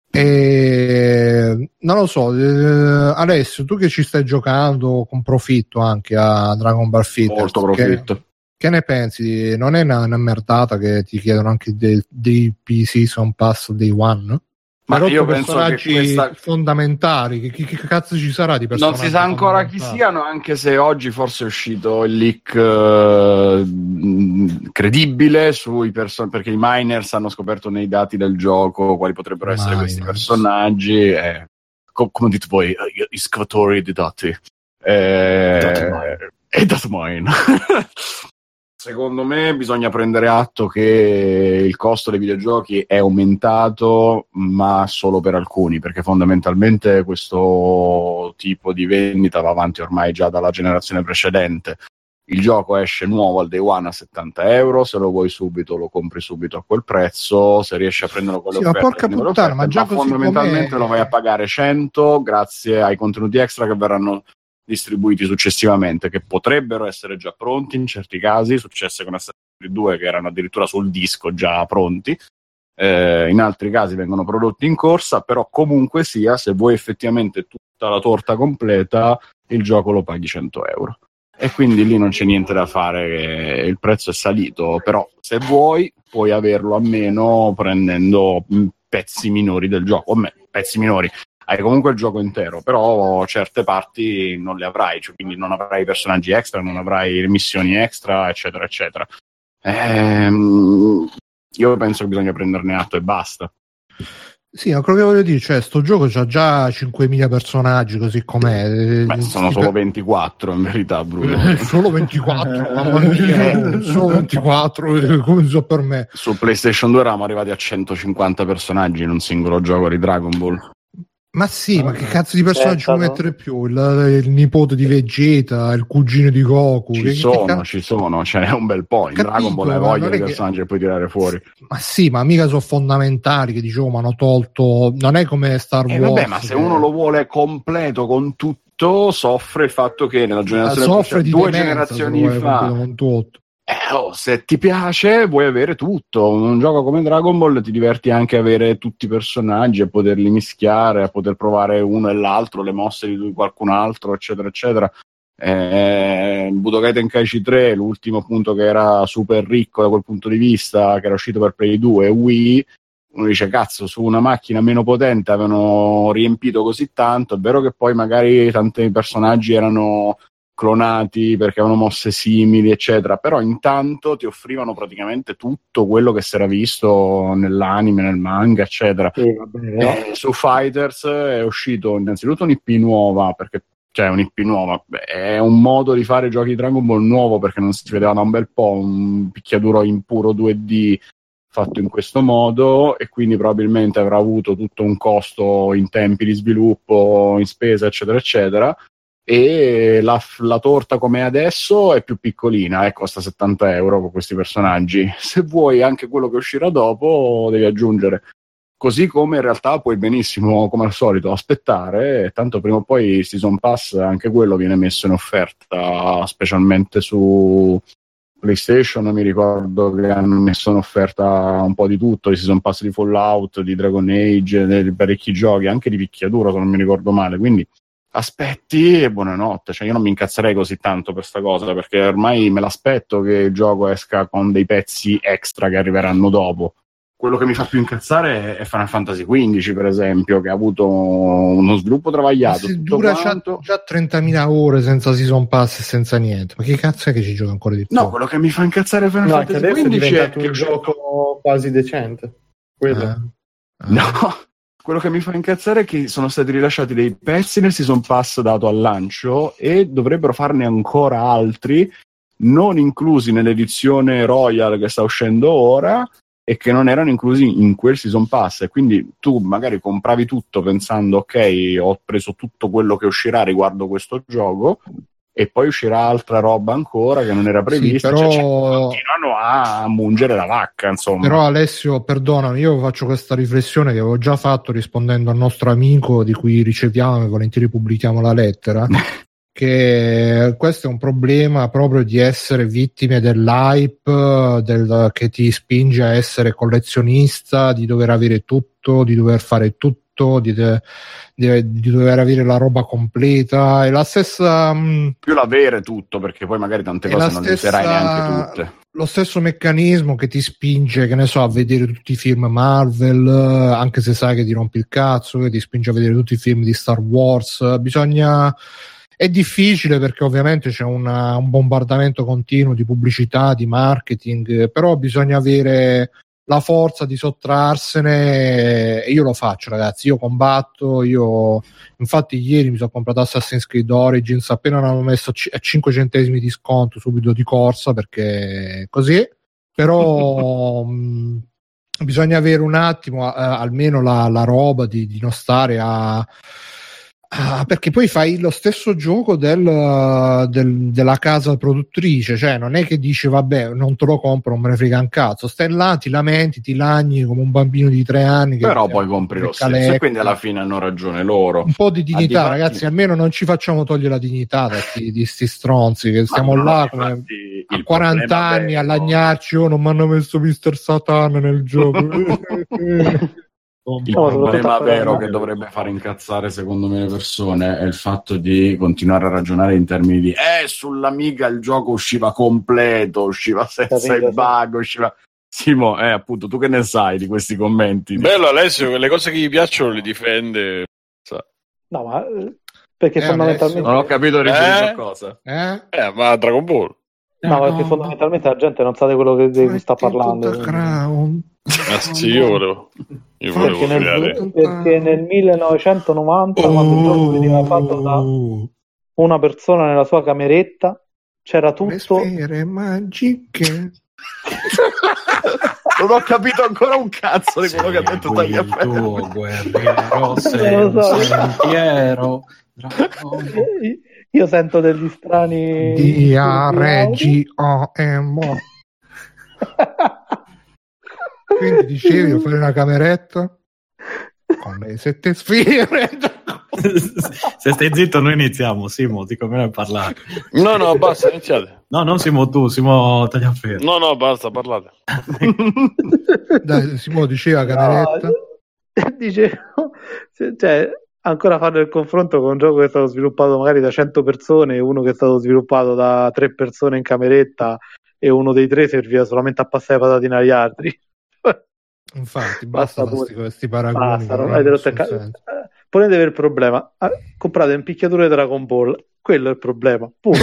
E non lo so, Alessio, tu che ci stai giocando con profitto anche a Dragon Ball FighterZ,
molto profitto,
che ne pensi? Non è una merdata che ti chiedono anche dei Season Pass Day One? Ma io penso che fondamentali, che cazzo ci sarà di personaggi?
Non si sa ancora chi siano, anche se oggi forse è uscito il leak credibile sui perché i miners hanno scoperto nei dati del gioco quali potrebbero essere questi personaggi. Come dite voi, gli scovatori di dati. E Datmine. Secondo me bisogna prendere atto che il costo dei videogiochi è aumentato, ma solo per alcuni, perché fondamentalmente questo tipo di vendita va avanti ormai già dalla generazione precedente. Il gioco esce nuovo al Day One a 70 euro, se lo vuoi subito lo compri subito a quel prezzo, se riesci a prenderlo con le offerte,
porca puttana, ma già
fondamentalmente lo vai a pagare 100 grazie ai contenuti extra che verranno distribuiti successivamente, che potrebbero essere già pronti in certi casi. Successe con Assassin's Creed 2 che erano addirittura sul disco già pronti, in altri casi vengono prodotti in corsa, però comunque sia, se vuoi effettivamente tutta la torta completa, il gioco lo paghi 100 euro e quindi lì non c'è niente da fare, il prezzo è salito, però se vuoi puoi averlo a meno prendendo pezzi minori del gioco, pezzi minori, hai comunque il gioco intero, però certe parti non le avrai, cioè, quindi non avrai personaggi extra, non avrai missioni extra, eccetera, eccetera. Io penso che bisogna prenderne atto e basta.
Sì, ma quello che voglio dire, cioè, sto gioco c'ha già 5.000 personaggi così com'è.
Beh, sono solo 24 in verità, Bruno.
Solo 24, mamma mia, solo 24, come so per me.
Su PlayStation 2 eravamo arrivati a 150 personaggi in un singolo gioco di Dragon Ball.
Ma sì, ma che cazzo di personaggi puoi mettere più? Il nipote di Vegeta, il cugino di Goku.
Ci sono, ce n'è un bel po'. In Dragon Ball hai voglia di personaggi che puoi tirare fuori.
Ma sì, ma mica sono fondamentali che dicevo, ma hanno tolto. Non è come Star Wars.
Vabbè, ma se uno lo vuole completo con tutto, soffre il fatto che nella generazione
di
2 generazioni fa.
Con tutto.
Se ti piace vuoi avere tutto. Un gioco come Dragon Ball ti diverti anche a avere tutti i personaggi, a poterli mischiare, a poter provare uno e l'altro, le mosse di qualcun altro, eccetera eccetera. Budokai Tenkaichi 3, l'ultimo appunto che era super ricco da quel punto di vista, che era uscito per Play 2 e Wii, uno dice cazzo, su una macchina meno potente avevano riempito così tanto. È vero che poi magari tanti personaggi erano clonati perché avevano mosse simili eccetera, però intanto ti offrivano praticamente tutto quello che si era visto nell'anime, nel manga eccetera. Su Fighters è uscito innanzitutto un'IP nuova, perché cioè un'IP nuova è un modo di fare giochi di Dragon Ball nuovo, perché non si vedeva da un bel po' un picchiaduro in puro 2D fatto in questo modo, e quindi probabilmente avrà avuto tutto un costo in tempi di sviluppo, in spesa eccetera eccetera. E la torta come è adesso è più piccolina e costa 70 euro con questi personaggi. Se vuoi anche quello che uscirà dopo devi aggiungere, così come in realtà puoi benissimo come al solito aspettare, tanto prima o poi Season Pass anche quello viene messo in offerta, specialmente su PlayStation. Mi ricordo che hanno messo in offerta un po' di tutto, il Season Pass di Fallout, di Dragon Age, di parecchi giochi, anche di picchiaduro se non mi ricordo male, quindi aspetti e buonanotte. Cioè io non mi incazzerei così tanto per sta cosa, perché ormai me l'aspetto che il gioco esca con dei pezzi extra che arriveranno dopo. Quello che mi fa più incazzare è Final Fantasy XV, per esempio, che ha avuto uno sviluppo travagliato.
Dura già 30.000 ore senza Season Pass e senza niente. Ma che cazzo è che ci gioca ancora di più?
No, quello che mi fa incazzare Final Fantasy XV
è diventato un gioco quasi decente.
No, quello che mi fa incazzare è che sono stati rilasciati dei pezzi nel Season Pass dato al lancio e dovrebbero farne ancora altri, non inclusi nell'edizione Royal che sta uscendo ora e che non erano inclusi in quel Season Pass. E quindi tu magari compravi tutto pensando ok, ho preso tutto quello che uscirà riguardo questo gioco, e poi uscirà altra roba ancora che non era prevista.
Sì, però
continuano a mungere la vacca, insomma.
Però Alessio, perdonami, io faccio questa riflessione che avevo già fatto rispondendo al nostro amico di cui riceviamo e volentieri pubblichiamo la lettera che questo è un problema proprio di essere vittime dell'hype che ti spinge a essere collezionista, di dover avere tutto, di dover fare tutto, di dover avere la roba completa. È la stessa
più l'avere tutto, perché poi magari tante cose non le userai neanche tutte.
Lo stesso meccanismo che ti spinge, che ne so, a vedere tutti i film Marvel, anche se sai che ti rompi il cazzo, che ti spinge a vedere tutti i film di Star Wars. È difficile perché ovviamente c'è un bombardamento continuo di pubblicità, di marketing, però bisogna avere la forza di sottrarsene, e io lo faccio, ragazzi. Io combatto, infatti ieri mi sono comprato Assassin's Creed Origins appena l'hanno messo a 5 centesimi di sconto, subito di corsa, perché così. Però bisogna avere un attimo almeno la roba di non stare perché poi fai lo stesso gioco della casa produttrice, cioè non è che dici vabbè non te lo compro, non me ne frega un cazzo, stai là, ti lamenti, ti lagni come un bambino di 3 anni
però poi compri lo stesso, e quindi alla fine hanno ragione loro.
Un po' di dignità, ragazzi, almeno non ci facciamo togliere la dignità di sti stronzi che stiamo là come a 40 anni a lagnarci, non mi hanno messo Mr. Satan nel gioco.
Il problema vero che dovrebbe fare incazzare secondo me le persone è il fatto di continuare a ragionare in termini di sull'Amiga il gioco usciva completo, usciva senza i bug, usciva... Simo, appunto, tu che ne sai di questi commenti?
Bello Alessio, le cose che gli piacciono le difende.
No, ma perché fondamentalmente
non ho capito riferito a cosa.
Ma Dragon Ball.
No, perché fondamentalmente la gente non sa di quello di cui sta parlando.
Sì, io volevo
perché nel 1990, quando il gioco veniva fatto da una persona nella sua cameretta, c'era tutto.
Le sfere magiche.
Non ho capito ancora un cazzo di quello che ha detto Tagliaferri.
Tuo guerriero sentiero.
Io sento degli strani
D-A-R-G-O-M. Quindi dicevi, fare una cameretta con le 7 sfere.
Se stai zitto noi iniziamo. Simo, ti conviene parlare.
No, basta, iniziate.
No, non Simo tu, Simo Tagliaferri.
No, basta, parlate.
Dai, Simo diceva cameretta.
Dicevo, cioè, ancora fanno il confronto con un gioco che è stato sviluppato magari da 100 persone e uno che è stato sviluppato da 3 persone in cameretta e uno dei 3 serviva solamente a passare le patatine agli altri.
Infatti, basta questi paragoni.
Ponete il problema, comprate un picchiatore di Dragon Ball, quello è il problema, punto.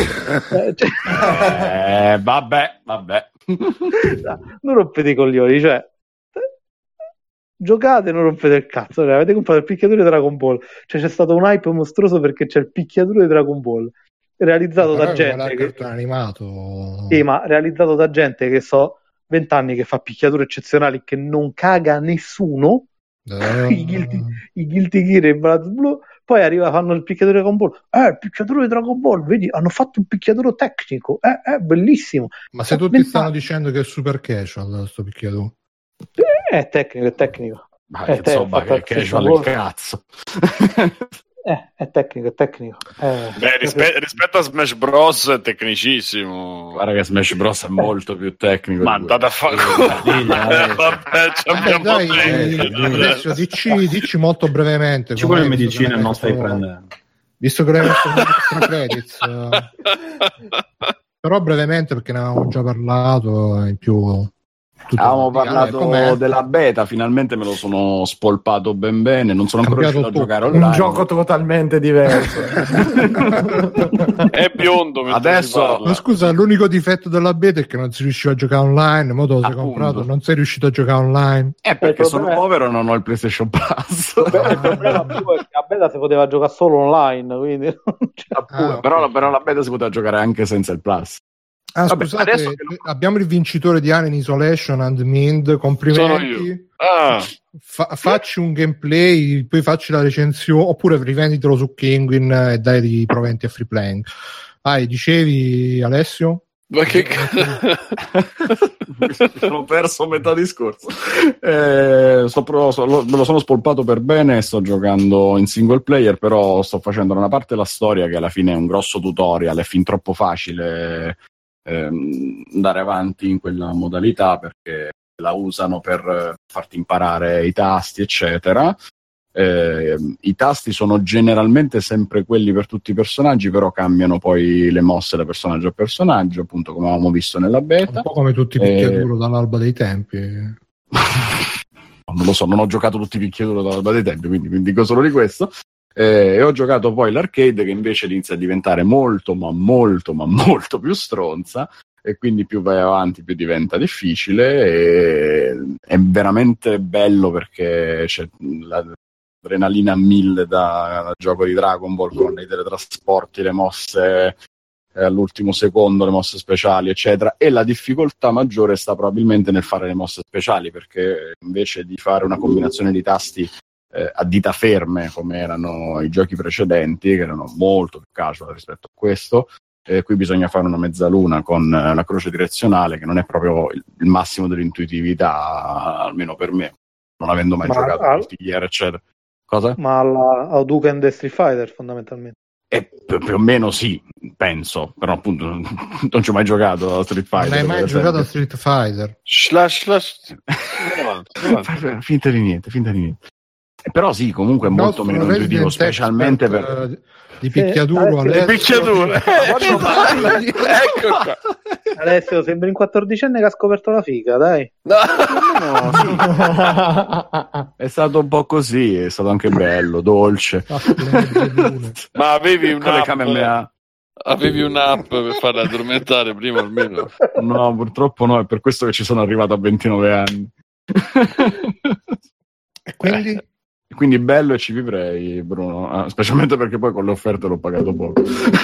Vabbè.
Non rompete i coglioni, cioè giocate, non rompete il cazzo, avete comprato il picchiatore di Dragon Ball, cioè c'è stato un hype mostruoso perché c'è il picchiatore di Dragon Ball realizzato da gente che
animato.
Sì, ma realizzato da gente che 20 anni che fa picchiature eccezionali che non caga nessuno. I Guilty Gear e Blood Blue, poi fanno il picchiatore Dragon Ball, il picchiatore di Dragon Ball, vedi, hanno fatto un picchiatore tecnico, bellissimo.
Ma se tutti stanno dicendo che è super casual sto picchiatore,
è tecnico.
Ma insomma, che casual il cazzo.
È tecnico.
Beh, rispetto a Smash Bros è tecnicissimo.
Guarda che Smash Bros è molto più tecnico.
Ma andate a fare
adesso dici molto brevemente.
Ci vuole medicina e non stai prendendo.
Visto che l'hai messo con extra credits, però brevemente perché ne avevamo già parlato in più.
Avevamo parlato della beta, finalmente me lo sono spolpato ben bene, non sono ancora riuscito a giocare online.
Un gioco totalmente diverso.
È biondo.
Adesso,
ma scusa, l'unico difetto della beta è che non si riusciva a giocare online, mo te lo sei comprato, non sei riuscito a giocare online.
Perché sono povero e non ho il PlayStation Plus.
Il problema più è che la beta si poteva giocare solo online, quindi
però la beta si poteva giocare anche senza il Plus.
Scusate, abbiamo il vincitore di Alien Isolation and Mind, complimenti. Facci un gameplay, poi facci la recensione, oppure rivenditelo su Penguin e dai i proventi a Free Playing. Dicevi Alessio?
Ma che
ho perso metà discorso. Me lo sono spolpato per bene, sto giocando in single player, però sto facendo da una parte la storia che alla fine è un grosso tutorial, è fin troppo facile andare avanti in quella modalità perché la usano per farti imparare i tasti eccetera. I tasti sono generalmente sempre quelli per tutti i personaggi, però cambiano poi le mosse da personaggio a personaggio, appunto come avevamo visto nella beta,
un po' come tutti i picchiaduro dall'alba dei tempi. Non
lo so, non ho giocato tutti i picchiaduro dall'alba dei tempi, quindi dico solo di questo. E ho giocato poi l'arcade, che invece inizia a diventare molto più stronza, e quindi più vai avanti più diventa difficile, e è veramente bello perché c'è l'adrenalina a 1000 da gioco di Dragon Ball, con i teletrasporti, le mosse all'ultimo secondo, le mosse speciali eccetera, e la difficoltà maggiore sta probabilmente nel fare le mosse speciali, perché invece di fare una combinazione di tasti a dita ferme come erano i giochi precedenti, che erano molto più casual rispetto a questo, qui bisogna fare una mezzaluna con la croce direzionale, che non è proprio il massimo dell'intuitività, almeno per me, non avendo mai giocato Guilty Gear eccetera. Cosa?
Ma alla Hadouken e Street Fighter fondamentalmente?
Più o meno sì, penso, però appunto non ci ho mai giocato a Street Fighter.
Non hai mai giocato a Street Fighter?
Finta di niente. Però sì, comunque è molto meno intuitivo, specialmente per
di picchiaduro.
Picchiaduro. Ecco qua.
Alessio, sembri un 14enne che ha scoperto la figa, dai.
No.
no, sì. È stato un po' così, è stato anche bello, dolce.
Ma avevi un'app per farla addormentare prima almeno?
No, purtroppo no, è per questo che ci sono arrivato a 29 anni.
E quindi?
Quindi bello e ci vivrei, Bruno, specialmente perché poi con le offerte l'ho pagato poco.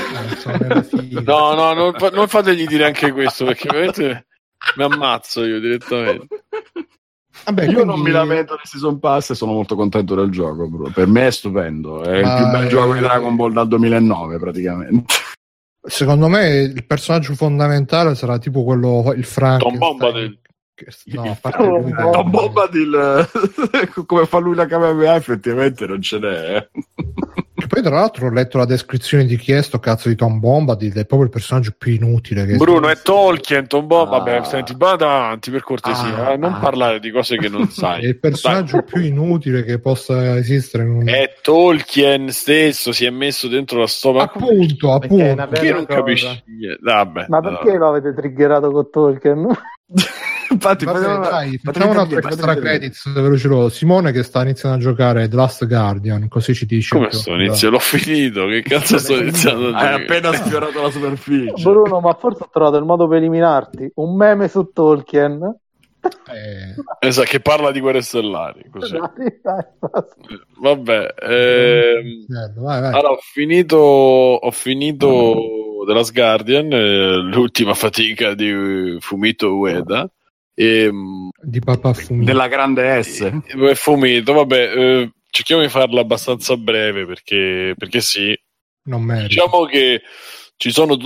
No, non fategli dire anche questo, perché veramente mi ammazzo io direttamente.
Vabbè,
io non mi lamento del Season Pass e sono molto contento del gioco, Bruno. Per me è stupendo, è il più bel gioco di Dragon Ball dal 2009 praticamente.
Secondo me il personaggio fondamentale sarà tipo quello, il Frankenstein.
Tom Bombadil.
No, a parte lui,
Tom Bombadil, come fa lui la Kamehameha, effettivamente non ce n'è.
E poi tra l'altro ho letto la descrizione di chi è sto cazzo di Tom Bombadil, è proprio il personaggio più inutile che
Bruno è Tolkien, Tom Bombadil. Vabbè, senti, vada avanti per cortesia, non parlare di cose che non sai.
È il personaggio più inutile che possa esistere.
È Tolkien stesso, si è messo dentro la storia.
Appunto.
Perché non capisci niente? Vabbè,
ma perché lo avete triggerato con Tolkien?
Infatti,
facciamo un altro extra credits veloce. Simone che sta iniziando a giocare The Last Guardian, così ci dice.
Come sto iniziando? L'ho finito, che cazzo sto iniziando?
Hai appena sfiorato la superficie.
Bruno, ma forse ho trovato il modo per eliminarti. Un meme su Tolkien.
Esatto, che parla di guerre stellari. Così. Vabbè,
vai.
Allora, ho finito The Last Guardian, l'ultima fatica di Fumito Ueda.
Di papà Fumito
della grande S.
Fumito, vabbè, cerchiamo di farla abbastanza breve perché sì.
Non merito.
Diciamo che ci sono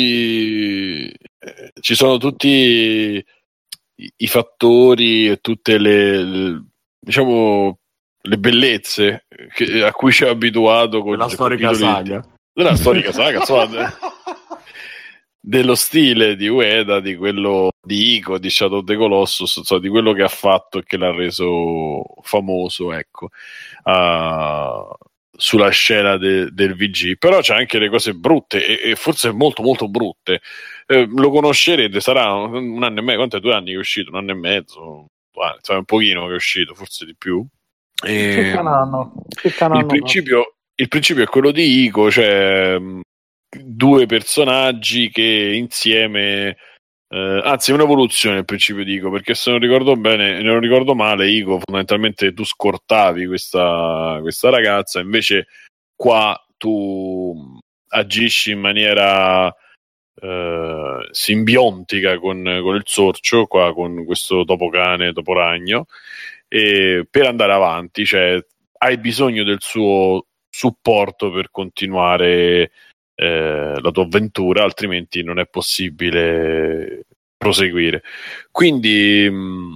tutti i fattori e tutte le diciamo le bellezze a cui ci ha abituato con
la storica saga.
Della storica saga, dello stile di Ueda, di quello di Ico, di Shadow of the Colossus, di quello che ha fatto e che l'ha reso famoso, ecco, sulla scena del VG. Però c'è anche le cose brutte e forse molto molto brutte. Lo conoscerete, sarà un anno e mezzo, quanto è? 2 anni che è uscito? 1 anno e mezzo? Un pochino che è uscito, forse di più. Il principio è quello di Ico, cioè 2 personaggi che insieme anzi è un'evoluzione il principio di Ico, perché se non ricordo bene, non ricordo male, Ico fondamentalmente tu scortavi questa ragazza, invece qua tu agisci in maniera simbiontica con il sorcio, qua con questo topocane, toporagno, e per andare avanti, cioè hai bisogno del suo supporto per continuare la tua avventura, altrimenti non è possibile proseguire. Quindi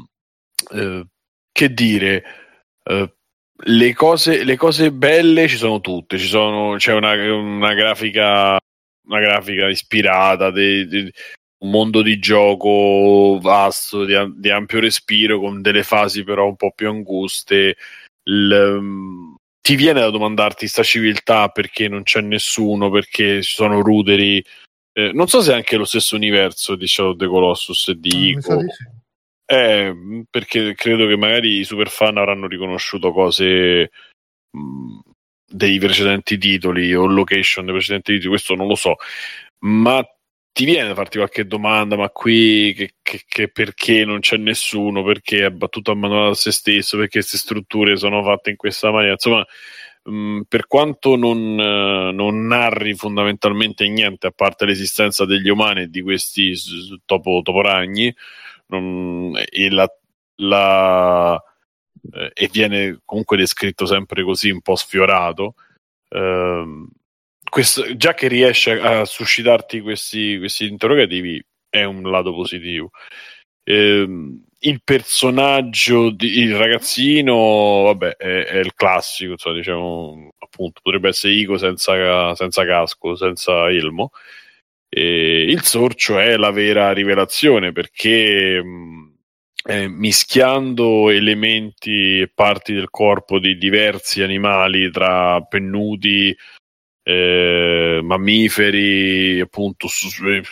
che dire, le cose belle ci sono tutte, c'è una grafica ispirata, un mondo di gioco vasto, di ampio respiro, con delle fasi però un po' più anguste. Ti viene da domandarti sta civiltà perché non c'è nessuno, perché ci sono ruderi. Non so se è anche lo stesso universo di Shadow of the Colossus e di Ico. Perché credo che magari i super fan avranno riconosciuto cose dei precedenti titoli o location dei precedenti titoli, questo non lo so, ma ti viene da farti qualche domanda, ma qui che perché non c'è nessuno, perché è battuto abbandonato a se stesso, perché queste strutture sono fatte in questa maniera, insomma, per quanto non narri fondamentalmente niente a parte l'esistenza degli umani e di questi toporagni, e viene comunque descritto sempre così un po' sfiorato, questo, già che riesce a suscitarti questi interrogativi, è un lato positivo. Il personaggio il ragazzino, vabbè, è il classico, insomma, diciamo, appunto, potrebbe essere Ico senza casco, senza elmo. E il sorcio è la vera rivelazione, perché mischiando elementi e parti del corpo di diversi animali, tra pennuti, mammiferi, appunto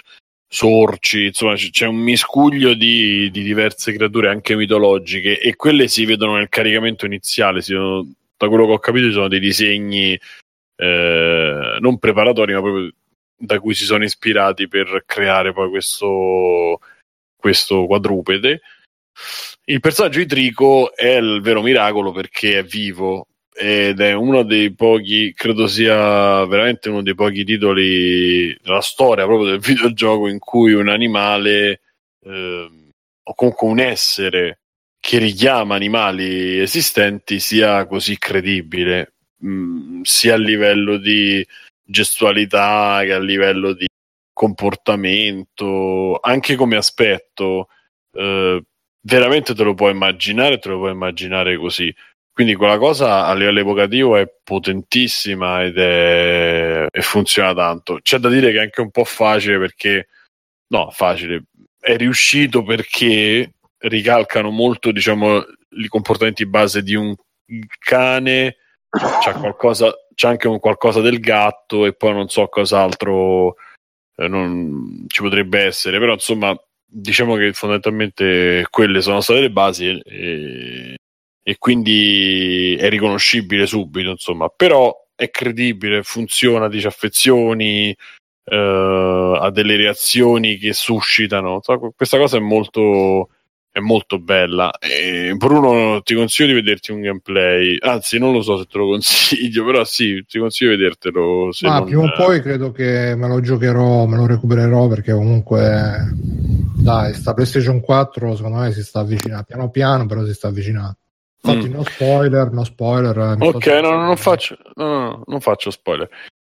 sorci, insomma c'è un miscuglio di diverse creature anche mitologiche, e quelle si vedono nel caricamento iniziale. Da quello che ho capito ci sono dei disegni non preparatori, ma proprio da cui si sono ispirati per creare poi questo quadrupede. Il personaggio di Trico è il vero miracolo perché è vivo ed è uno dei pochi, credo sia veramente uno dei pochi titoli della storia proprio del videogioco in cui un animale o comunque un essere che richiama animali esistenti sia così credibile, sia a livello di gestualità che a livello di comportamento, anche come aspetto. Veramente te lo puoi immaginare così. Quindi quella cosa a livello evocativo è potentissima e funziona tanto. C'è da dire che è anche un po' facile perché è riuscito perché ricalcano molto, diciamo, i comportamenti base di un cane, c'è anche un qualcosa del gatto e poi non so cos'altro non ci potrebbe essere, però insomma diciamo che fondamentalmente quelle sono state le basi e quindi è riconoscibile subito, insomma, però è credibile, funziona, ti ci affezioni, ha delle reazioni che suscitano. Questa cosa è molto bella. E Bruno, ti consiglio di vederti un gameplay, anzi non lo so se te lo consiglio, però sì, ti consiglio di vedertelo.
Prima o poi credo che me lo giocherò, me lo recupererò, perché comunque dai, sta PlayStation 4 secondo me si sta avvicinando piano piano, però si sta avvicinando. Infatti no spoiler.
Ok, non faccio spoiler.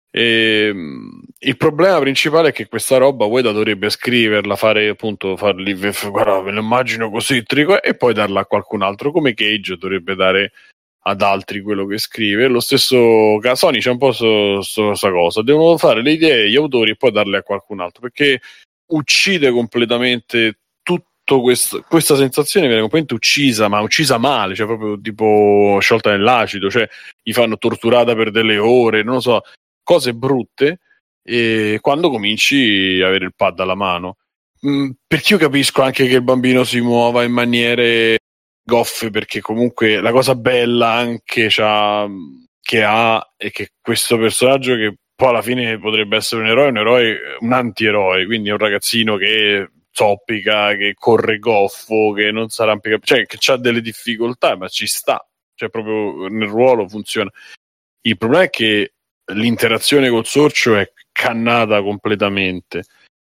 Il problema principale è che questa roba Ueda dovrebbe scriverla, farli, guarda, me lo immagino così, Trico, e poi darla a qualcun altro, come Cage dovrebbe dare ad altri quello che scrive. Lo stesso Sony c'è un po' questa cosa, devono fare le idee gli autori e poi darle a qualcun altro, perché uccide completamente tutto questa sensazione, viene completamente uccisa, ma uccisa male, cioè proprio tipo sciolta nell'acido, cioè gli fanno torturata per delle ore, non lo so, cose brutte, e quando cominci a avere il pad alla mano, perché io capisco anche che il bambino si muova in maniere goffe, perché comunque la cosa bella anche che ha è che questo personaggio, che poi alla fine potrebbe essere un antieroe, quindi è un ragazzino che zoppica, che corre goffo, che non si arrampica, cioè che ha delle difficoltà, ma ci sta, cioè proprio nel ruolo funziona. Il problema è che l'interazione col sorcio è cannata completamente,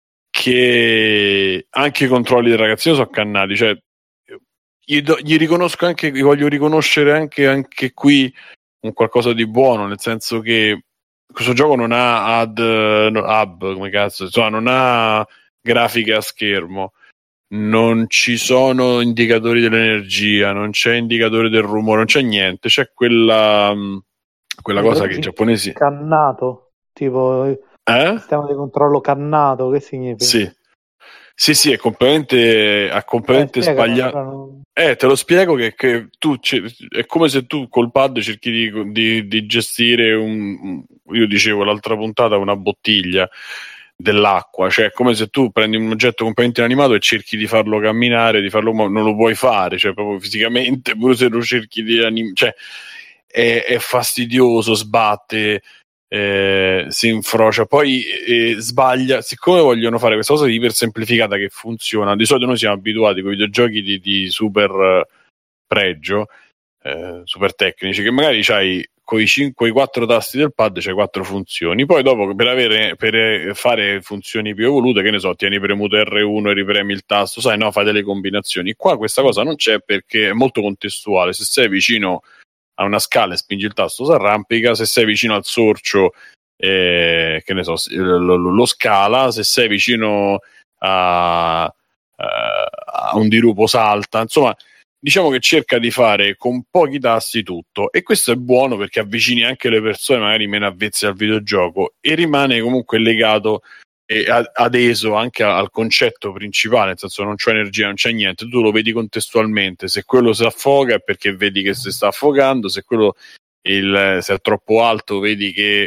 che anche i controlli del ragazzino sono cannati, cioè gli riconosco anche, gli voglio riconoscere anche qui un qualcosa di buono, nel senso che questo gioco non ha come cazzo, insomma, non ha grafiche a schermo, non ci sono indicatori dell'energia, non c'è indicatore del rumore, non c'è niente, c'è quella cosa che i giapponesi
cannato, tipo sistema di controllo cannato, che significa?
Sì, è completamente sbagliato. Te lo spiego che tu è come se tu col pad cerchi di gestire io dicevo l'altra puntata, una bottiglia dell'acqua, cioè è come se tu prendi un oggetto completamente inanimato e cerchi di farlo camminare, non lo puoi fare, cioè proprio fisicamente, pure se lo cerchi cioè è fastidioso, sbatte, si infrocia, poi sbaglia. Siccome vogliono fare questa cosa iper semplificata che funziona, di solito noi siamo abituati con i videogiochi di super pregio, super tecnici, che magari c'hai con i 4 tasti del pad c'hai 4 funzioni, poi dopo per fare funzioni più evolute, che ne so, tieni premuto R1 e ripremi il tasto, sai, no, fai delle combinazioni. Qua questa cosa non c'è perché è molto contestuale. Se sei vicino a una scala e spingi il tasto si arrampica, se sei vicino al sorcio che ne so, lo scala, se sei vicino a un dirupo salta, insomma diciamo che cerca di fare con pochi tasti tutto, e questo è buono perché avvicini anche le persone magari meno avvezze al videogioco e rimane comunque legato e adeso anche al concetto principale, nel senso non c'è energia, non c'è niente, tu lo vedi contestualmente, se quello si affoga è perché vedi che si sta affogando, se quello se è troppo alto vedi che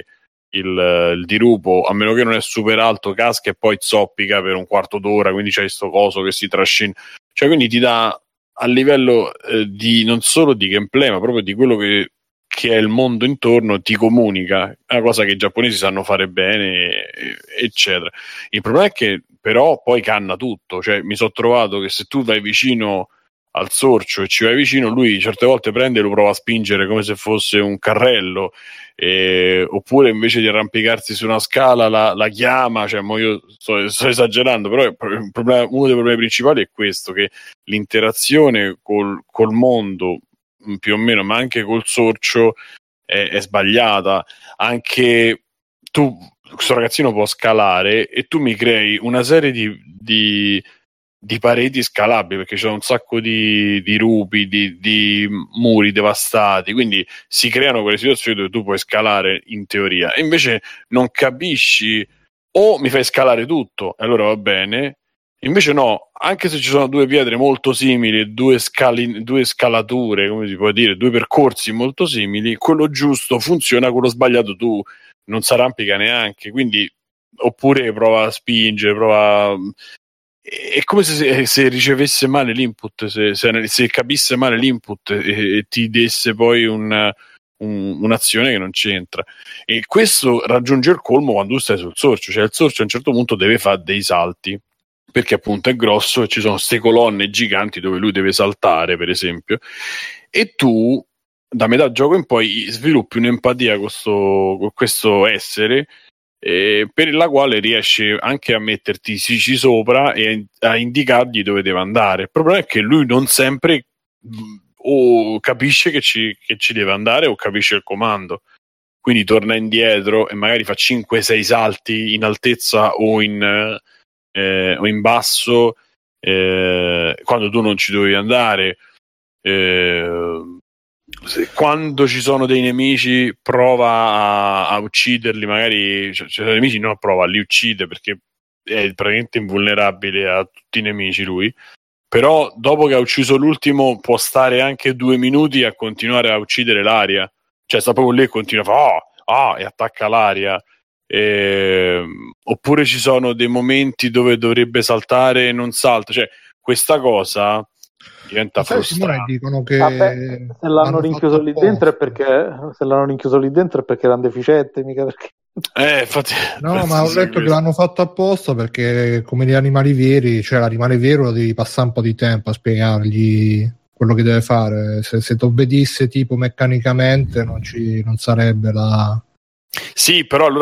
il dirupo, a meno che non è super alto, casca e poi zoppica per un quarto d'ora, quindi c'è sto coso che si trascina, cioè quindi ti dà a livello di non solo di gameplay ma proprio di quello che è il mondo intorno, ti comunica, è una cosa che i giapponesi sanno fare bene, eccetera. Il problema è che però poi canna tutto, cioè mi sono trovato che se tu vai vicino al sorcio e ci vai vicino, lui certe volte prende e lo prova a spingere come se fosse un carrello, oppure invece di arrampicarsi su una scala la chiama, cioè io sto esagerando, però uno dei problemi principali è questo, che l'interazione col mondo più o meno, ma anche col sorcio è sbagliata. Anche questo ragazzino può scalare e tu mi crei una serie di pareti scalabili, perché c'è un sacco di rupi, di muri devastati, quindi si creano quelle situazioni dove tu puoi scalare in teoria e invece non capisci, o mi fai scalare tutto e allora va bene, invece no, anche se ci sono due pietre molto simili, due scalature, come si può dire, due percorsi molto simili, quello giusto funziona, quello sbagliato tu non si arrampica neanche, quindi oppure prova a spingere, è come se ricevesse male l'input, se capisse male l'input e ti desse poi un'azione che non c'entra. E questo raggiunge il colmo quando tu stai sul sorcio, cioè il sorcio a un certo punto deve fare dei salti, perché appunto è grosso e ci sono queste colonne giganti dove lui deve saltare, per esempio, e tu da metà gioco in poi sviluppi un'empatia con questo essere, per la quale riesci anche a metterti sopra e a indicargli dove deve andare. Il problema è che lui non sempre o capisce che ci deve andare o capisce il comando, quindi torna indietro e magari fa 5-6 salti in altezza o in basso, quando tu non ci dovevi andare. Quando ci sono dei nemici prova a ucciderli, magari cioè dei nemici non prova, li uccide perché è praticamente invulnerabile a tutti i nemici lui, però dopo che ha ucciso l'ultimo può stare anche 2 minuti a continuare a uccidere l'aria, cioè sta proprio lì e continua a fare e attacca l'aria. Oppure ci sono dei momenti dove dovrebbe saltare e non salta, cioè questa cosa diventa frustrante.
Dicono che
se l'hanno rinchiuso lì dentro è perché erano deficienti, mica perché
infatti,
no, ma ho letto che l'hanno fatto apposta perché come gli animali veri, cioè l'animale vero lo devi passare un po' di tempo a spiegargli quello che deve fare. Se ti obbedisse tipo meccanicamente non sarebbe la...
Sì, però allora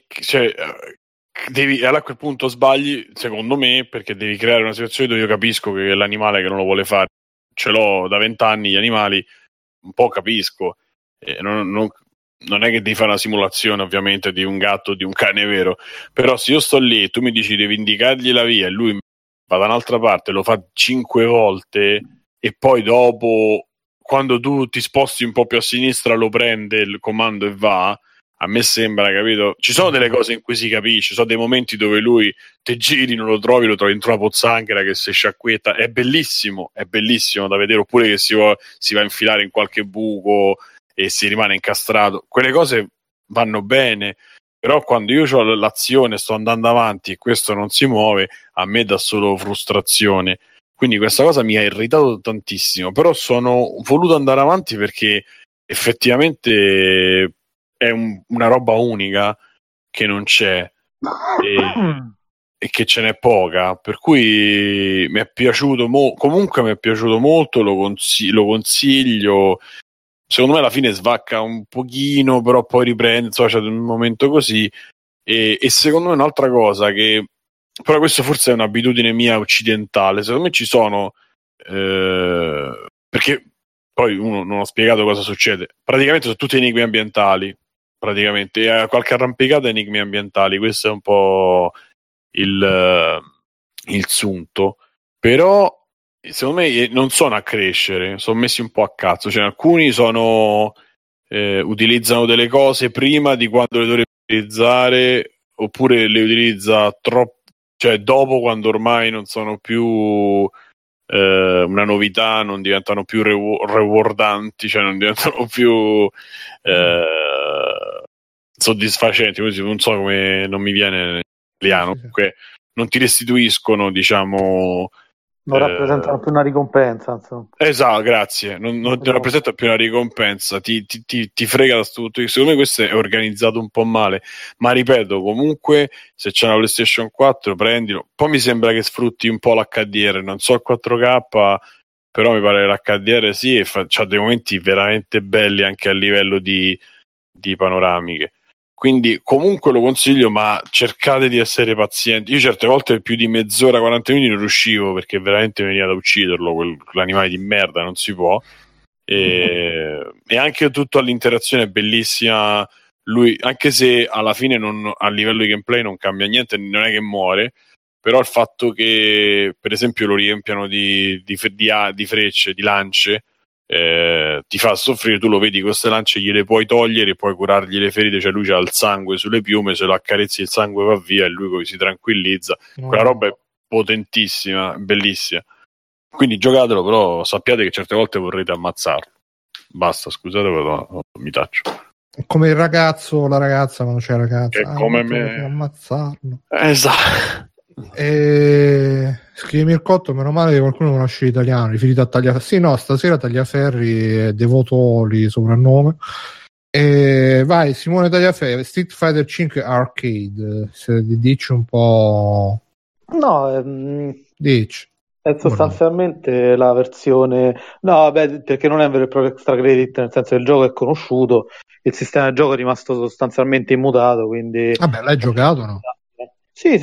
allora a quel punto sbagli, secondo me, perché devi creare una situazione dove io capisco che è l'animale che non lo vuole fare, ce l'ho da 20 anni gli animali, un po' capisco, non è che devi fare una simulazione ovviamente di un gatto o di un cane vero, però se io sto lì e tu mi dici devi indicargli la via e lui va da un'altra parte, lo fa 5 volte e poi dopo quando tu ti sposti un po' più a sinistra lo prende il comando e va, a me sembra, capito? Ci sono delle cose in cui si capisce, ci sono dei momenti dove lui te giri, non lo trovi dentro una pozzanghera che si sciacquetta, è bellissimo da vedere, oppure che si va a infilare in qualche buco e si rimane incastrato, quelle cose vanno bene, però quando io ho l'azione, sto andando avanti e questo non si muove, a me dà solo frustrazione, quindi questa cosa mi ha irritato tantissimo, però sono voluto andare avanti perché effettivamente è una roba unica che non c'è e che ce n'è poca, per cui mi è piaciuto comunque mi è piaciuto molto, lo consiglio. Secondo me alla fine svacca un pochino, però poi riprende, insomma, c'è un momento così e secondo me un'altra cosa che però questo forse è un'abitudine mia occidentale, secondo me ci sono perché poi uno non ha spiegato cosa succede, praticamente sono tutti enigmi ambientali, praticamente qualche arrampicata enigmi ambientali, questo è un po' il sunto, però secondo me non sono a crescere, sono messi un po' a cazzo, cioè alcuni utilizzano delle cose prima di quando le dovrebbe utilizzare, oppure le utilizza troppo, cioè dopo, quando ormai non sono più una novità, non diventano più rewardanti, cioè non diventano più soddisfacenti, non so come, non mi viene in italiano, comunque non ti restituiscono, diciamo,
non rappresentano più una ricompensa, insomma.
Esatto, grazie, non ti rappresenta più una ricompensa, ti frega da tutto. Secondo me questo è organizzato un po' male, ma ripeto, comunque se c'è una PlayStation 4 prendilo. Poi mi sembra che sfrutti un po' l'HDR, non so il 4K, però mi pare che l'HDR sì, e c'ha dei momenti veramente belli anche a livello di panoramiche. Quindi comunque lo consiglio, ma cercate di essere pazienti. Io certe volte più di mezz'ora, 40 minuti non riuscivo, perché veramente veniva da ucciderlo, quell'animale di merda, non si può. E anche tutta l'interazione è bellissima. Lui, anche se alla fine a livello di gameplay non cambia niente, non è che muore, però il fatto che per esempio lo riempiano di frecce, di lance, ti fa soffrire. Tu lo vedi con queste lance, gliele puoi togliere, puoi curargli le ferite, cioè lui c'ha il sangue sulle piume, se lo accarezzi il sangue va via e lui poi si tranquillizza. Quella roba è potentissima, bellissima, quindi giocatelo, però sappiate che certe volte vorrete ammazzarlo. Basta, scusate, però mi taccio.
Come il ragazzo o la ragazza quando c'è la ragazza,
che come me
ammazzarlo.
Esatto.
Scrive Mircotto, meno male che qualcuno conosce l'italiano riferito a Tagliaferri. Sì, no, stasera Tagliaferri è Devotoli soprannome. Vai Simone Tagliaferri, Street Fighter 5 Arcade, se dici un po'.
No,
dici.
È sostanzialmente la versione, no, beh, perché non è un vero e proprio extra credit, nel senso che il gioco è conosciuto, il sistema di gioco è rimasto sostanzialmente immutato, quindi
vabbè, l'hai giocato, no?
Sì,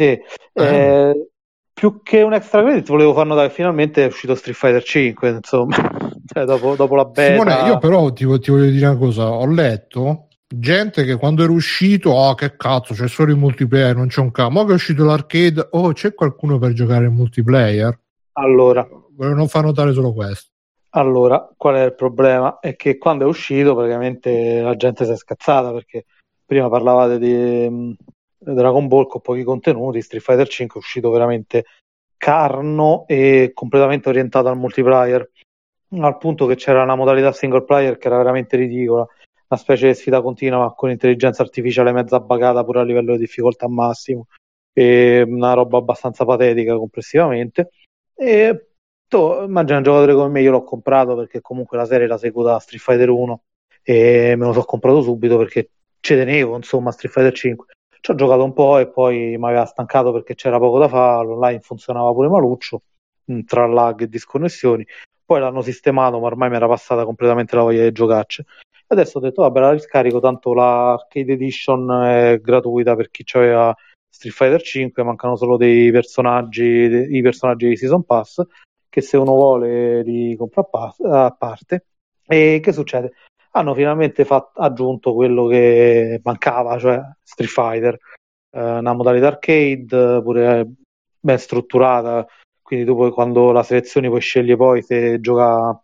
più che un extra credit volevo far notare che finalmente è uscito Street Fighter 5, insomma, cioè dopo la beta.
Simone, io però ti voglio dire una cosa, ho letto gente che quando era uscito, che cazzo, c'è solo il multiplayer, non c'è un cazzo, ma che è uscito l'arcade, c'è qualcuno per giocare in multiplayer?
Allora,
volevo non far notare solo questo.
Allora, qual è il problema? È che quando è uscito praticamente la gente si è scazzata, perché prima parlavate di Dragon Ball con pochi contenuti, Street Fighter 5 è uscito veramente carno e completamente orientato al multiplayer, al punto che c'era una modalità single player che era veramente ridicola, una specie di sfida continua ma con intelligenza artificiale mezza bagata pure a livello di difficoltà massimo, e una roba abbastanza patetica complessivamente. E immagina un giocatore come me, io l'ho comprato perché comunque la serie la seguo da Street Fighter 1 e me lo sono comprato subito perché ci tenevo, insomma, Street Fighter 5. Ci ho giocato un po' e poi mi aveva stancato perché c'era poco da fare, l'online funzionava pure maluccio, tra lag e disconnessioni. Poi l'hanno sistemato, ma ormai mi era passata completamente la voglia di giocarci. Adesso ho detto, vabbè, la riscarico, tanto la Arcade Edition è gratuita per chi aveva Street Fighter 5, mancano solo i personaggi di Season Pass, che se uno vuole li compra a parte. E che succede? Hanno finalmente aggiunto quello che mancava, cioè Street Fighter, una modalità arcade pure ben strutturata, quindi tu poi, quando la selezioni, puoi scegliere poi se gioca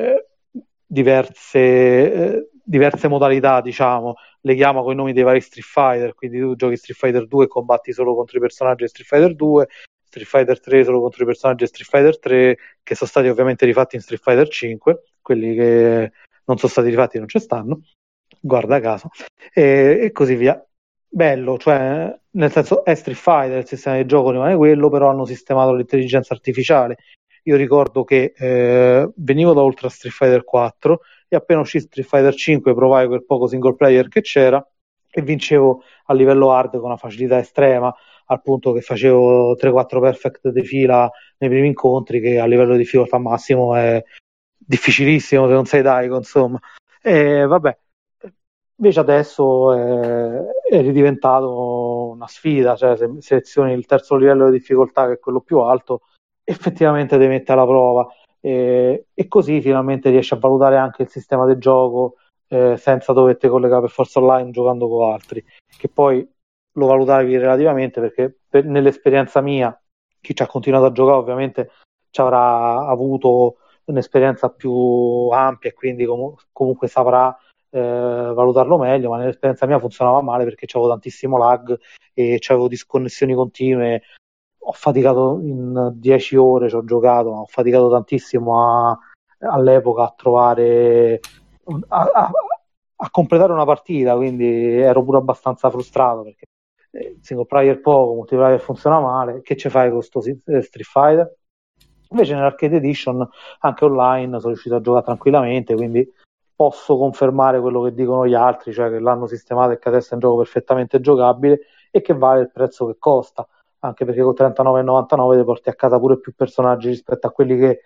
diverse modalità, diciamo, le chiama con i nomi dei vari Street Fighter, quindi tu giochi Street Fighter 2 e combatti solo contro i personaggi di Street Fighter 2, Street Fighter 3 solo contro i personaggi di Street Fighter 3, che sono stati ovviamente rifatti in Street Fighter 5, quelli che non sono stati rifatti non ci stanno, guarda caso, e così via. Bello, cioè, nel senso, è Street Fighter, il sistema di gioco rimane quello, però hanno sistemato l'intelligenza artificiale. Io ricordo che venivo da Ultra Street Fighter 4 e appena uscì Street Fighter 5 provai quel poco single player che c'era e vincevo a livello hard con una facilità estrema, al punto che facevo 3-4 perfect di fila nei primi incontri, che a livello di difficoltà massimo è difficilissimo se non sei Daigo, insomma. E vabbè, invece adesso è ridiventato una sfida, cioè se selezioni il terzo livello di difficoltà, che è quello più alto, effettivamente ti mette alla prova, e così finalmente riesci a valutare anche il sistema del gioco senza doverti collegare per forza online giocando con altri, che poi lo valutavi relativamente, perché nell'esperienza mia, chi ci ha continuato a giocare ovviamente ci avrà avuto un'esperienza più ampia e quindi comunque saprà valutarlo meglio, ma nell'esperienza mia funzionava male perché c'avevo tantissimo lag e c'avevo disconnessioni continue. Ho faticato in 10 ore, ci ho giocato, ho faticato tantissimo all'epoca a trovare a completare una partita, quindi ero pure abbastanza frustrato perché single player poco, multiplayer funziona male, che ci fai con sto Street Fighter? Invece nell'Arcade Edition anche online sono riuscito a giocare tranquillamente, quindi posso confermare quello che dicono gli altri, cioè che l'hanno sistemato e che adesso è un gioco perfettamente giocabile e che vale il prezzo che costa, anche perché con 39,99 ti porti a casa pure più personaggi rispetto a quelli che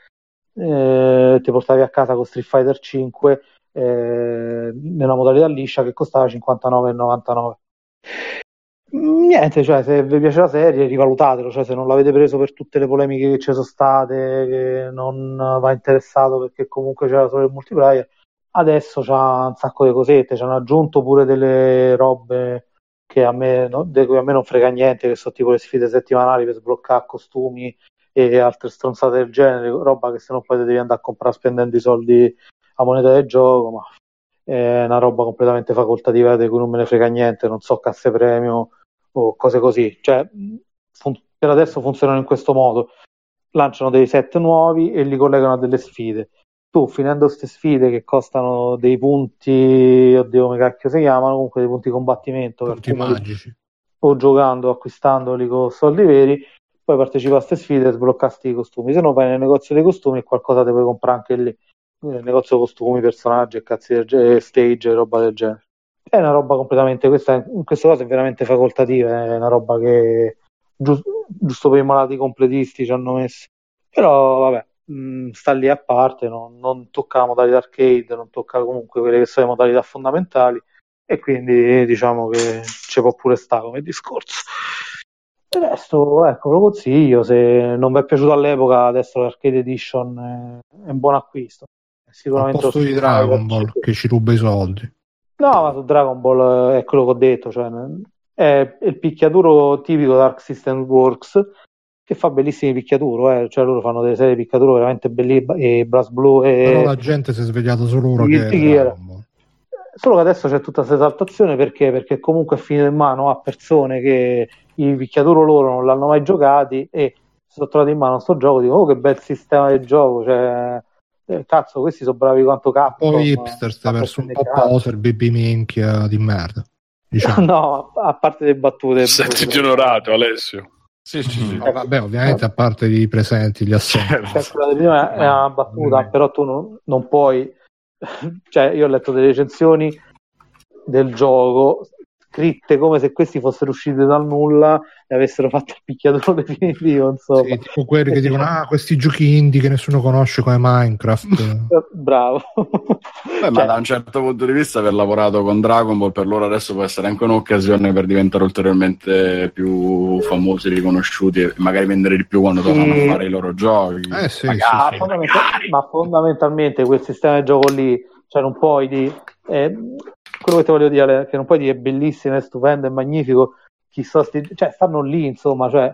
ti portavi a casa con Street Fighter 5 nella modalità liscia che costava 59,99. Niente, cioè se vi piace la serie rivalutatelo, cioè se non l'avete preso per tutte le polemiche che ci sono state, che non va interessato perché comunque c'era solo il multiplayer, adesso c'ha un sacco di cosette, ci hanno aggiunto pure delle robe che a me, di cui a me non frega niente, che sono tipo le sfide settimanali per sbloccare costumi e altre stronzate del genere, roba che se no poi te devi andare a comprare spendendo i soldi a moneta del gioco, ma è una roba completamente facoltativa di cui non me ne frega niente, non so, casse premio o cose così, cioè per adesso funzionano in questo modo, lanciano dei set nuovi e li collegano a delle sfide, tu finendo queste sfide che costano dei punti, oddio come cacchio si chiamano, comunque dei punti combattimento,
punti magici,
o giocando, acquistandoli con soldi veri, poi partecipa a queste sfide e sbloccasti i costumi, se no vai nel negozio dei costumi e qualcosa te puoi comprare anche lì, nel negozio costumi, personaggi e cazzi stage e roba del genere. È una roba completamente, in questo caso è veramente facoltativa, è una roba che giusto per i malati completisti ci hanno messo, però vabbè, sta lì a parte, non tocca la modalità arcade, non tocca comunque quelle che sono le modalità fondamentali e quindi diciamo che ci può pure stare come discorso. Il resto, ecco, lo consiglio, se non vi è piaciuto all'epoca, adesso l'Arcade Edition è un buon acquisto. Sicuramente
al posto di Dragon Ball che ci ruba i soldi.
No, ma su Dragon Ball è quello che ho detto, cioè è il picchiaduro tipico Dark System Works che fa bellissimi picchiaduro, cioè loro fanno delle serie di picchiaduro veramente belli e Blast Blue e
però la gente si è svegliata solo ora che è Dragon Ball.
Solo che adesso c'è tutta questa esaltazione perché comunque è finito in mano a persone che i picchiaduro loro non l'hanno mai giocati e si sono trovati in mano sto gioco, dicono che bel sistema del gioco, cioè cazzo, questi sono bravi quanto Capcom.
Poi hipster sta verso un po' poser, baby minchia di merda, diciamo.
No, a parte le battute.
Sentiti onorato, Alessio.
Sì.
Vabbè, ovviamente a parte i presenti, gli assenti.
Quella di prima è una battuta, però tu non puoi. Cioè, io ho letto delle recensioni del gioco scritte come se questi fossero usciti dal nulla e avessero fatto il picchiaduro definitivo, insomma.
Sì, tipo quelli che dicono questi giochi indie che nessuno conosce come Minecraft.
Bravo.
Ma da un certo punto di vista aver lavorato con Dragon Ball per loro adesso può essere anche un'occasione per diventare ulteriormente più famosi, riconosciuti e magari vendere di più quando tornano a fare i loro giochi.
Sì,
magari.
Ma fondamentalmente quel sistema di gioco lì, cioè non puoi di quello che ti voglio dire, che non puoi dire è bellissimo, è stupendo, è magnifico, cioè stanno lì, insomma, cioè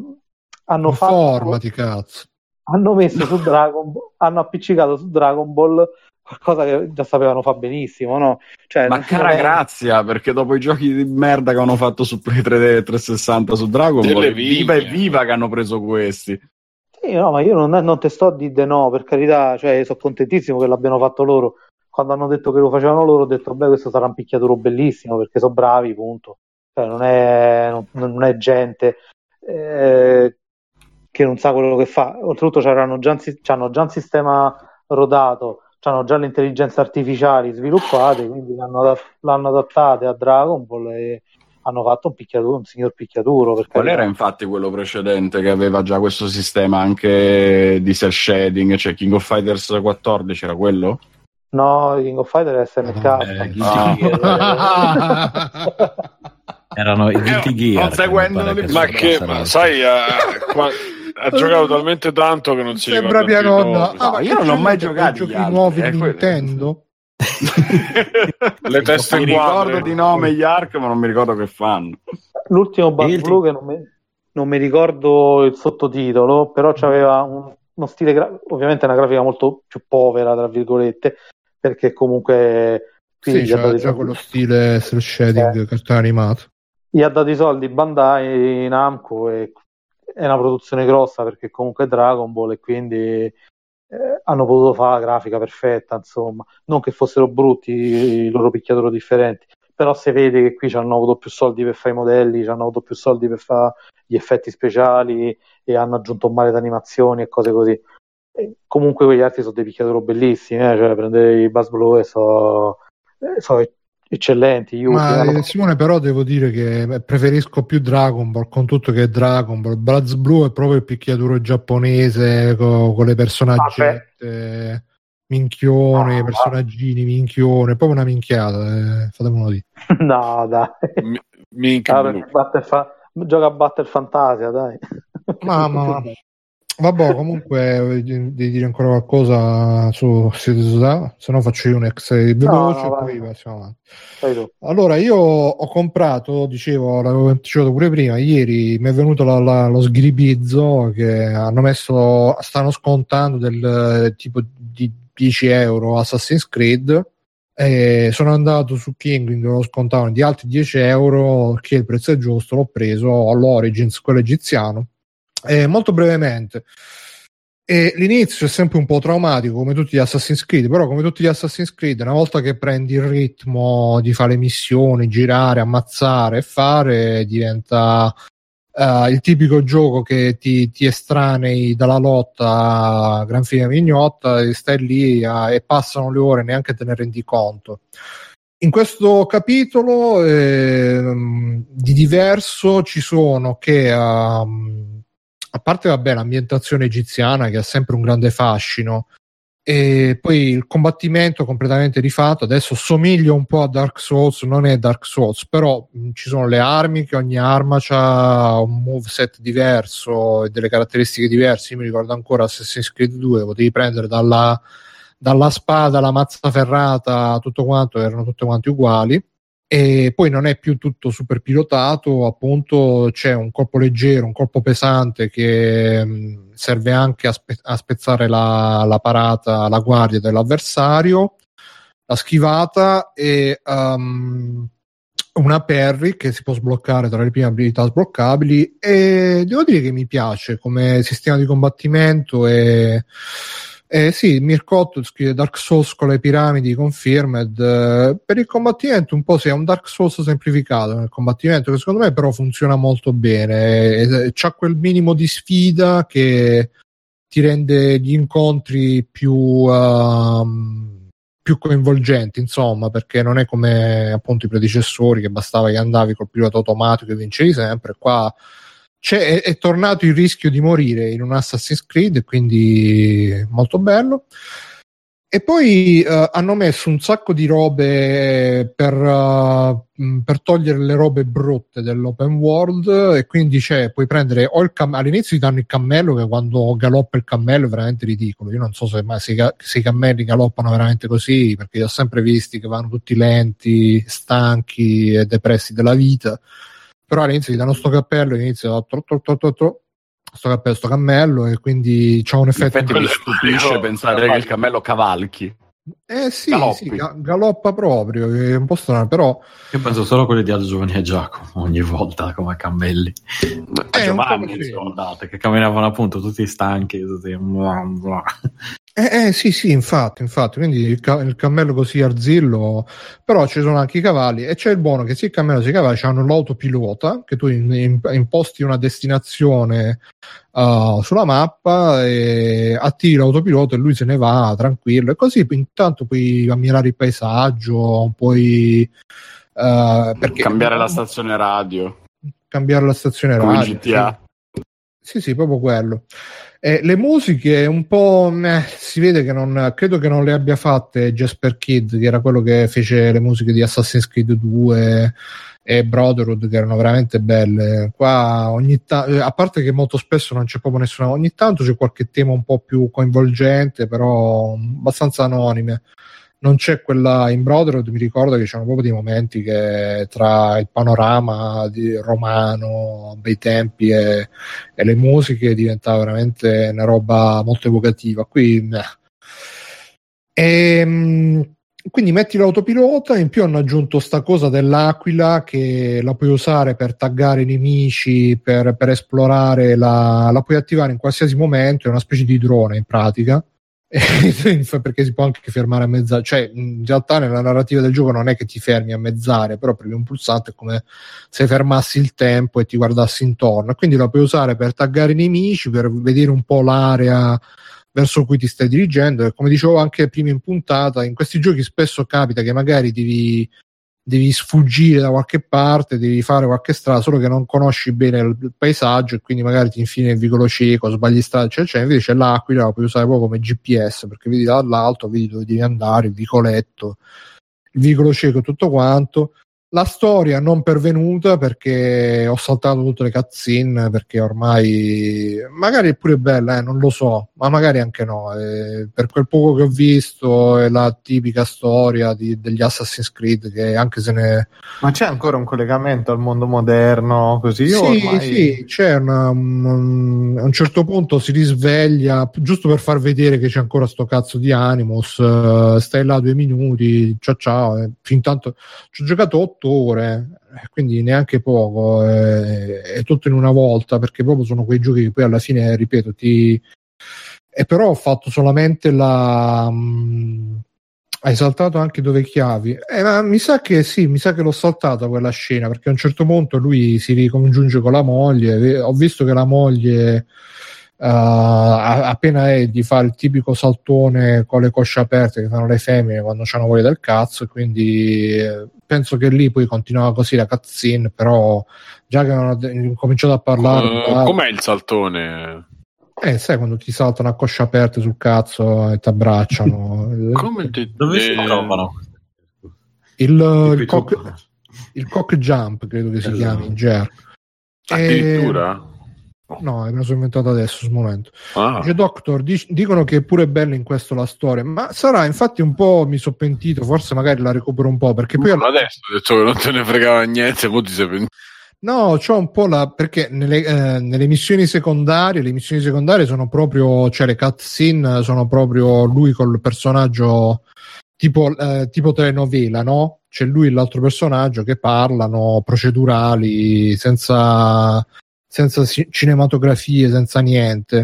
hanno
formati, cazzo.
Hanno messo su Dragon Ball, hanno appiccicato su Dragon Ball qualcosa che già sapevano fa benissimo, no? Cioè,
ma cara grazia, perché dopo i giochi di merda che hanno fatto su Play 3 e 360 su Dragon Ball, viva e viva che hanno preso questi.
Sì, no, ma io non te sto a dire no, per carità, cioè sono contentissimo che l'abbiano fatto loro. Quando hanno detto che lo facevano loro ho detto beh, questo sarà un picchiaturo bellissimo perché sono bravi, punto. Cioè non è gente che non sa quello che fa. Oltretutto c'hanno già un sistema rodato, c'hanno già le intelligenze artificiali sviluppate, quindi l'hanno adattate a Dragon Ball e hanno fatto un signor picchiaturo.
Qual era infatti quello precedente che aveva già questo sistema anche di cel shading, cioè King of Fighters 14 era quello?
No, King of Fighters è SNK.
Erano i Guilty Gear.
Ma sai, ha giocato talmente tanto che non si
sembra mia nonna.
Io non ho mai giocato
i giochi nuovi di Nintendo.
Le teste
mi ricordo di nome gli Ark, ma non mi ricordo che fanno.
L'ultimo Buzz Blue che non mi ricordo il sottotitolo, però c'aveva uno stile ovviamente una grafica molto più povera, tra virgolette, perché comunque
sì, c'è già quello stile cel shading cartone animato.
Gli ha dato i soldi Bandai Namco e è una produzione grossa perché comunque è Dragon Ball e quindi hanno potuto fare la grafica perfetta, insomma, non che fossero brutti i loro picchiaduro differenti, però si vede che qui ci hanno avuto più soldi per fare i modelli, ci hanno avuto più soldi per fare gli effetti speciali e hanno aggiunto un mare d'animazioni e cose così. E comunque quegli altri sono dei picchiaduro bellissimi, cioè prendere i BlazBlue e sono eccellenti.
Simone, però devo dire che preferisco più Dragon Ball, con tutto che è Dragon Ball. BlazBlue è proprio il picchiaduro giapponese con le personaggette minchione, personaggini minchione, proprio una minchiata, fatemelo dire.
No, dai. Gioca a Battle Fantasia, dai.
Ma vabbè, comunque devi dire ancora qualcosa su Citizen, se no faccio io un ex veloce e poi passiamo avanti. Allora, io ho comprato, dicevo, l'avevo anticipato pure prima, ieri mi è venuto lo sgribizzo che stanno scontando del tipo di 10 euro Assassin's Creed. Sono andato su King, lo scontavano di altri 10 euro, che il prezzo è giusto, l'ho preso all'Origins, quello egiziano. Molto brevemente, l'inizio è sempre un po' traumatico come tutti gli Assassin's Creed, però come tutti gli Assassin's Creed, una volta che prendi il ritmo di fare le missioni, girare, ammazzare e fare, diventa il tipico gioco che ti estranei dalla lotta gran fine mignotta e stai lì e passano le ore, neanche te ne rendi conto. In questo capitolo di diverso ci sono che a parte l'ambientazione egiziana che ha sempre un grande fascino, e poi il combattimento completamente rifatto, adesso somiglia un po' a Dark Souls, non è Dark Souls, però ci sono le armi, che ogni arma ha un moveset diverso e delle caratteristiche diverse. Io mi ricordo ancora Assassin's Creed 2, potevi prendere dalla spada alla mazza ferrata, tutto quanto, erano tutte quanti uguali. E poi non è più tutto super pilotato, appunto c'è un colpo leggero, un colpo pesante che serve anche a spezzare la parata, la guardia dell'avversario, la schivata e una parry che si può sbloccare tra le prime abilità sbloccabili, e devo dire che mi piace come sistema di combattimento. Sì, Mirkot scrive Dark Souls con le piramidi Confirmed. Per il combattimento un po' è un Dark Souls semplificato nel combattimento, che secondo me però funziona molto bene, c'ha quel minimo di sfida che ti rende gli incontri più coinvolgenti, insomma, perché non è come appunto i predecessori che bastava che andavi col pilota automatico e vincevi sempre. Qua è tornato il rischio di morire in un Assassin's Creed, quindi molto bello. E poi hanno messo un sacco di robe per togliere le robe brutte dell'open world, e quindi puoi prendere all'inizio ti danno il cammello, che quando galoppa il cammello è veramente ridicolo. Io non so se i cammelli galoppano veramente così, perché li ho sempre visti che vanno tutti lenti, stanchi e depressi della vita. Però all'inizio ti danno sto cappello, inizia sto cammello, e quindi c'ha un effetto.
Infatti mi stupisce pensare che il cammello cavalchi.
Sì, galoppa proprio, è un po' strano, però
io penso solo a quelli di Aldo Giovanni e Giacomo ogni volta come cammelli. Giovanni, soldate che camminavano appunto tutti stanchi, tutti
sì, infatti, quindi il cammello così arzillo, però ci sono anche i cavalli, e c'è il buono che sia il cammello sia i cavalli hanno l'autopilota, che tu imposti una destinazione sulla mappa e attivi l'autopilota e lui se ne va tranquillo, e così intanto puoi ammirare il paesaggio, puoi perché
cambiare la stazione radio
come
GTA.
Sì, proprio quello. Le musiche un po' si vede che credo che non le abbia fatte Jasper Kidd, che era quello che fece le musiche di Assassin's Creed 2 e Brotherhood, che erano veramente belle. Qua a parte che molto spesso non c'è proprio nessuna, ogni tanto c'è qualche tema un po' più coinvolgente, però abbastanza anonime. Non c'è quella in Brotherhood, mi ricordo che c'erano proprio dei momenti che tra il panorama romano, bei tempi, e le musiche diventava veramente una roba molto evocativa. Qui quindi metti l'autopilota, in più hanno aggiunto sta cosa dell'aquila che la puoi usare per taggare i nemici, per esplorare, la puoi attivare in qualsiasi momento, è una specie di drone in pratica. perché si può anche fermare a mezz'aria, cioè in realtà nella narrativa del gioco non è che ti fermi a mezz'aria, però premi un pulsante è come se fermassi il tempo e ti guardassi intorno, quindi lo puoi usare per taggare i nemici, per vedere un po' l'area verso cui ti stai dirigendo, e come dicevo anche prima in puntata, in questi giochi spesso capita che magari devi sfuggire da qualche parte, devi fare qualche strada, solo che non conosci bene il paesaggio e quindi magari ti infili nel vicolo cieco, sbagli strada, cioè invece l'Aquila la puoi usare proprio come GPS, perché vedi dall'alto, vedi dove devi andare, il vicoletto, il vicolo cieco, tutto quanto. La storia non pervenuta perché ho saltato tutte le cutscene, perché ormai magari è pure bella, non lo so, ma magari anche no, per quel poco che ho visto è la tipica storia degli Assassin's Creed, che anche se ne...
Ma c'è ancora un collegamento al mondo moderno così?
Sì,
ormai...
sì, c'è a un certo punto si risveglia giusto per far vedere che c'è ancora sto cazzo di Animus, stai là 2 minuti, ciao, fin tanto ci ho giocato 8 ore, quindi neanche poco, è tutto in una volta, perché proprio sono quei giochi che poi alla fine, ripeto, e però ho fatto solamente hai saltato anche dove chiavi? Ma mi sa che sì, mi sa che l'ho saltata quella scena, perché a un certo punto lui si ricongiunge con la moglie. Ho visto che la moglie appena è di fare il tipico saltone con le cosce aperte che fanno le femmine quando c'hanno voglia del cazzo, quindi penso che lì poi continuava così la cutscene, però già che hanno cominciato a parlare...
com'è il saltone?
Sai quando ti saltano a cosce aperte sul cazzo e ti abbracciano.
Dove si trovano?
Il cock jump, credo che si chiami in gergo.
Addirittura?
No, me lo sono inventato adesso, sul momento. Dice Doctor, dicono che è pure bella in questo la storia, ma sarà, infatti un po' mi sono pentito, forse magari la recupero un po', perché poi...
adesso ho detto che non te ne fregava niente, poi ti sei pentito.
No, c'ho un po' perché nelle missioni secondarie, le missioni secondarie sono proprio, cioè le cutscene sono proprio lui col personaggio tipo telenovela, no? C'è lui e l'altro personaggio che parlano, procedurali, senza cinematografie, senza niente.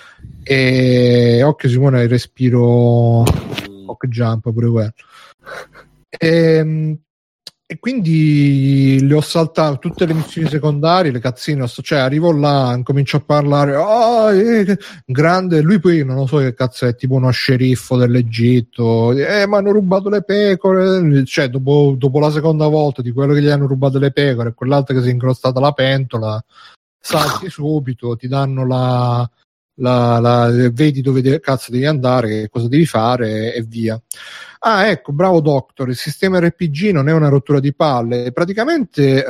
E occhio Simone, il respiro Hock Jump pure quello. E quindi le ho saltate tutte le missioni secondarie, le cazzine, cioè arrivo là, incomincio a parlare, grande, lui poi non lo so che cazzo è, tipo uno sceriffo dell'Egitto, ma hanno rubato le pecore, cioè dopo la seconda volta di quello che gli hanno rubato le pecore e quell'altra che si è incrostata la pentola, salti subito, ti danno vedi dove cazzo devi andare, che cosa devi fare e via. Ecco, bravo Doctor, il sistema RPG non è una rottura di palle, praticamente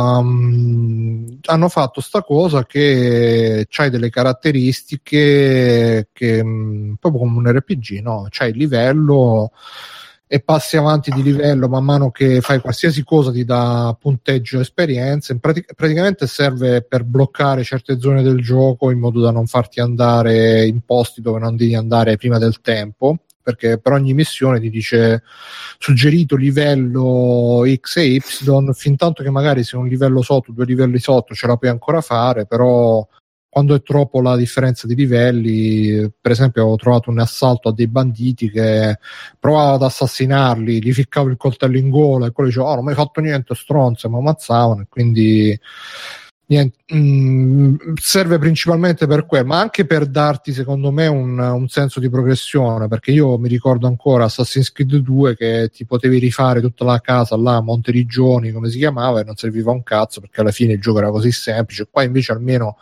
hanno fatto sta cosa che c'hai delle caratteristiche che proprio come un RPG, no? C'hai il livello e passi avanti di livello man mano che fai qualsiasi cosa, ti dà punteggio e esperienza. Praticamente serve per bloccare certe zone del gioco in modo da non farti andare in posti dove non devi andare prima del tempo, perché per ogni missione ti dice suggerito livello X e Y, fin tanto che magari se un livello sotto, 2 livelli sotto ce la puoi ancora fare, però quando è troppo la differenza di livelli, per esempio ho trovato un assalto a dei banditi che provavo ad assassinarli, gli ficcavo il coltello in gola e quello diceva non mi hai fatto niente stronzo, mi ammazzavano, e quindi niente, serve principalmente per quello, ma anche per darti secondo me un senso di progressione, perché io mi ricordo ancora Assassin's Creed 2 che ti potevi rifare tutta la casa là a Monteriggioni, come si chiamava, e non serviva un cazzo perché alla fine il gioco era così semplice. Qua invece almeno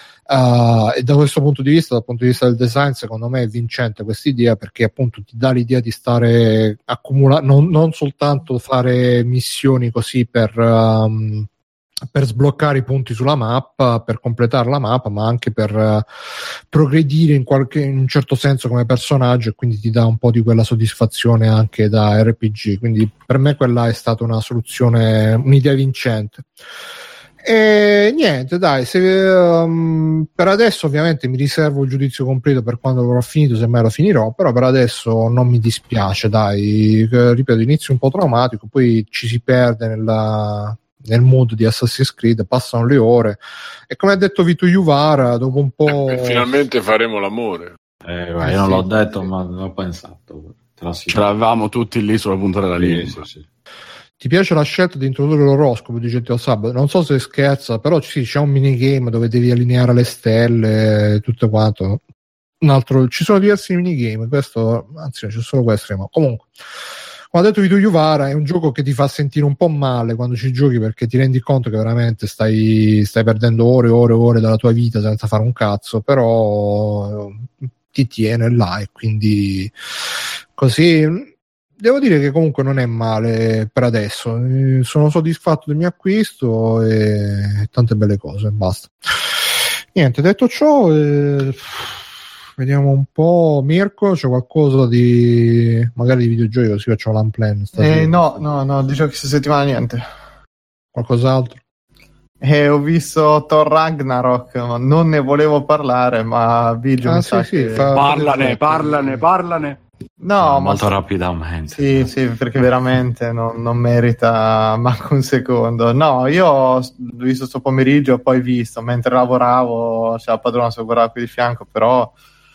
e da questo punto di vista, dal punto di vista del design, secondo me è vincente questa idea, perché appunto ti dà l'idea di stare non soltanto fare missioni così per sbloccare i punti sulla mappa, per completare la mappa, ma anche per progredire in un certo senso come personaggio, e quindi ti dà un po' di quella soddisfazione anche da RPG. Quindi per me quella è stata una soluzione, un'idea vincente. E niente, dai, per adesso ovviamente mi riservo il giudizio completo per quando l'avrò finito, se mai lo finirò, però per adesso non mi dispiace, dai, ripeto, inizio un po' traumatico, poi ci si perde nel mood di Assassin's Creed, passano le ore e come ha detto Vito Juvara, dopo un po'...
finalmente faremo l'amore.
Io non l'ho detto, ma l'ho pensato.
Ce l'avevamo tutti lì sulla punta della lingua.
Sì.
Ti piace la scelta di introdurre l'oroscopo, dice Teo Sab? Non so se scherza, però sì, c'è un minigame dove devi allineare le stelle e tutto quanto. Un altro, ci sono diversi minigame, questo, anzi c'è solo questo, ma comunque, come ha detto Vito Juvara, è un gioco che ti fa sentire un po' male quando ci giochi, perché ti rendi conto che veramente stai perdendo ore della tua vita senza fare un cazzo, però ti tiene là, e quindi così devo dire che comunque non è male per adesso. Sono soddisfatto del mio acquisto e tante belle cose, basta. Niente, detto ciò, vediamo un po'. Mirko, c'è qualcosa di magari di videogiochi, così facciamo l'unplan
no, di giochi questa settimana niente.
Qualcos'altro?
Ho visto Thor Ragnarok, ma non ne volevo parlare, ma Biggio mi sa che...
Parlane.
No,
molto
ma
rapidamente.
Sì, perché veramente non merita manco un secondo. No, io ho visto sto pomeriggio, poi visto mentre lavoravo, c'è la padrona se guardava qui di fianco, però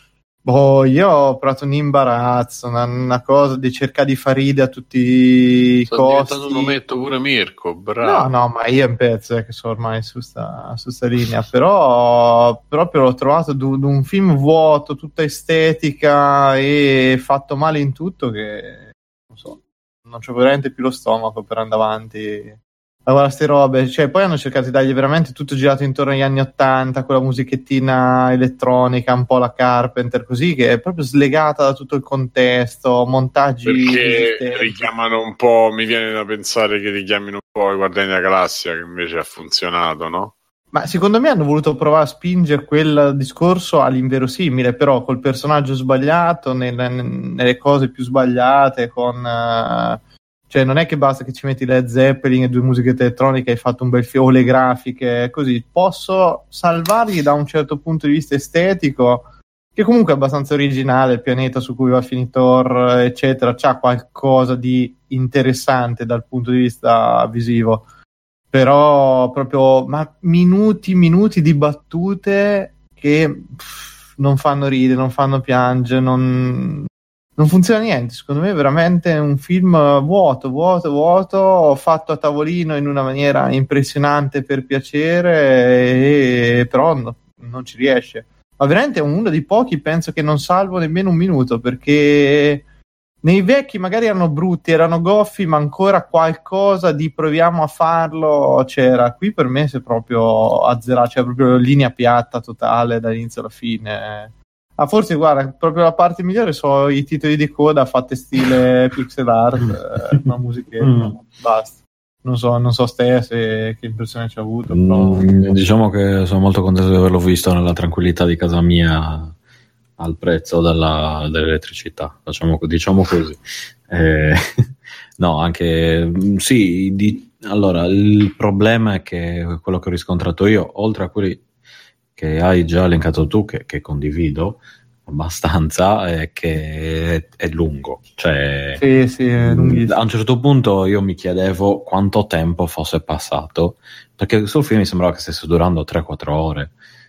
io ho provato un imbarazzo, una cosa di cercare di far ridere a tutti i costi.
Diventato un ometto pure Mirko, bravo.
No, ma io è un pezzo che sono ormai su sta linea, però proprio l'ho trovato un film vuoto, tutta estetica e fatto male in tutto, che non so, non c'ho veramente più lo stomaco per andare avanti a guardare ste robe. Cioè, poi hanno cercato di dargli veramente tutto girato intorno agli anni '80, quella musicchettina elettronica, un po' la Carpenter, così, che è proprio slegata da tutto il contesto, montaggi
perché richiamano un po', mi viene da pensare che richiamino un po' i Guardiani della Galassia, che invece ha funzionato, no?
Ma secondo me hanno voluto provare a spingere quel discorso all'inverosimile, però col personaggio sbagliato, nelle cose più sbagliate, cioè non è che basta che ci metti Led Zeppelin e 2 musiche elettroniche e hai fatto un bel film, o le grafiche, così. Posso salvargli da un certo punto di vista estetico, che comunque è abbastanza originale, il pianeta su cui va a finire Thor, eccetera, c'ha qualcosa di interessante dal punto di vista visivo, però proprio minuti di battute che non fanno ridere, non fanno piangere, non funziona niente. Secondo me è veramente un film vuoto, fatto a tavolino in una maniera impressionante per piacere, però non ci riesce. Ma veramente è uno dei pochi, penso, che non salvo nemmeno un minuto, perché nei vecchi magari erano brutti, erano goffi, ma ancora qualcosa di proviamo a farlo c'era. Qui per me si è proprio azzerato, cioè proprio linea piatta totale dall'inizio alla fine. Forse guarda, proprio la parte migliore sono i titoli di coda fatte stile pixel art, una musichetta, basta. Non so che impressione ci ha avuto. Però...
Diciamo che sono molto contento di averlo visto nella tranquillità di casa mia, al prezzo dell'elettricità, diciamo così. No, anche sì, allora il problema è che quello che ho riscontrato io, oltre a quelli che hai già elencato tu, che condivido abbastanza, è che è lungo, cioè
sì, è lunghissimo.
A un certo punto io mi chiedevo quanto tempo fosse passato, perché sul film mi sembrava che stesse durando 3-4 ore,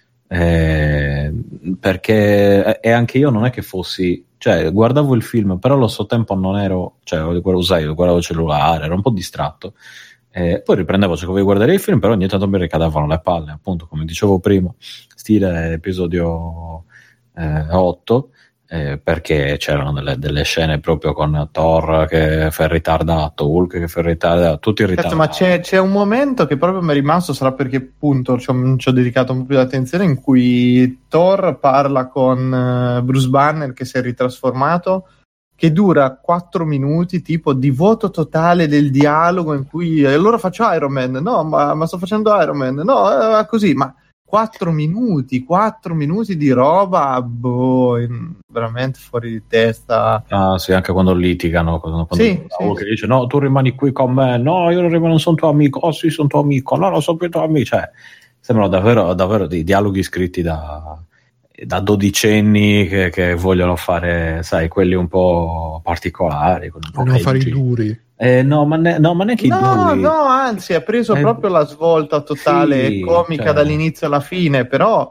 perché e anche io non è che fossi, cioè guardavo il film, però allo stesso tempo non ero, cioè guardavo il cellulare, ero un po' distratto. Poi riprendevo, cercavo di guardare il film, però ogni tanto mi ricadavano le palle, appunto, come dicevo prima, stile episodio 8, perché c'erano delle scene proprio con Thor che fa il ritardato, Hulk che fa il ritardato, tutti in ritardo.
Ma c'è un momento che proprio mi è rimasto, sarà perché appunto ci ho dedicato un po' più di attenzione, in cui Thor parla con Bruce Banner che si è ritrasformato, che dura 4 minuti tipo di vuoto totale del dialogo, in cui allora faccio Iron Man, no ma sto facendo Iron Man, no così, ma 4 minuti di roba veramente fuori di testa.
Sì, anche quando litigano, quando
sì.
Che dice no, tu rimani qui con me, no, io non sono tuo amico, oh sì, sono tuo amico, no, non sono più tuo amico, cioè sembrano davvero dei dialoghi scritti da dodicenni che vogliono fare, sai, quelli un po' particolari,
vogliono fare i duri.
No, ma neanche i duri.
No, anzi, ha preso proprio la svolta totale, comica, cioè, dall'inizio alla fine, però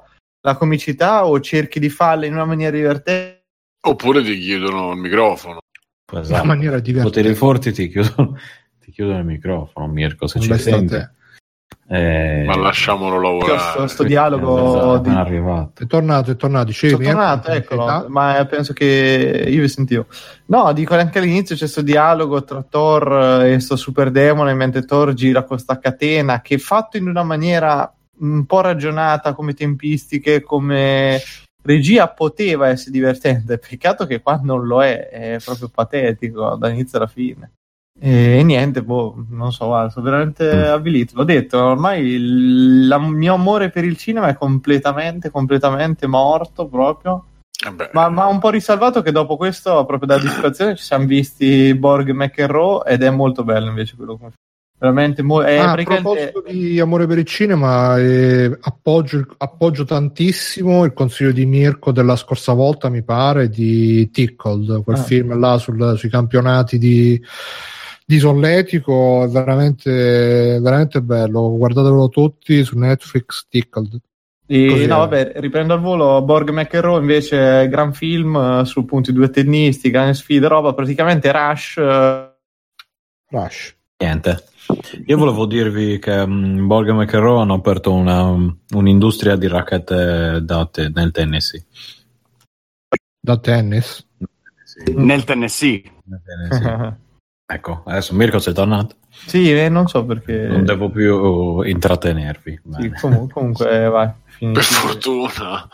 la comicità o cerchi di farla in una maniera divertente
oppure ti chiudono il microfono.
Esatto.
In maniera divertente.
Poteri forti ti chiudono il microfono, Mirko, se ci senti.
Ma lasciamolo lavorare.
Sto dialogo
è arrivato.
È tornato,
sono tornato, eccolo, ma penso che io vi sentivo. No, dico anche all'inizio c'è questo dialogo tra Thor e sto super demone mentre Thor gira con sta catena che è fatto in una maniera un po' ragionata come tempistiche, come regia poteva essere divertente, peccato che qua non lo è proprio patetico dall'inizio alla fine. E niente, non so, guarda, sono veramente avvilito. L'ho detto, ormai il mio amore per il cinema è completamente morto proprio. Ma ha un po' risalvato che dopo questo, proprio dalla distrazione, ci siamo visti Borg McEnroe ed è molto bello invece quello che veramente
a proposito di amore per il cinema, appoggio tantissimo il consiglio di Mirko della scorsa volta, mi pare, di Tickled, quel film là sui campionati di solletico, è veramente bello, guardatelo tutti su Netflix. Tickled.
No, vabbè, riprendo al volo. Borg McEnroe invece gran film su appunto i due tennisti, grande sfida, roba, praticamente Rush.
Niente, io volevo dirvi che Borg McEnroe hanno aperto un'industria di racchette nel Tennessee.
Da tennis?
Nel Tennessee.
Ecco, adesso Mirko sei tornato?
Sì, non so perché.
Non devo più intrattenervi.
Sì, comunque vai.
Per fortuna.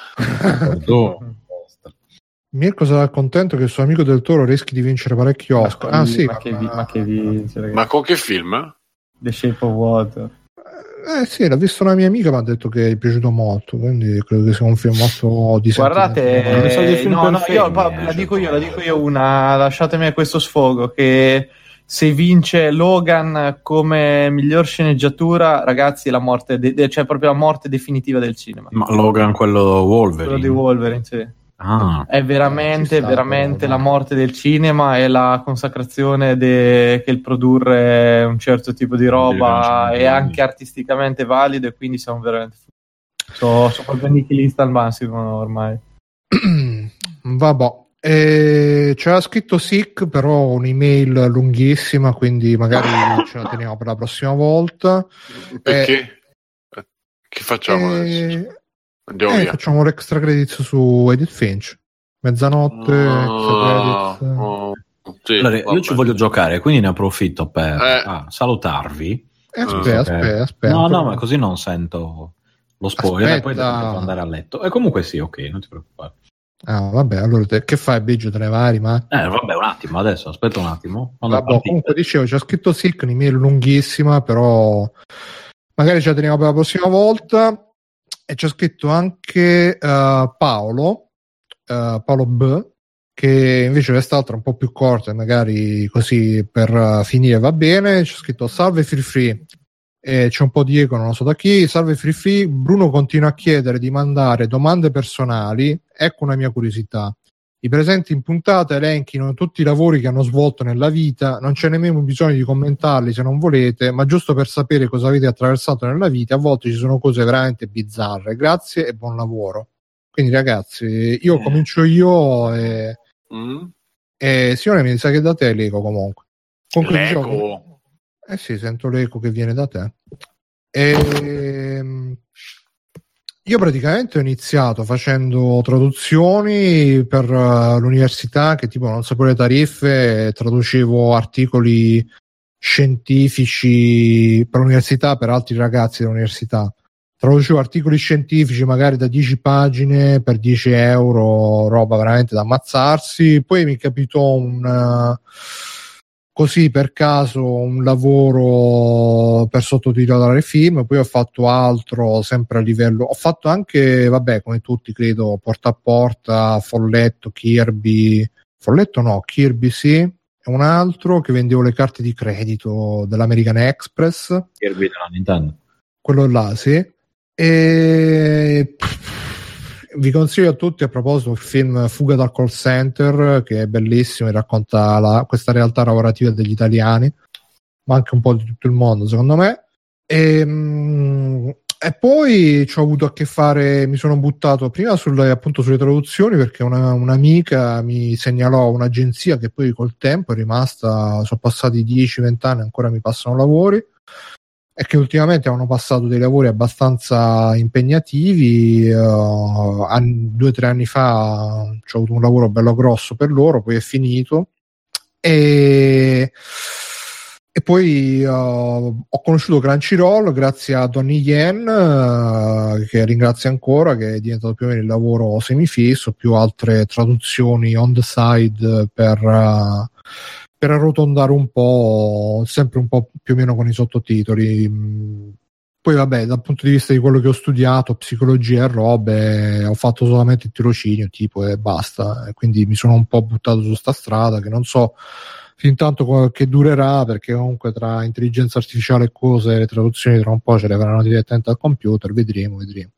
Mirko sarà contento che il suo amico del Toro rischi di vincere parecchi Oscar.
Sì, ma che vince, ragazzi.
Ma con che film?
The Shape of Water.
Sì, l'ha visto una mia amica, mi ha detto che è piaciuto molto, quindi credo che sia un film molto di
guardate, la dico io una, lasciatemi questo sfogo, che se vince Logan come miglior sceneggiatura, ragazzi, la morte cioè proprio la morte definitiva del cinema.
Ma Logan, quello Wolverine?
Quello di Wolverine, sì. È veramente la morte del cinema e la consacrazione che il produrre un certo tipo di roba è anche artisticamente valido, e quindi siamo veramente sono proprio nichilista al massimo ormai.
Vabbè, c'era scritto sick, però un'email lunghissima, quindi magari ce la teniamo per la prossima volta.
Perché? Che facciamo adesso? Andiamo via.
Facciamo l'extra credits su Edith Finch. Mezzanotte,
sì,
allora, io ci voglio giocare, quindi ne approfitto per salutarvi.
Aspetta.
No, ma così non sento lo spoiler e poi devo andare a letto. E comunque sì, ok, non ti preoccupare.
Vabbè, allora che fai, Biggio, te ne vai, ma?
Vabbè, un attimo, adesso, aspetta un attimo.
Comunque dicevo, c'è scritto sick, un'email lunghissima, però magari ce la teniamo per la prossima volta. E c'è scritto anche Paolo B, che invece quest'altra è un po' più corta e magari così per finire va bene. C'è scritto salve Free, c'è un po' di eco, non lo so da chi. Salve Free, Bruno continua a chiedere di mandare domande personali, ecco una mia curiosità. I presenti in puntata elenchino tutti i lavori che hanno svolto nella vita, non c'è nemmeno bisogno di commentarli se non volete, ma giusto per sapere cosa avete attraversato nella vita. A volte ci sono cose veramente bizzarre. Grazie e buon lavoro. Quindi ragazzi, io comincio io e Simone, mi sa che da te l'eco comunque.
L'eco?
Sì, sento l'eco che viene da te. Io praticamente ho iniziato facendo traduzioni per l'università, che tipo non sapevo le tariffe, traducevo articoli scientifici per l'università, per altri ragazzi dell'università. Traducevo articoli scientifici magari da 10 pagine per 10 euro, roba veramente da ammazzarsi. Poi mi capitò così per caso un lavoro per sottotitolare film, poi ho fatto altro sempre a livello, ho fatto anche, vabbè, come tutti credo, porta a porta, Folletto, Kirby sì, e un altro che vendevo le carte di credito dell'American Express,
Kirby della Nintendo,
quello là, sì. E vi consiglio a tutti, a proposito, il film Fuga dal call center, che è bellissimo e racconta questa realtà lavorativa degli italiani, ma anche un po' di tutto il mondo, secondo me. E poi ci ho avuto a che fare, mi sono buttato prima appunto sulle traduzioni, perché un'amica mi segnalò un'agenzia che poi col tempo è rimasta, sono passati 10-20 anni, ancora mi passano lavori, e che ultimamente hanno passato dei lavori abbastanza impegnativi. 2-3 anni fa ho avuto un lavoro bello grosso per loro, poi è finito, e poi ho conosciuto Crunchyroll grazie a Donnie Yen, che ringrazio ancora, che è diventato più o meno il lavoro semifisso, più altre traduzioni on the side per arrotondare un po', sempre un po' più o meno con i sottotitoli. Poi vabbè, dal punto di vista di quello che ho studiato, psicologia e robe, ho fatto solamente il tirocinio tipo e basta, e quindi mi sono un po' buttato su sta strada che non so fin tanto che durerà, perché comunque tra intelligenza artificiale e cose, le traduzioni tra un po' ce le avranno direttamente al computer, vedremo.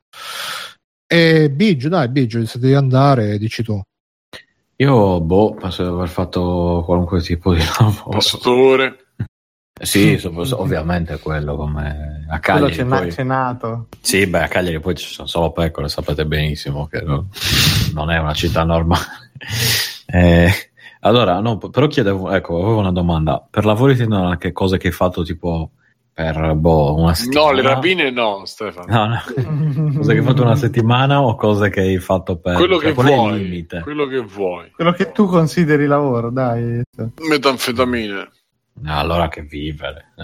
E Biggio, se devi andare, dici tu.
Io penso di aver fatto qualunque tipo di lavoro.
Pastore.
Sì, ovviamente quello, come a Cagliari.
Quello c'è nato.
Sì, a Cagliari poi ci sono solo pecore, sapete benissimo che non è una città normale. Allora, no, però chiedevo, avevo una domanda. Per lavori intendono anche cose che hai fatto tipo per una settimana?
No, le rapine no, Stefano.
No. Cose che hai fatto una settimana o cose che hai fatto per...
Quello che vuoi.
Limite?
Quello che vuoi.
Quello che tu consideri lavoro, dai.
Metanfetamine.
Allora che vivere.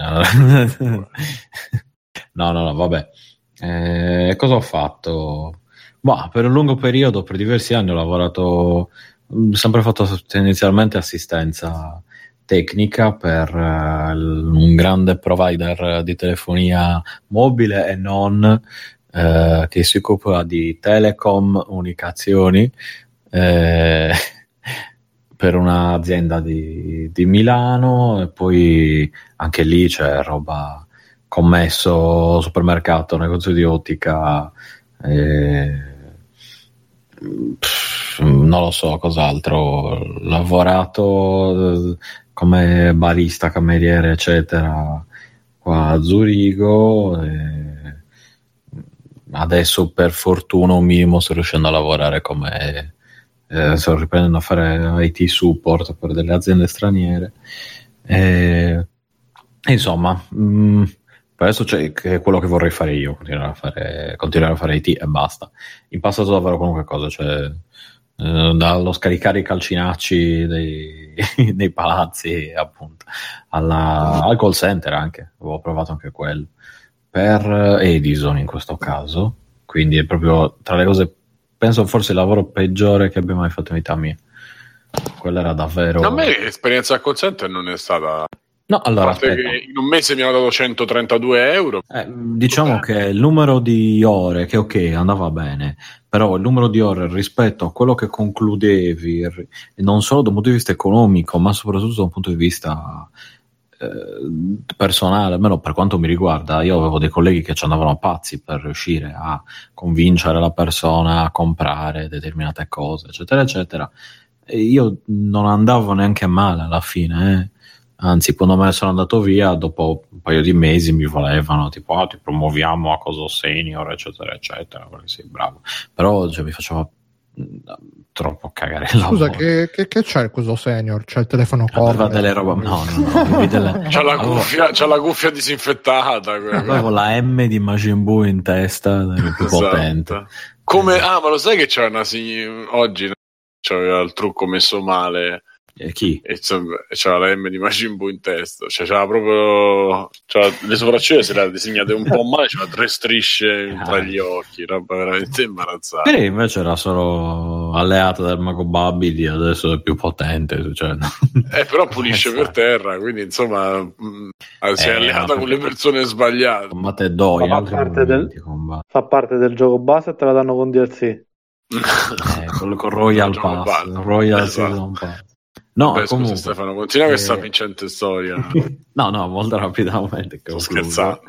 No, vabbè. Cosa ho fatto? Per un lungo periodo, per diversi anni ho lavorato, sempre fatto tendenzialmente assistenza tecnica per un grande provider di telefonia mobile e non, che si occupa di telecom, comunicazioni, per un'azienda di Milano, e poi anche lì c'è roba commesso, supermercato, negozio di ottica, non lo so cos'altro. Ho lavorato come barista, cameriere eccetera qua a Zurigo, adesso per fortuna un minimo sto riuscendo a lavorare come sto riprendendo a fare IT support per delle aziende straniere, insomma, per adesso c'è quello che vorrei fare io, continuare a fare IT e basta. In passato davvero qualunque cosa, cioè dallo scaricare i calcinacci dei palazzi, appunto, al call center, anche avevo provato anche quello per Edison in questo caso, quindi è proprio tra le cose, penso forse il lavoro peggiore che abbia mai fatto in vita mia. Quello era davvero...
A me l'esperienza al call center non è stata...
No, allora,
che in un mese mi hanno dato 132 euro.
Diciamo che il numero di ore, che ok, andava bene, però il numero di ore rispetto a quello che concludevi, non solo da un punto di vista economico, ma soprattutto da un punto di vista personale, almeno per quanto mi riguarda, io avevo dei colleghi che ci andavano a pazzi per riuscire a convincere la persona a comprare determinate cose, eccetera, eccetera. E io non andavo neanche male alla fine, Anzi, quando me ne sono andato via, dopo un paio di mesi mi volevano, tipo, ti promuoviamo a cosa senior, eccetera, eccetera, perché sei bravo. Però mi faceva troppo cagare il lavoro.
Scusa, che c'è il coso senior? C'è il telefono
corto? Delle robe... No.
C'ha la cuffia disinfettata.
Avevo la M di Majin Buu in testa, più potente.
Come... Ah, ma lo sai che c'è una oggi c'aveva il trucco messo male...
Chi?
E c'era la M di Majin Buu in testa, cioè c'era proprio le sopracciglia se le ha disegnate un po' male, c'era 3 strisce tra gli occhi, roba veramente imbarazzante.
E invece era solo alleata del mago Babidi, adesso è più potente, cioè, no.
Però pulisce per terra, quindi insomma si è alleata con le persone sbagliate.
Combatte
fa parte del gioco base e te la danno con DLC.
Quello con Royal Pass, Royal Season Pass. No,
beh, comunque, scusa Stefano, continua questa vincente storia.
no, molto rapidamente.
Sto scherzando.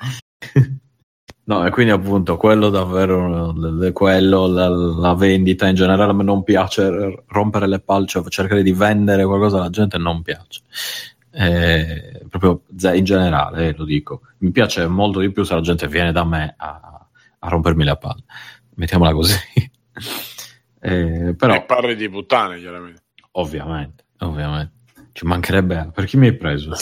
No, e quindi appunto quello davvero, la vendita in generale, a me non piace rompere le palle, cioè cercare di vendere qualcosa alla gente non piace. Proprio in generale, lo dico. Mi piace molto di più se la gente viene da me a rompermi le palle, mettiamola così. Però
e parli di puttane, chiaramente.
Ovviamente, ci mancherebbe, per chi mi hai preso?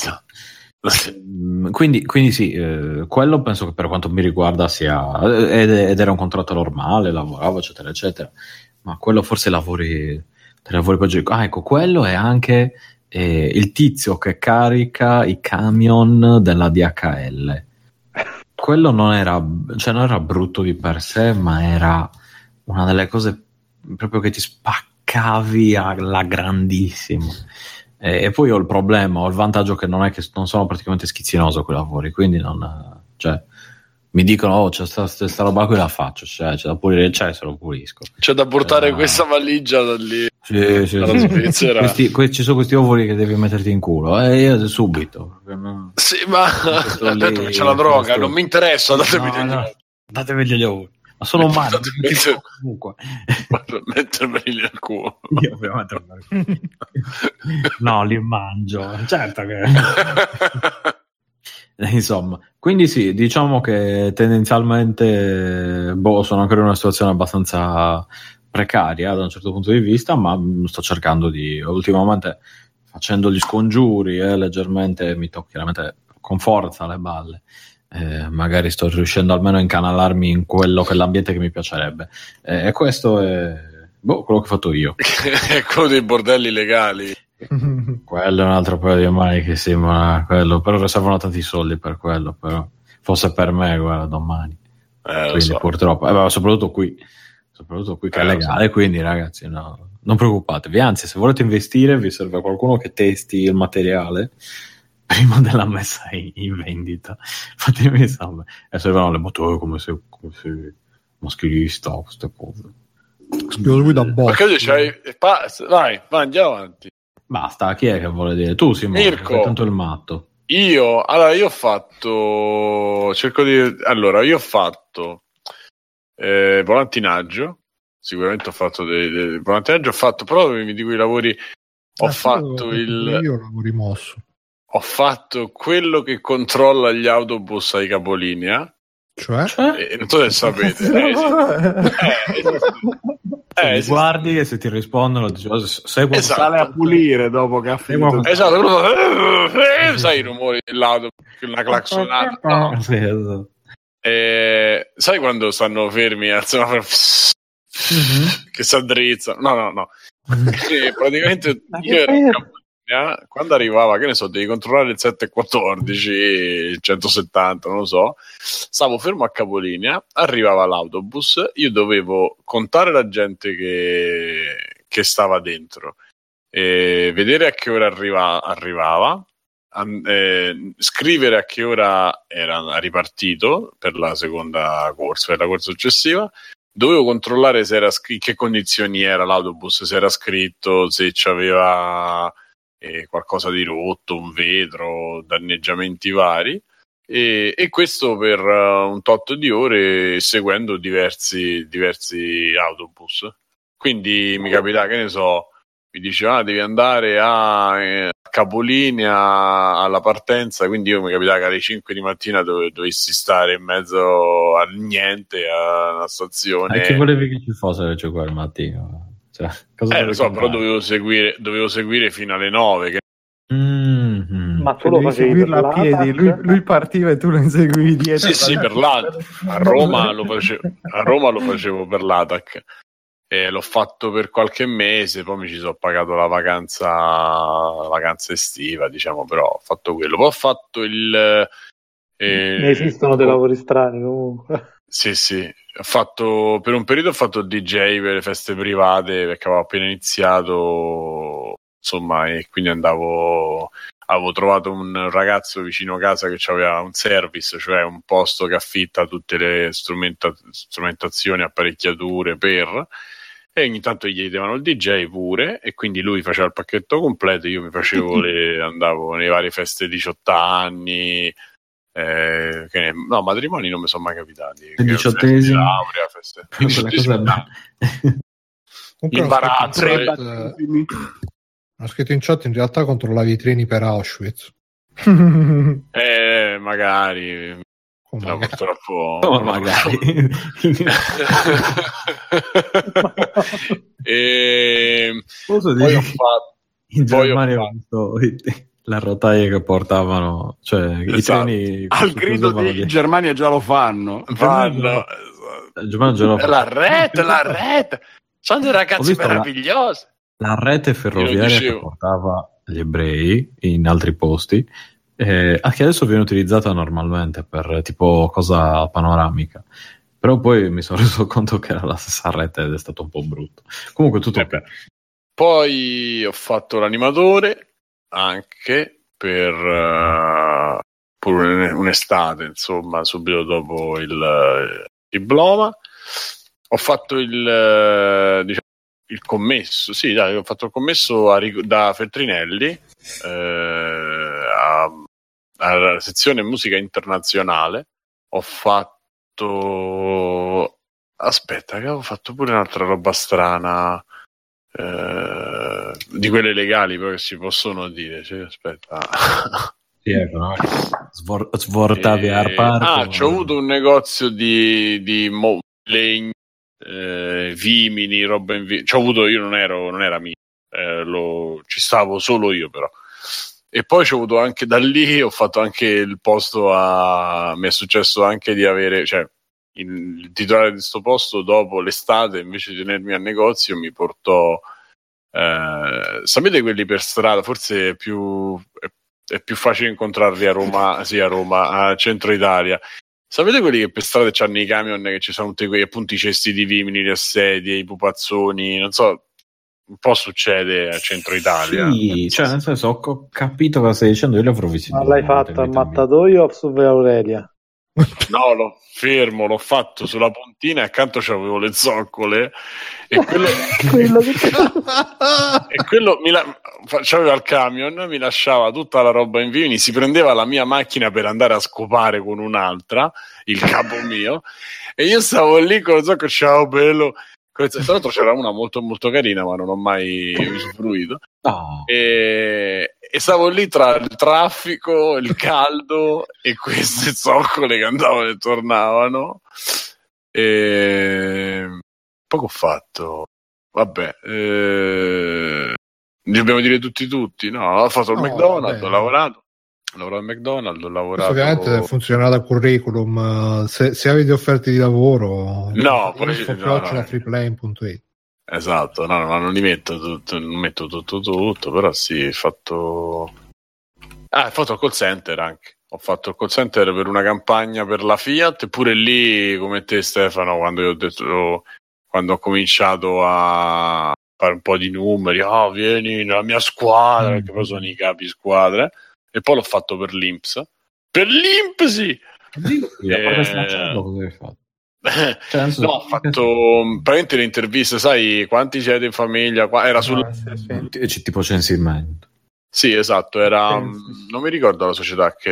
Quindi sì, quello penso che per quanto mi riguarda sia ed era un contratto normale, lavoravo eccetera eccetera, ma quello forse lavori peggiori. Ecco, quello è anche il tizio che carica i camion della DHL. Quello non era brutto di per sé, ma era una delle cose proprio che ti spaccavi alla grandissima. E poi ho il vantaggio che non sono praticamente schizzinoso quei lavori, quindi mi dicono c'è sta roba qui, la faccio, c'è da pulire, se lo pulisco,
c'è da portare questa valigia da lì,
sì.
Svizzera.
Ci sono questi ovuli che devi metterti in culo, e io subito
sì, ma ho detto che c'è la droga, non mi interessa,
datevi gli ovuli. Ma sono umani, comunque.
Mettermeli nel culo.
Io ovviamente no, li mangio, certo che insomma, quindi sì, diciamo che tendenzialmente sono ancora in una situazione abbastanza precaria da un certo punto di vista, ma sto cercando ultimamente, facendo gli scongiuri leggermente, mi tocco chiaramente con forza le balle. Magari sto riuscendo almeno a incanalarmi in quello che è l'ambiente che mi piacerebbe, e questo è quello che ho fatto io.
È quello dei bordelli legali.
Quello è un altro paio di maniche, sì, ma quello però servono tanti soldi per quello, però fosse per me, guarda, domani. Quindi purtroppo soprattutto qui che è legale, quindi ragazzi, no, non preoccupatevi, anzi, se volete investire vi serve qualcuno che testi il materiale prima della messa in vendita. Fatemi sapere. E servono le motori come se maschilista, queste cose.
Scrivo da bot.
Vai, andiamo avanti.
Basta, chi è che vuole dire? Tu, Simone,
Mirko.
Tanto il matto.
Io ho fatto volantinaggio. Sicuramente ho fatto dei volantinaggio, ho fatto proprio di quei lavori.
Io lavoro rimosso.
Ho fatto quello che controlla gli autobus ai capolinea.
Cioè?
Non so se sapete.
Guardi e se ti rispondono
esatto.
Sale a pulire dopo che ha finito.
Esatto. Sai i rumori dell'auto, una claxonata? No.
Sì, esatto.
Sai quando stanno fermi al semaforo che si addrizzano? No. Praticamente io ero in Capolinea, quando arrivava, che ne so, devi controllare il 714, il 170, non lo so, stavo fermo a Capolinea, arrivava l'autobus, io dovevo contare la gente che stava dentro, vedere a che ora arrivava, scrivere a che ora era ripartito per la seconda corsa, per la corsa successiva. Dovevo controllare se era in che condizioni era l'autobus, se era scritto, se c'aveva qualcosa di rotto, un vetro, danneggiamenti vari, e questo per un tot di ore seguendo diversi autobus. Quindi mi capita, che ne so, mi diceva devi andare a capolinea alla partenza, quindi io mi capitava che alle 5 di mattina dovessi stare in mezzo al niente alla stazione.
E che volevi che ci fosse invece qua al mattino? Cioè,
lo so, però dovevo seguire fino alle 9.
Ma tu lo facevi per
a piedi, lui partiva e tu lo inseguivi dietro.
Sì, per l'ATAC. A Roma lo facevo per l'ATAC. L'ho fatto per qualche mese, poi mi ci sono pagato la vacanza estiva, diciamo, però ho fatto quello. Poi ho fatto ne
esistono dei lavori strani comunque.
Sì, ho fatto per un periodo, ho fatto DJ per le feste private perché avevo appena iniziato, insomma, e quindi avevo trovato un ragazzo vicino a casa che aveva un service, cioè un posto che affitta tutte le strumentazioni, apparecchiature e ogni tanto gli chiedevano il DJ pure, e quindi lui faceva il pacchetto completo, io mi facevo andavo nelle varie feste 18 anni. Matrimoni non mi sono mai capitati.
18esimi,
laurea, feste. Imbarazzo.
Ho scritto in chat, in realtà controllavi i treni per Auschwitz.
Magari No, purtroppo
magari.
Posso dire
in Germania ho visto la rotaia che portavano, cioè i treni
al grido di in Germania già lo fanno.
Vanno.
La
rete. Sono dei ragazzi meravigliosi.
La rete ferroviaria che portava gli ebrei in altri posti, che adesso viene utilizzata normalmente per tipo cosa panoramica, però poi mi sono reso conto che era la stessa rete ed è stato un po' brutto. Comunque tutto ok.
Poi ho fatto l'animatore anche per pure un'estate, insomma, subito dopo il diploma. Ho fatto il commesso, sì, dai, ho fatto il commesso da Feltrinelli alla sezione musica internazionale. Ho fatto che avevo fatto pure un'altra roba strana, di quelle legali però che si possono dire, cioè, aspetta.
Sì, no? Svortavi al parco.
C'ho avuto un negozio di legni, vimini, roba c'ho avuto, io non era mio, ci stavo solo io però. E poi c'ho avuto anche da lì, ho fatto anche il posto mi è successo anche di avere, cioè il titolare di sto posto dopo l'estate, invece di tenermi al negozio, mi portò sapete quelli per strada, forse è più facile incontrarli a Roma, sì, a Roma, a centro Italia. Sapete quelli che per strada c'hanno i camion, che ci sono tutti quei appunto i cesti di vimini, le sedie, i pupazzoni, non so, un po' succede a centro Italia.
Sì, cioè nel senso ho capito cosa stai dicendo, io l'avrò visitato.
Ma l'hai fatto al Mattatoio o su Via Aurelia?
No, l'ho fatto sulla puntina e accanto c'avevo le zoccole e quello c'aveva il camion, mi lasciava tutta la roba in vimini, si prendeva la mia macchina per andare a scopare con un'altra, il capo mio, e io stavo lì con le zoccole, ciao bello. Tra l'altro c'era una molto molto carina, ma non ho mai usufruito.
Oh.
E stavo lì tra il traffico, il caldo e queste zoccole che andavano e tornavano. E poco ho fatto. Vabbè, dobbiamo dire tutti? No, ho fatto il McDonald's, ho lavorato al McDonald's, ho lavorato.
Ovviamente funziona da curriculum. Se avete offerte di lavoro,
no, poi
freeplane.it.
Esatto, no, ma non li metto tutto, non metto tutto, però sì, ho fatto il call center anche. Ho fatto il call center per una campagna per la Fiat, eppure lì, come te Stefano, quando ho cominciato a fare un po' di numeri, vieni nella mia squadra, perché poi sono i capi squadra, e poi l'ho fatto per l'Inps. Per l'Inps, sì! No, ho fatto praticamente le interviste, sai quanti siete in famiglia? Era
tipo censimento.
Sì, esatto, era non mi ricordo la società che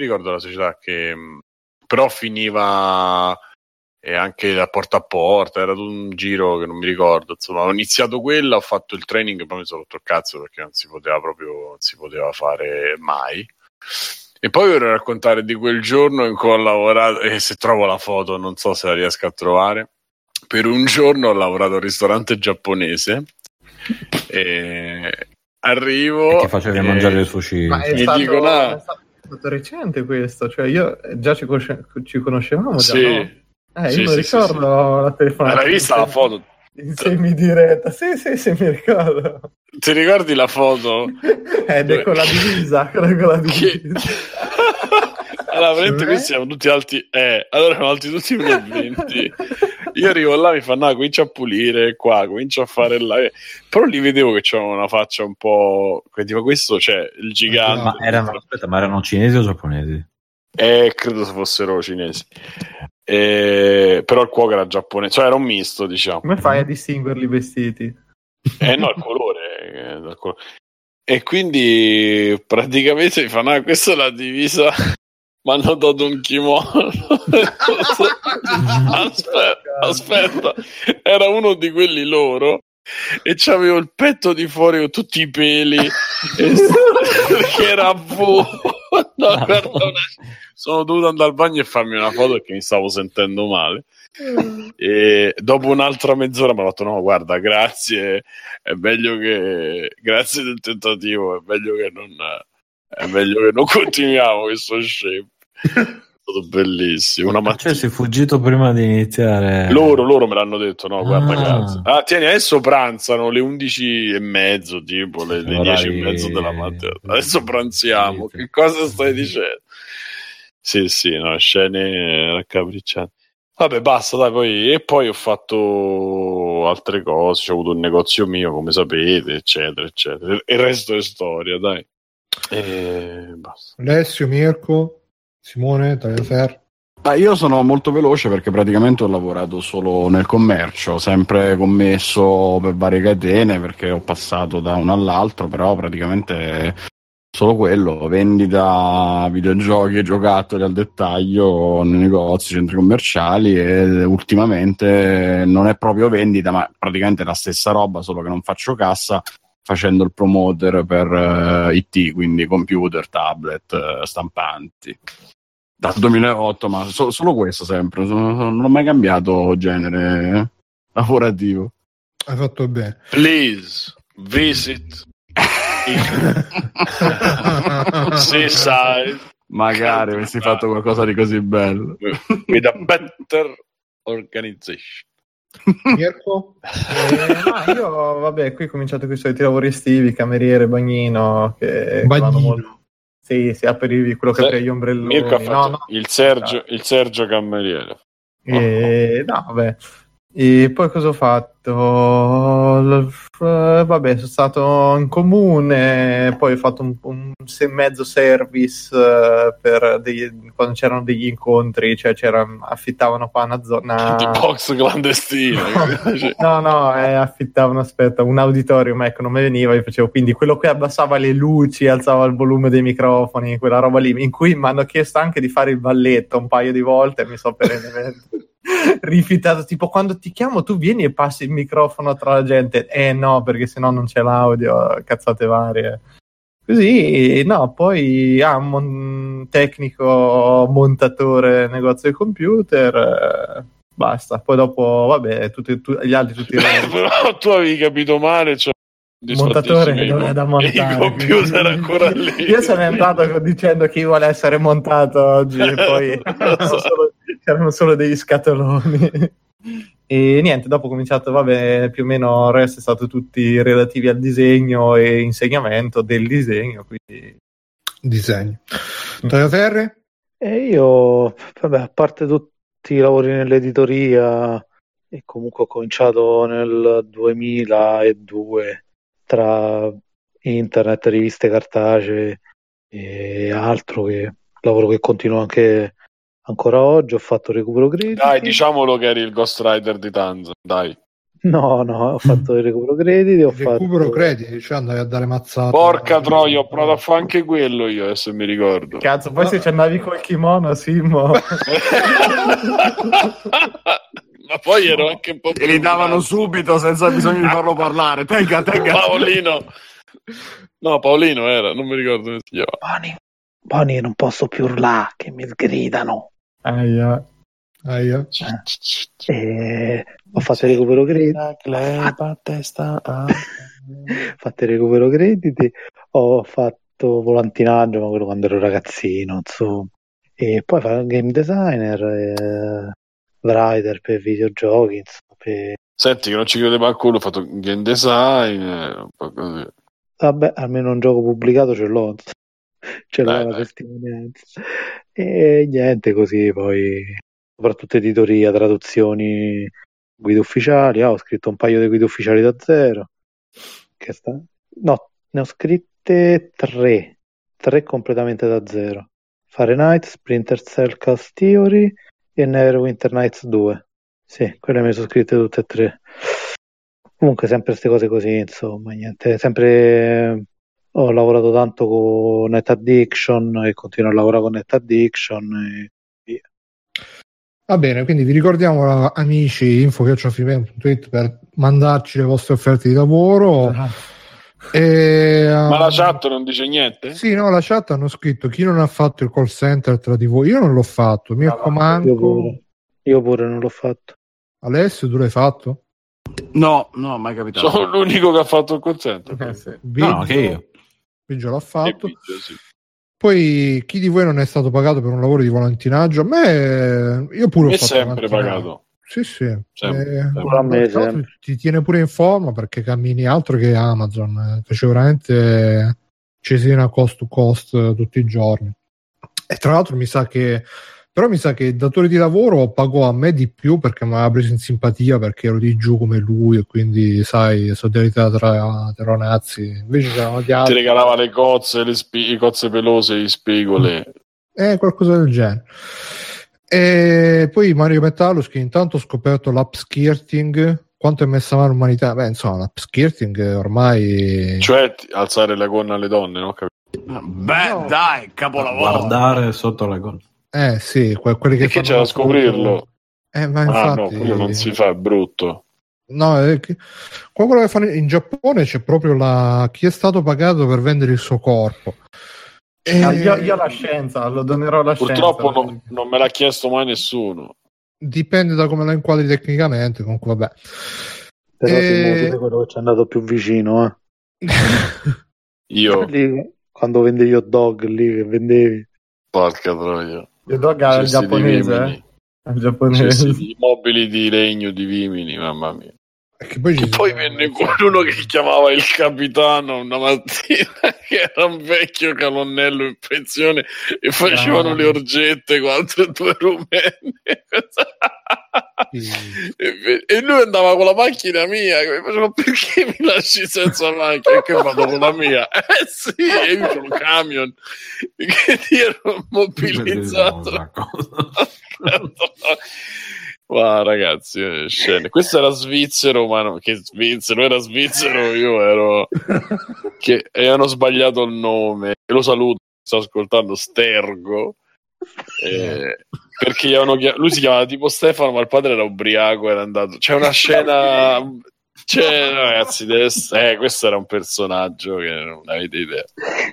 però finiva anche da porta a porta, era un giro che non mi ricordo, insomma, ho iniziato quella, ho fatto il training e poi mi sono rotto il cazzo perché non si poteva fare mai. E poi vorrei raccontare di quel giorno in cui ho lavorato, e se trovo la foto non so se la riesco a trovare. Per un giorno ho lavorato al ristorante giapponese e arrivo
e ti facevi mangiare il sushi.
Ma è stato recente questo, cioè io già ci conoscevamo già,
sì.
No? Io non ricordo la telefonata.
L'hai vista la foto?
In semi-diretta, sì, mi ricordo.
Ti ricordi la foto?
Con la divisa,
Allora, veramente questi siamo tutti alti. Allora erano alti tutti 1,20. Io arrivo là, mi fanno comincia a pulire qua, comincio a fare là. Però li vedevo che c'avevano una faccia un po'. Tipo questo, cioè il gigante.
Ma erano cinesi o giapponesi?
Credo fossero cinesi. Però il cuoco era giapponese, cioè era un misto, diciamo.
Come fai a distinguerli vestiti?
No, il colore. E quindi praticamente mi fanno questa è la divisa. Mi hanno dato un kimono. aspetta, era uno di quelli loro e c'avevo il petto di fuori con tutti i peli perché era vuoto. No, guarda, sono dovuto andare al bagno e farmi una foto perché mi stavo sentendo male. E dopo un'altra mezz'ora mi ha detto: no, guarda, grazie, è meglio che grazie del tentativo, è meglio che non continuiamo questo shape. È stato bellissimo. Una mattina
sei fuggito prima di iniziare.
Loro me l'hanno detto, no, guarda, grazie. Tieni, adesso pranzano le 11:30, tipo le 10:30 della mattina. Adesso pranziamo. Che cosa stai dicendo? Sì, no, scene raccapriccianti. Vabbè, basta, dai, poi ho fatto altre cose, ho avuto un negozio mio, come sapete, eccetera, eccetera. Il resto è storia, dai. E basta.
Alessio, Mirko, Simone, Tagliaferro.
Io sono molto veloce perché praticamente ho lavorato solo nel commercio, sempre commesso per varie catene perché ho passato da uno all'altro, però praticamente solo quello, vendita videogiochi e giocattoli al dettaglio nei negozi, centri commerciali, e ultimamente non è proprio vendita ma praticamente la stessa roba, solo che non faccio cassa, facendo il promoter per IT, quindi computer, tablet, stampanti. Dal 2008, ma solo questo sempre, non ho mai cambiato genere lavorativo.
Hai fatto bene.
Please visit Seaside.
Magari avessi fatto qualcosa di così bello.
With a better organization.
Mirko?
Io vabbè, qui ho cominciato con i soliti lavori estivi, cameriere, bagnino, che vanno molto. Sì, aperivi, quello che apre gli ombrelloni.
Mirko ha fatto il Sergio cameriere.
No, vabbè. E poi cosa ho fatto? Vabbè, sono stato in comune, poi ho fatto un mezzo service per quando c'erano degli incontri, cioè affittavano qua una zona
di box clandestino.
Affittavano, un auditorium, ecco, non mi veniva, io facevo, quindi quello che abbassava le luci, alzava il volume dei microfoni, quella roba lì, in cui mi hanno chiesto anche di fare il balletto un paio di volte, mi so perennemente rifiutato, tipo quando ti chiamo tu vieni e passi il microfono tra la gente, no, perché sennò non c'è l'audio, cazzate varie così. No, poi un tecnico montatore negozio di computer, basta. Poi dopo vabbè gli altri tutti
però tu avevi capito male, cioè
montatore non è da montare,
il computer ancora lì.
Io sono entrato dicendo chi vuole essere montato oggi e poi c'erano solo degli scatoloni e niente, dopo ho cominciato, vabbè, più o meno il resto è stato tutti relativi al disegno e insegnamento del disegno, quindi
disegno. Tagliaferri?
Io, vabbè, a parte tutti i lavori nell'editoria, e comunque ho cominciato nel 2002 tra internet, riviste cartacee e altro, che lavoro che continuo anche ancora oggi. Ho fatto recupero crediti.
Dai, diciamolo che eri il ghostwriter di Tanza, dai.
No, ho fatto il recupero crediti.
Recupero crediti, cioè andavi a dare mazzate.
Porca troia, ho provato a fare anche quello io, adesso mi ricordo.
Cazzo, poi se ci andavi col kimono, Simo.
Ma poi ero anche un po'
e li davano subito senza bisogno di farlo parlare. Tenga.
Paolino era, non mi ricordo come si chiama.
Boni, non posso più urlare che mi sgridano.
Aia.
Ho fatto il recupero crediti. Fatto il recupero crediti. Ho fatto volantinaggio, ma quello quando ero ragazzino, insomma. E poi fare game designer, writer per videogiochi, insomma.
Senti, che non ci crede manco, ho fatto game design, un po' così.
Vabbè, almeno un gioco pubblicato ce l'ho la testimonianza. E niente, così poi soprattutto editoria, traduzioni, guide ufficiali. Ho scritto un paio di guide ufficiali da zero. Ne ho scritte tre completamente da zero. Fahrenheit, Splinter Cell Chaos Theory e Neverwinter Nights 2. Sì, quelle me le sono scritte tutte e tre. Comunque sempre queste cose così, insomma, niente, sempre ho lavorato tanto con Net Addiction e continuo a lavorare con Net Addiction e via.
Va bene, quindi vi ricordiamo, amici, info@freeman.it per mandarci le vostre offerte di lavoro.
Ma la chat non dice niente?
Sì, no, la chat hanno scritto: chi non ha fatto il call center tra di voi? Io non l'ho fatto, Mirko Manco.
Io pure non l'ho fatto.
Alessio, tu l'hai fatto?
No, mai capitato.
Sono l'unico che ha fatto il call center.
Sì.
No, che io.
Biggio l'ha fatto.
Biggio, sì.
Poi chi di voi non è stato pagato per un lavoro di volantinaggio? A me, io pure ho fatto
sempre pagato.
Sì,
sempre.
Ti tiene pure in forma perché cammini altro che Amazon. Facevo veramente cesina cost to cost tutti i giorni. E tra l'altro mi sa che il datore di lavoro pagò a me di più perché mi aveva preso in simpatia perché ero di giù come lui e quindi sai, solidarietà tra terronazzi. Invece c'erano gli altri.
Ti regalava le cozze, i cozze pelose, gli spigole.
Qualcosa del genere. E poi Mario Metallus che intanto ho scoperto l'upskirting. Quanto è messa mano l'umanità? Beh, insomma, l'upskirting ormai...
Cioè, alzare la gonna alle donne, no?
Beh, dai, capolavoro.
Guardare sotto la gonna.
Sì, quelli che
c'è da scoprirlo?
Ma infatti...
no, quello non si fa, è brutto.
No, quello che fanno in Giappone c'è proprio chi è stato pagato per vendere il suo corpo.
Io la scienza, lo donerò alla
Purtroppo
scienza.
non me l'ha chiesto mai nessuno.
Dipende da come la inquadri tecnicamente, comunque vabbè.
Però sei quello che ci è andato più vicino,
Io
lì, quando vendi gli hot dog lì che vendevi.
Porca troia.
Il dog è giapponese,
il giapponese. I mobili di legno di Vimini, mamma mia. Poi venne qualcuno che chiamava il capitano una mattina che era un vecchio colonnello in pensione e facevano le orgette con altre due rumene. E lui andava con la macchina mia e mi faceva: perché mi lasci senza macchina? Che vado con la mia? Sì, e io c'ho un camion che ti ero mobilizzato. Wow, ragazzi, scene. Questo era svizzero, ma che svizzero, era svizzero, io ero che hanno sbagliato il nome. E lo saluto, sto ascoltando Stergo. Perché lui si chiamava tipo Stefano, ma il padre era ubriaco, era andato. C'è una scena, ragazzi, questo era un personaggio che non avete idea.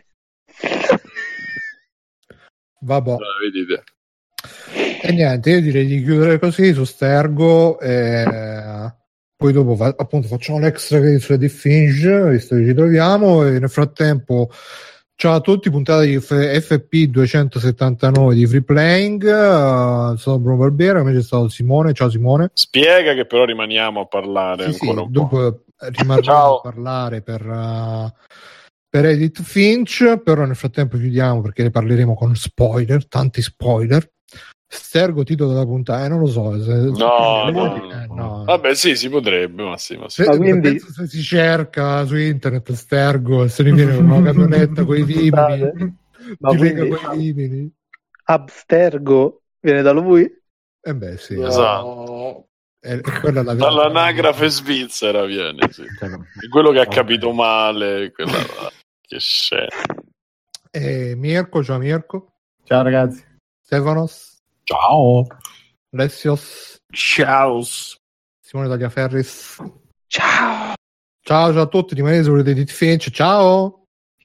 Vabbè.
Non avete idea.
E niente, io direi di chiudere così su Stergo. Poi dopo appunto facciamo l'extra credit su Edith Finch, visto che ci troviamo, e nel frattempo ciao a tutti, puntata di FP 279 di Free Playing. Sono Bruno Barbiero, invece è stato Simone. Ciao Simone.
Spiega che però rimaniamo a parlare ancora un
dopo rimarremo a parlare per Edith Finch, però nel frattempo chiudiamo perché ne parleremo con spoiler, tanti spoiler. Stergo titolo della puntata, non lo so.
No. Vabbè, sì, si potrebbe, ma sì.
Quindi... se si cerca su internet Stergo e se ne viene una camionetta con i vimini, ti lega con i vimini.
Abstergo viene da lui?
Beh, sì.
Esatto.
È quella la
dall'anagrafe svizzera viene, sì. È quello che ha capito male, che scena.
Mirko, ciao Mirko.
Ciao ragazzi.
Stefanos.
Ciao.
Alessios.
Ciao.
Simone Tagliaferris. Ciao a tutti, rimanete su Edith Finch. Ciao.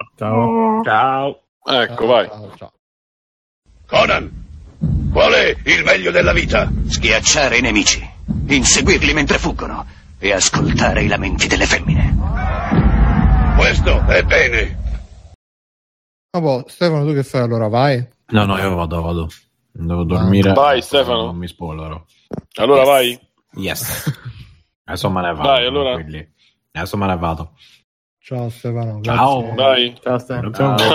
Ecco, vai.
Ciao.
Conan, qual è il meglio della vita? Schiacciare i nemici, inseguirli mentre fuggono e ascoltare i lamenti delle femmine. Questo è bene.
Stefano, tu che fai allora? Vai.
No, io vado. Devo dormire.
Vai Stefano.
Non mi spoilerò.
Allora vai.
Yes. Adesso me ne vado.
Dai, allora.
Adesso me ne vado.
Ciao Stefano.
Ciao.
Dai.
Ciao Stefano.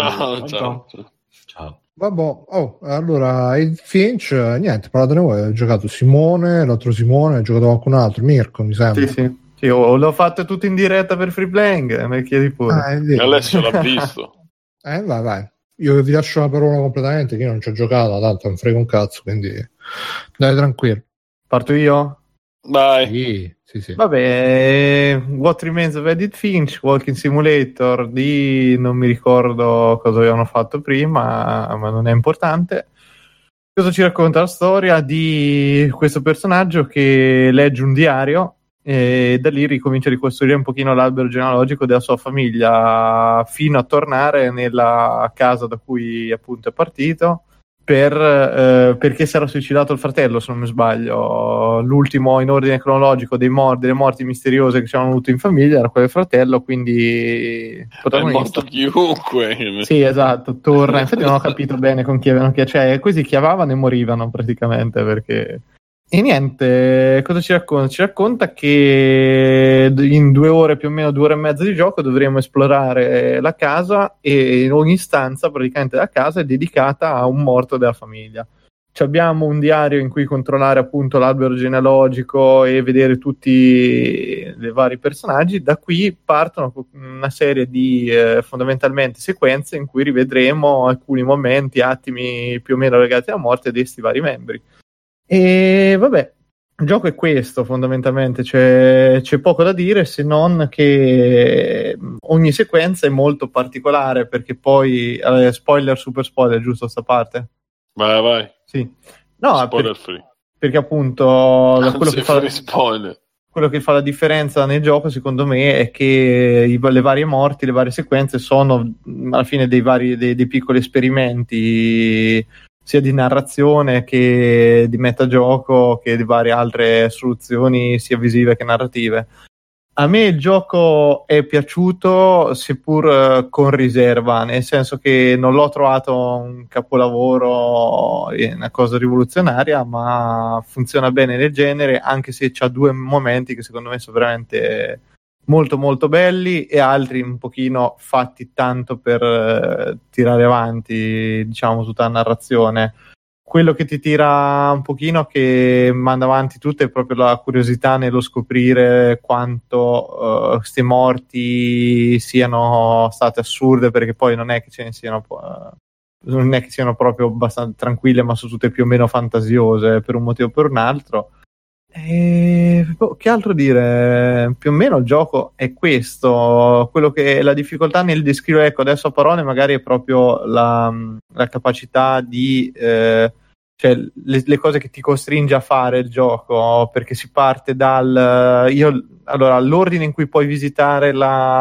Ciao.
Vabbè, allora Finch, niente, parlatene voi. Ha giocato Simone, l'altro Simone, ha giocato qualcun altro, Mirko, mi sembra.
Sì, l'ho fatto tutto in diretta per Free Playing, me chiedi pure.
Alessio l'ha visto.
Vai. Io vi lascio la parola completamente, che io non ci ho giocato, tanto non frega un cazzo, quindi dai tranquillo.
Parto io?
Vai.
Sì.
Vabbè, What Remains of Edith Finch, Walking Simulator, non mi ricordo cosa avevano fatto prima, ma non è importante. Cosa ci racconta la storia di questo personaggio che legge un diario e da lì ricomincia a ricostruire un pochino l'albero genealogico della sua famiglia fino a tornare nella casa da cui appunto è partito perché si era suicidato il fratello, se non mi sbaglio. L'ultimo in ordine cronologico delle morti misteriose che ci hanno avuto in famiglia era quello del fratello, quindi
è morto chiunque.
Sì, esatto, torna. Infatti non ho capito bene con chi avevano, cioè così chiavavano e morivano praticamente, perché... E niente, cosa ci racconta? Ci racconta che in 2 ore, più o meno 2 ore e mezza di gioco, dovremo esplorare la casa, e in ogni stanza praticamente della casa è dedicata a un morto della famiglia. Abbiamo un diario in cui controllare appunto l'albero genealogico e vedere tutti i vari personaggi. Da qui partono una serie di fondamentalmente sequenze in cui rivedremo alcuni momenti, attimi più o meno legati alla morte di questi vari membri. E vabbè, il gioco è questo fondamentalmente, c'è poco da dire, se non che ogni sequenza è molto particolare, perché poi spoiler, super spoiler, giusto sta parte?
Vai.
Sì. No,
spoiler free.
Perché appunto quello che fa la differenza nel gioco, secondo me, è che le varie morti, le varie sequenze sono alla fine dei piccoli esperimenti, sia di narrazione che di metagioco, che di varie altre soluzioni sia visive che narrative. A me il gioco è piaciuto, seppur con riserva, nel senso che non l'ho trovato un capolavoro, una cosa rivoluzionaria, ma funziona bene nel genere, anche se c'ha 2 momenti che secondo me sono veramente molto molto belli, e altri un pochino fatti tanto per tirare avanti, diciamo, tutta la narrazione. Quello che ti tira un pochino, che manda avanti tutto, è proprio la curiosità nello scoprire quanto queste morti siano state assurde, perché poi non è che ce ne siano non è che siano proprio abbastanza tranquille, ma sono tutte più o meno fantasiose per un motivo o per un altro. E che altro dire? Più o meno il gioco è questo. Quello che la difficoltà nel descrivere, ecco, adesso a parole magari, è proprio la capacità di cioè le cose che ti costringe a fare il gioco, perché si parte l'ordine in cui puoi visitare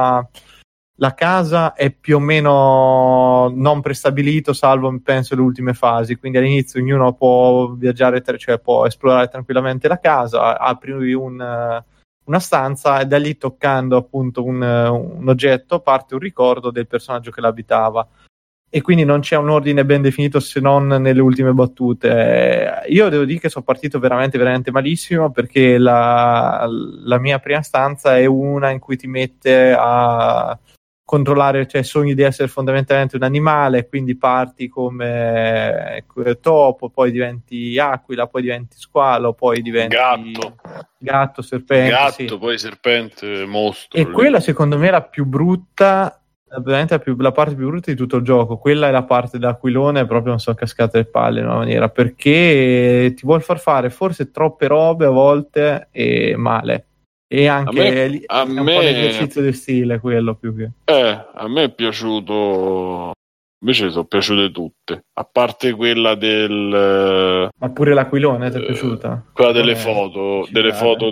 la casa è più o meno non prestabilito, salvo penso le ultime fasi, quindi all'inizio ognuno può viaggiare, cioè può esplorare tranquillamente la casa, apri una stanza e da lì, toccando appunto un oggetto, parte un ricordo del personaggio che l'abitava, e quindi non c'è un ordine ben definito se non nelle ultime battute. Io devo dire che sono partito veramente veramente malissimo, perché la mia prima stanza è una in cui ti mette a controllare, cioè sogni di essere fondamentalmente un animale, quindi parti come topo, poi diventi aquila, poi diventi squalo, poi diventi gatto, serpente, sì.
Poi serpente, mostro.
E quella secondo me è la più brutta, veramente la parte più brutta di tutto il gioco. Quella è la parte dell'aquilone, proprio non so, cascate le palle in una maniera, perché ti vuol far fare forse troppe robe a volte e male. E anche
a
un po' l'esercizio del stile, quello più che...
a me è piaciuto, invece sono piaciute tutte, a parte quella del...
Ma pure l'aquilone ti è piaciuta?
Quella delle foto, delle foto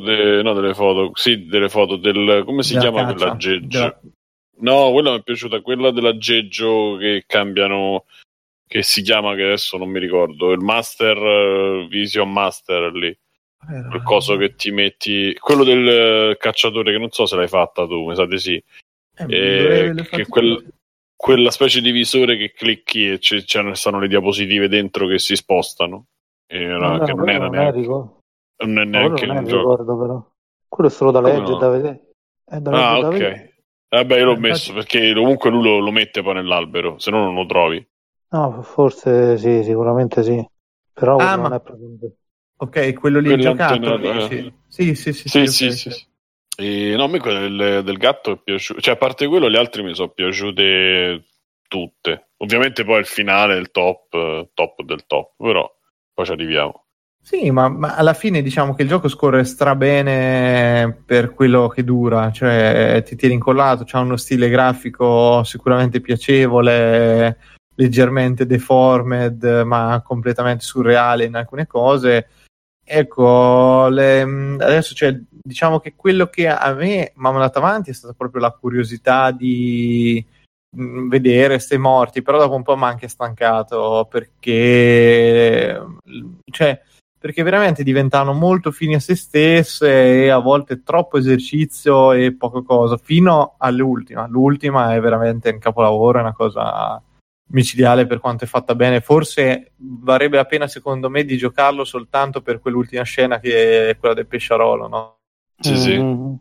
del... come si chiama quell'aggeggio? No, quella mi è piaciuta, quella dell'aggeggio che cambiano, che si chiama, che adesso non mi ricordo, il Master, Vision Master lì. Quel coso che ti metti, quello del cacciatore, che non so se l'hai fatta tu, mi sa di sì, che quella specie di visore che clicchi e stanno le diapositive dentro che si spostano, non è neanche un gioco,
però quello è solo da leggere, da vedere.
Ok, vedere. Vabbè, io l'ho messo perché comunque lui lo mette poi nell'albero, se no non lo trovi.
No, forse sì, sicuramente sì, però non è proprio...
Ok, quello lì giocato. Sì.
E no, a me quello del gatto è piaciuto, cioè a parte quello le altre mi sono piaciute tutte. Ovviamente poi il finale è il top del top, però poi ci arriviamo.
Sì, ma alla fine diciamo che il gioco scorre strabene per quello che dura, cioè ti tieni incollato, c'ha uno stile grafico sicuramente piacevole, leggermente deformed, ma completamente surreale in alcune cose. Ecco, adesso diciamo che quello che a me mi ha mandato avanti è stata proprio la curiosità di vedere ste morti, però dopo un po' mi ha anche stancato perché veramente diventavano molto fini a se stesse e a volte troppo esercizio e poca cosa, fino all'ultima. L'ultima è veramente un capolavoro, è una cosa micidiale per quanto è fatta bene. Forse varrebbe la pena, secondo me, di giocarlo soltanto per quell'ultima scena che è quella del pesciarolo, no?
Sì.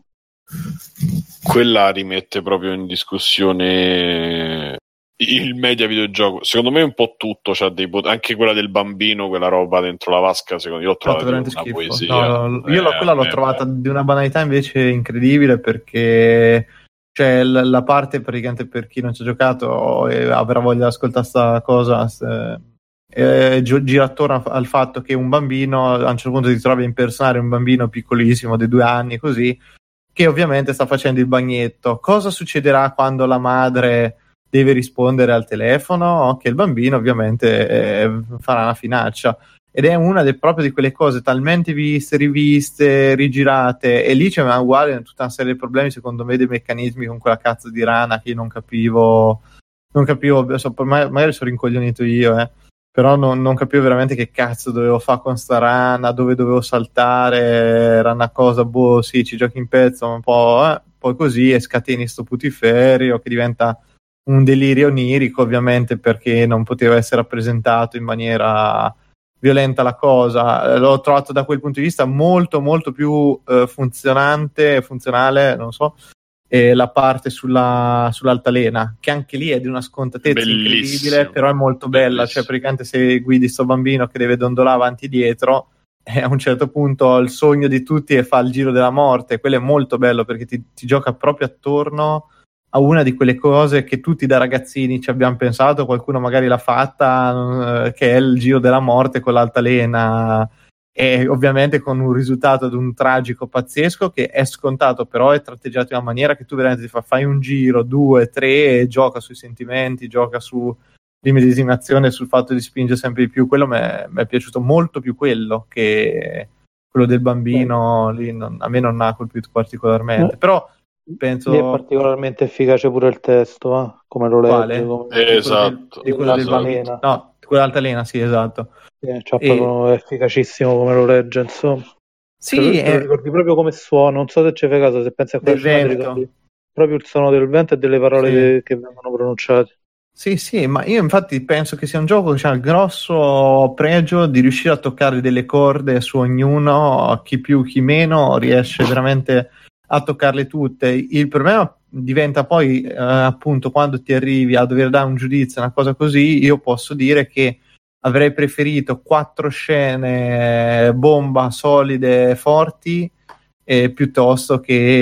Quella rimette proprio in discussione il media videogioco. Secondo me un po' tutto, cioè anche quella del bambino, quella roba dentro la vasca, secondo me io l'ho trovata
veramente
una
schifo.
poesia.
Quella l'ho trovata di una banalità invece incredibile, perché la parte, praticamente, per chi non ci ha giocato e avrà voglia di ascoltare sta cosa, gira attorno al fatto che un bambino a un certo punto ti trovi a impersonare un bambino piccolissimo di 2 anni, così, che ovviamente sta facendo il bagnetto. Cosa succederà quando la madre deve rispondere al telefono? Che il bambino ovviamente farà una finaccia, ed è una proprio di quelle cose talmente viste, riviste, rigirate, e lì c'è uguale tutta una serie di problemi, secondo me, dei meccanismi con quella cazzo di rana che io non capivo, magari sono rincoglionito io, però non capivo veramente che cazzo dovevo fare con sta rana, dove dovevo saltare. Era una cosa, sì, ci giochi in pezzo, ma un po', poi così, e scateni sto putiferio che diventa un delirio onirico, ovviamente, perché non poteva essere rappresentato in maniera violenta la cosa. L'ho trovato da quel punto di vista molto molto più funzionale, non so, la parte sull'altalena, che anche lì è di una scontatezza incredibile, però è molto bella. Bellissimo. Cioè, praticamente, se guidi sto bambino che deve dondolare avanti e dietro, a un certo punto il sogno di tutti è fa il giro della morte. Quello è molto bello, perché ti gioca proprio attorno a una di quelle cose che tutti da ragazzini ci abbiamo pensato, qualcuno magari l'ha fatta, che è il giro della morte con l'altalena, e ovviamente con un risultato di un tragico pazzesco, che è scontato, però è tratteggiato in una maniera che tu veramente fai un giro, 2, 3, e gioca sui sentimenti, gioca sull'immedesimazione, sul fatto di spingere sempre di più. Quello mi è piaciuto molto più, quello che quello del bambino lì a me non ha colpito particolarmente, però penso
lì è particolarmente efficace pure il testo, come lo leggo.
Esatto.
Di quello del bambino. No, quell'altalena, sì, esatto.
Proprio efficacissimo come lo legge, insomma.
Sì,
te lo ricordi proprio come suono, non so se ci fai caso, se pensi a quella scena, ti ricordi proprio il suono del vento e delle parole che vengono pronunciate.
Sì, ma io infatti penso che sia un gioco che ha il grosso pregio di riuscire a toccare delle corde su ognuno, chi più chi meno riesce veramente a toccarle tutte. Il problema diventa poi appunto quando ti arrivi a dover dare un giudizio, una cosa così. Io posso dire che avrei preferito 4 scene bomba solide, forti, piuttosto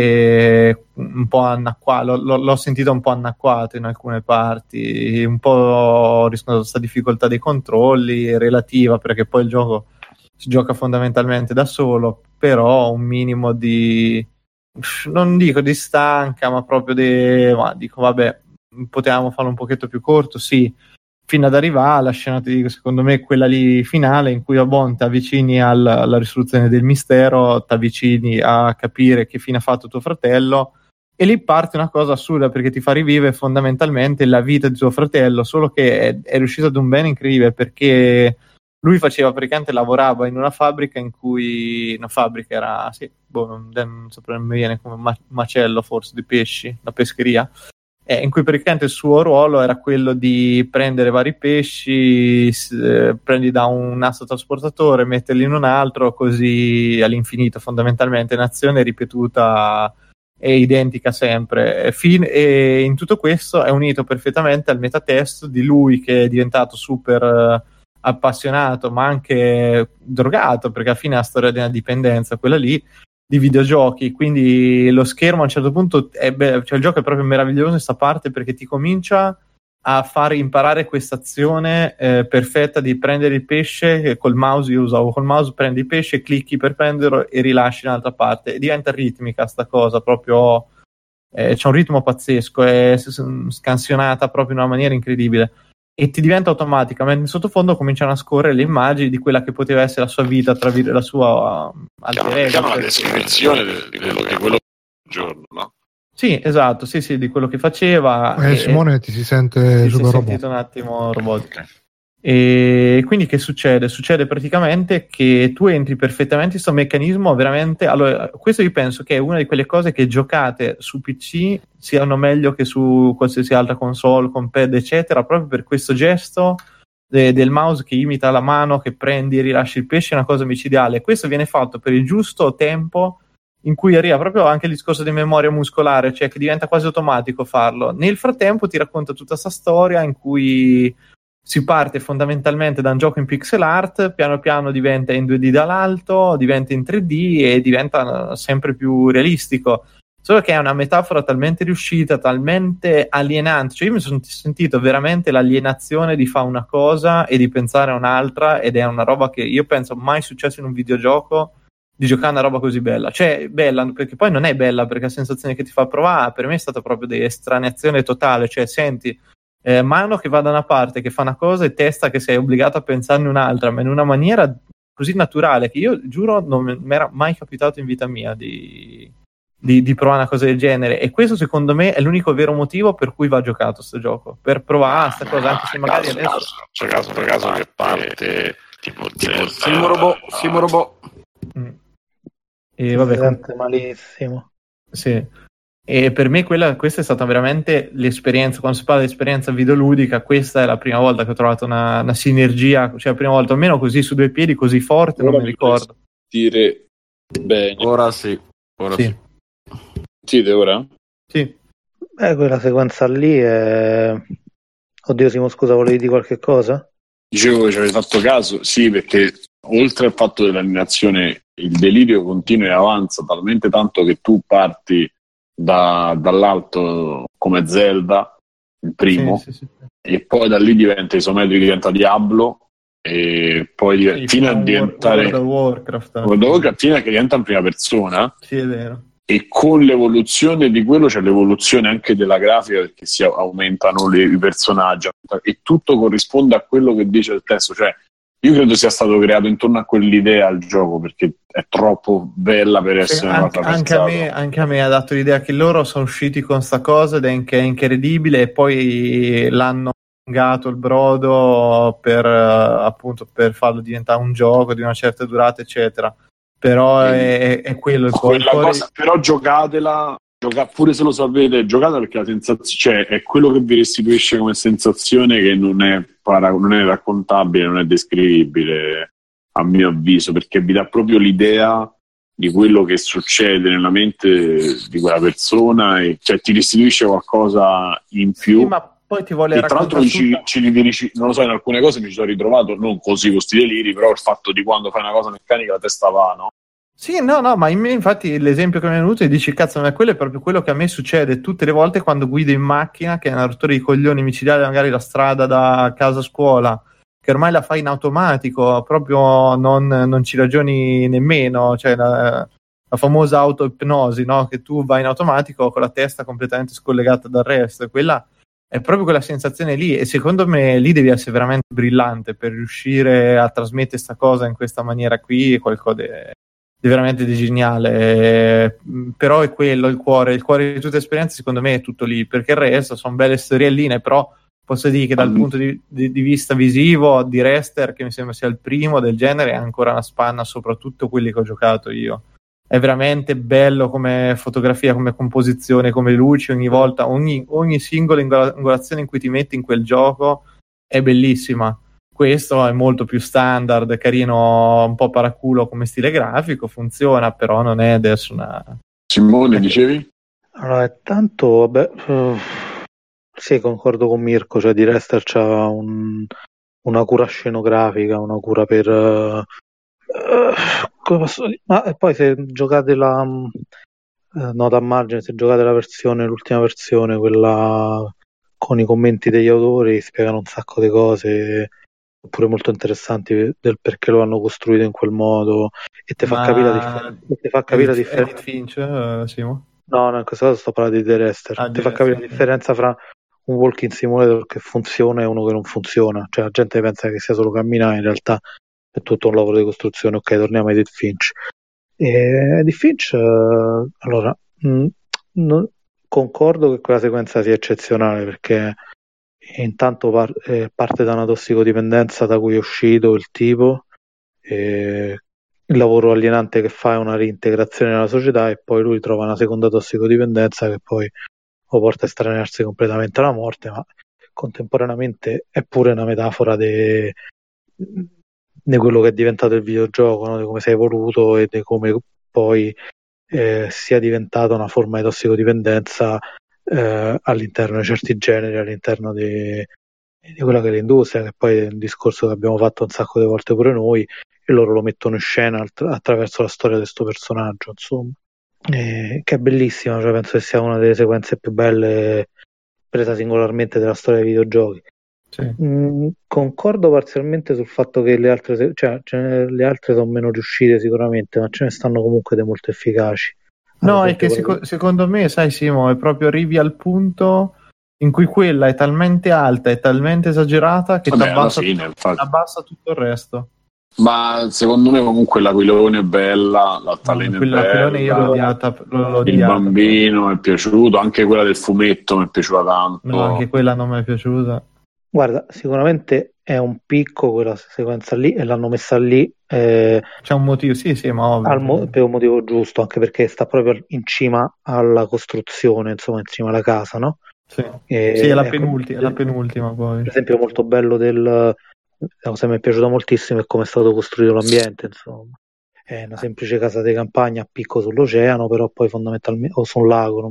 che un po' anacquato. L'ho sentito un po' anacquato in alcune parti, un po' ho riscontrato questa difficoltà dei controlli relativa, perché poi il gioco si gioca fondamentalmente da solo, però un minimo di, non dico di stanca, ma proprio dico vabbè, potevamo farlo un pochetto più corto, sì, fino ad arrivare alla scena, ti dico, secondo me quella lì finale, in cui a buon ti avvicini alla risoluzione del mistero, ti avvicini a capire che fine ha fatto tuo fratello, e lì parte una cosa assurda, perché ti fa rivivere fondamentalmente la vita di tuo fratello, solo che è riuscito ad un bene incredibile, perché lui praticamente lavorava in una fabbrica in cui era, non saprei, mi viene come macello forse di pesci, la pescheria, in cui praticamente il suo ruolo era quello di prendere vari pesci, prendi da un nastro trasportatore, metterli in un altro, così all'infinito, fondamentalmente, in azione ripetuta e identica sempre. E in tutto questo è unito perfettamente al metatesto di lui che è diventato super appassionato, ma anche drogato, perché alla fine è la storia di una dipendenza, quella lì, di videogiochi. Quindi lo schermo a un certo punto il gioco è proprio meraviglioso in questa parte, perché ti comincia a fare imparare questa azione perfetta di prendere il pesce col mouse. Io usavo col mouse, prendi il pesce, clicchi per prenderlo e rilasci in un'altra parte, e diventa ritmica sta cosa, proprio c'è un ritmo pazzesco, è scansionata proprio in una maniera incredibile. e ti diventa automatica, mentre in sottofondo cominciano a scorrere le immagini di quella che poteva essere la sua vita, la sua
alter ego. Una descrizione di quello giorno, no?
Sì, esatto, sì, di quello che faceva.
Simone ti si sente super robot.
Sentito un attimo robotica. E quindi che succede? Succede praticamente che tu entri perfettamente in questo meccanismo veramente. Allora, questo io penso che è una di quelle cose che giocate su PC siano meglio che su qualsiasi altra console, con pad, eccetera, proprio per questo gesto del mouse che imita la mano, che prendi e rilasci il pesce, è una cosa micidiale. Questo viene fatto per il giusto tempo in cui arriva proprio anche il discorso di memoria muscolare, cioè che diventa quasi automatico farlo. Nel frattempo ti racconta tutta questa storia in cui si parte fondamentalmente da un gioco in pixel art, piano piano diventa in 2D dall'alto, diventa in 3D e diventa sempre più realistico. Solo che è una metafora talmente riuscita, talmente alienante, cioè io mi sono sentito veramente l'alienazione di fare una cosa e di pensare a un'altra, ed è una roba che io penso mai successo in un videogioco, di giocare a una roba così bella. Cioè bella perché poi non è bella, perché la sensazione che ti fa provare per me è stata proprio di estraneazione totale, cioè senti mano che va da una parte, che fa una cosa, e testa che sei obbligato a pensarne un'altra, ma in una maniera così naturale che io giuro non mi era mai capitato in vita mia di provare una cosa del genere. E questo secondo me è l'unico vero motivo per cui va giocato sto gioco, per provare sta cosa, anche se magari
c'è caso che parte tipo
Simo robot.
E vabbè,
sente malissimo.
Sì. E per me questa è stata veramente l'esperienza. Quando si parla di esperienza videoludica, questa è la prima volta che ho trovato una sinergia, cioè la prima volta almeno così su due piedi, così forte. Ora non mi ricordo
dire bene.
Ora sì.
Sì, ora?
Sì.
Quella sequenza lì è... Oddio Simo, scusa, volevi dire qualche cosa?
Dicevo che ci avete fatto caso, sì, perché oltre al fatto dell'animazione, il delirio continua e avanza talmente tanto che tu parti dall'alto come Zelda, il primo, sì. E poi da lì diventa isometrico, diventa Diablo, e poi fino a diventare
World of Warcraft,
fino a che diventa in prima persona.
Sì, è vero.
E con l'evoluzione di quello c'è l'evoluzione anche della grafica, perché si aumentano i personaggi e tutto corrisponde a quello che dice il testo. Cioè io credo sia stato creato intorno a quell'idea al gioco, perché è troppo bella per essere una cosa
anche a me ha dato l'idea che loro sono usciti con sta cosa ed è incredibile, e poi l'hanno allungato il brodo per appunto per farlo diventare un gioco di una certa durata, eccetera. Però è quello il cuore.
Cosa, però giocatela, pure se lo sapete, giocatela, perché la sensazione, cioè, è quello che vi restituisce come sensazione, che non è raccontabile, non è descrivibile, a mio avviso, perché vi dà proprio l'idea di quello che succede nella mente di quella persona, e cioè ti restituisce qualcosa in più.
Sì, ma poi ti vuole
raccontare. Tra l'altro non lo so, in alcune cose mi ci sono ritrovato, non così con sti deliri, però il fatto di quando fai una cosa meccanica la testa va, no?
Sì, no, ma infatti l'esempio che mi è venuto e dici, cazzo, ma quello è proprio quello che a me succede tutte le volte quando guido in macchina, che è una rottura di coglioni micidiale, magari la strada da casa a scuola, che ormai la fai in automatico, proprio non ci ragioni nemmeno, cioè la famosa auto-ipnosi, no? Che tu vai in automatico con la testa completamente scollegata dal resto, e quella è proprio quella sensazione lì, e secondo me lì devi essere veramente brillante per riuscire a trasmettere questa cosa in questa maniera qui, qualcosa di veramente di geniale. Però è quello il cuore di tutte le esperienze, secondo me è tutto lì, perché il resto sono belle storielline, però posso dire che dal punto di vista visivo di Rester, che mi sembra sia il primo del genere, è ancora una spanna soprattutto quelli che ho giocato io. È veramente bello come fotografia, come composizione, come luci, ogni volta, ogni singola angolazione in cui ti metti in quel gioco è bellissima. Questo è molto più standard, carino, un po' paraculo come stile grafico, funziona, però non è adesso una...
Simone, dicevi?
Allora, è tanto, vabbè, sì, concordo con Mirko, cioè di Rester c'ha una cura scenografica, una cura per... come posso dire? Ma e poi se giocate la nota a margine, se giocate l'ultima versione, quella con i commenti degli autori, spiegano un sacco di cose oppure molto interessanti del perché lo hanno costruito in quel modo, e ti fa capire la differenza.
Finch, Simo?
No, in questo caso sto parlando di The Rester. Ti fa capire la differenza fra un walking simulator che funziona e uno che non funziona, cioè la gente pensa che sia solo camminare, in realtà è tutto un lavoro di costruzione. Ok, torniamo a Edith Finch. Edith Finch, allora, concordo che quella sequenza sia eccezionale, perché intanto parte da una tossicodipendenza da cui è uscito il tipo, il lavoro alienante che fa è una reintegrazione nella società, e poi lui trova una seconda tossicodipendenza che poi lo porta a estranearsi completamente alla morte, ma contemporaneamente è pure una metafora di quello che è diventato il videogioco, no? Di come si è evoluto e di come poi sia diventata una forma di tossicodipendenza all'interno di certi generi, all'interno di quella che è l'industria, che poi è un discorso che abbiamo fatto un sacco di volte pure noi, e loro lo mettono in scena attraverso la storia di questo personaggio, insomma, che è bellissima, cioè penso che sia una delle sequenze più belle presa singolarmente della storia dei videogiochi. Sì. Concordo parzialmente sul fatto che le altre sono meno riuscite sicuramente, ma ce ne stanno comunque dei molto efficaci.
No, è che secondo me, sai Simo, è proprio arrivi al punto in cui quella è talmente alta, è talmente esagerata che ti abbassa tutto il resto.
Ma secondo me comunque l'Aquilone è bella, l'Altalena è bella,
l'Aquilone io l'ho odiata,
il bambino è piaciuto, anche quella del fumetto mi è piaciuta tanto.
No, anche quella non mi è piaciuta.
Guarda, sicuramente è un picco quella sequenza lì, e l'hanno messa lì. C'è
un motivo, sì, ma ovvio.
Per un motivo giusto, anche perché sta proprio in cima alla costruzione, insomma, in cima alla casa, no?
Sì, è la penultima poi.
Per esempio, molto bello la cosa mi è piaciuta moltissimo è come è stato costruito l'ambiente, insomma. È una semplice casa di campagna a picco sull'oceano, però poi fondamentalmente, o su un lago,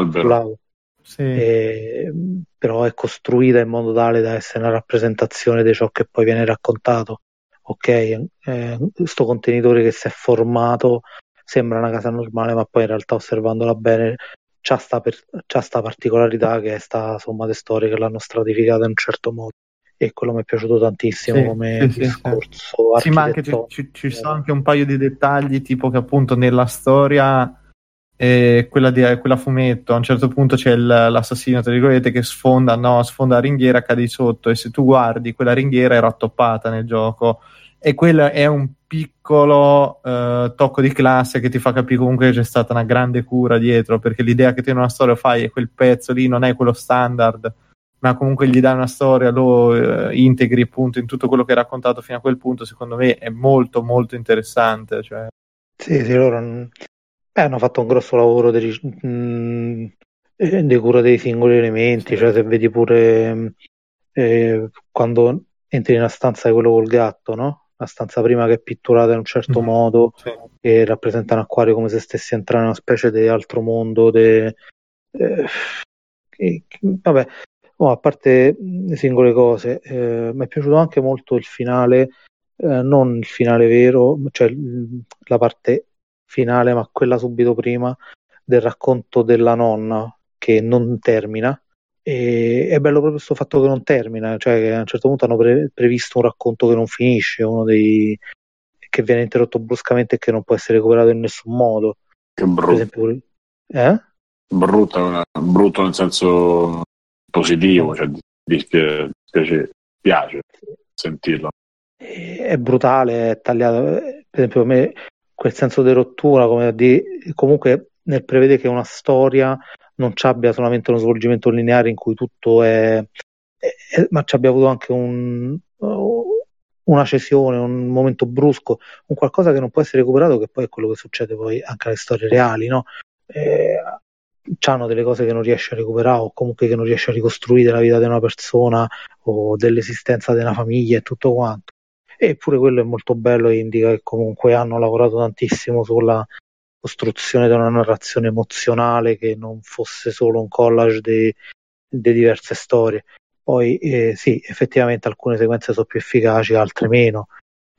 sì.
Però è costruita in modo tale da essere una rappresentazione di ciò che poi viene raccontato. Ok, sto contenitore che si è formato sembra una casa normale, ma poi in realtà, osservandola bene, c'ha sta particolarità, che è sta somma di storie che l'hanno stratificata in un certo modo, e quello mi è piaciuto tantissimo come discorso.
Sì, ma anche ci sono anche un paio di dettagli, tipo che appunto nella storia quella fumetto, a un certo punto c'è l'assassino, tra virgolette, che sfonda la ringhiera, cade di sotto, e se tu guardi quella ringhiera è rattoppata nel gioco, e quello è un piccolo tocco di classe che ti fa capire comunque che c'è stata una grande cura dietro, perché l'idea che te in una storia fai è quel pezzo lì, non è quello standard, ma comunque gli dai una storia, lo integri appunto in tutto quello che hai raccontato fino a quel punto. Secondo me è molto molto interessante, cioè.
Sì, loro hanno fatto un grosso lavoro di cura dei singoli elementi, cioè se vedi pure quando entri nella stanza di quello col gatto, no? La stanza prima che è pitturata in un certo modo, che rappresenta un acquario come se stessi entrando in una specie di altro mondo, vabbè, a parte le singole cose, mi è piaciuto anche molto il finale, non il finale vero, cioè la parte finale, ma quella subito prima, del racconto della nonna che non termina. E è bello proprio questo fatto che non termina, cioè che a un certo punto hanno previsto un racconto che non finisce, che viene interrotto bruscamente e che non può essere recuperato in nessun modo.
Che brutto.
Per esempio,
brutto nel senso positivo, cioè piace sentirlo.
È brutale, è tagliato. Per esempio, a me quel senso di rottura, comunque nel prevedere che una storia non ci abbia solamente uno svolgimento lineare in cui tutto ma ci abbia avuto anche una cesione, un momento brusco, un qualcosa che non può essere recuperato, che poi è quello che succede poi anche alle storie reali, no? C'hanno delle cose che non riesce a recuperare, o comunque che non riesce a ricostruire la vita di una persona o dell'esistenza di una famiglia e tutto quanto. Eppure quello è molto bello e indica che comunque hanno lavorato tantissimo sulla costruzione di una narrazione emozionale che non fosse solo un collage di diverse storie. Poi sì, effettivamente alcune sequenze sono più efficaci, altre meno,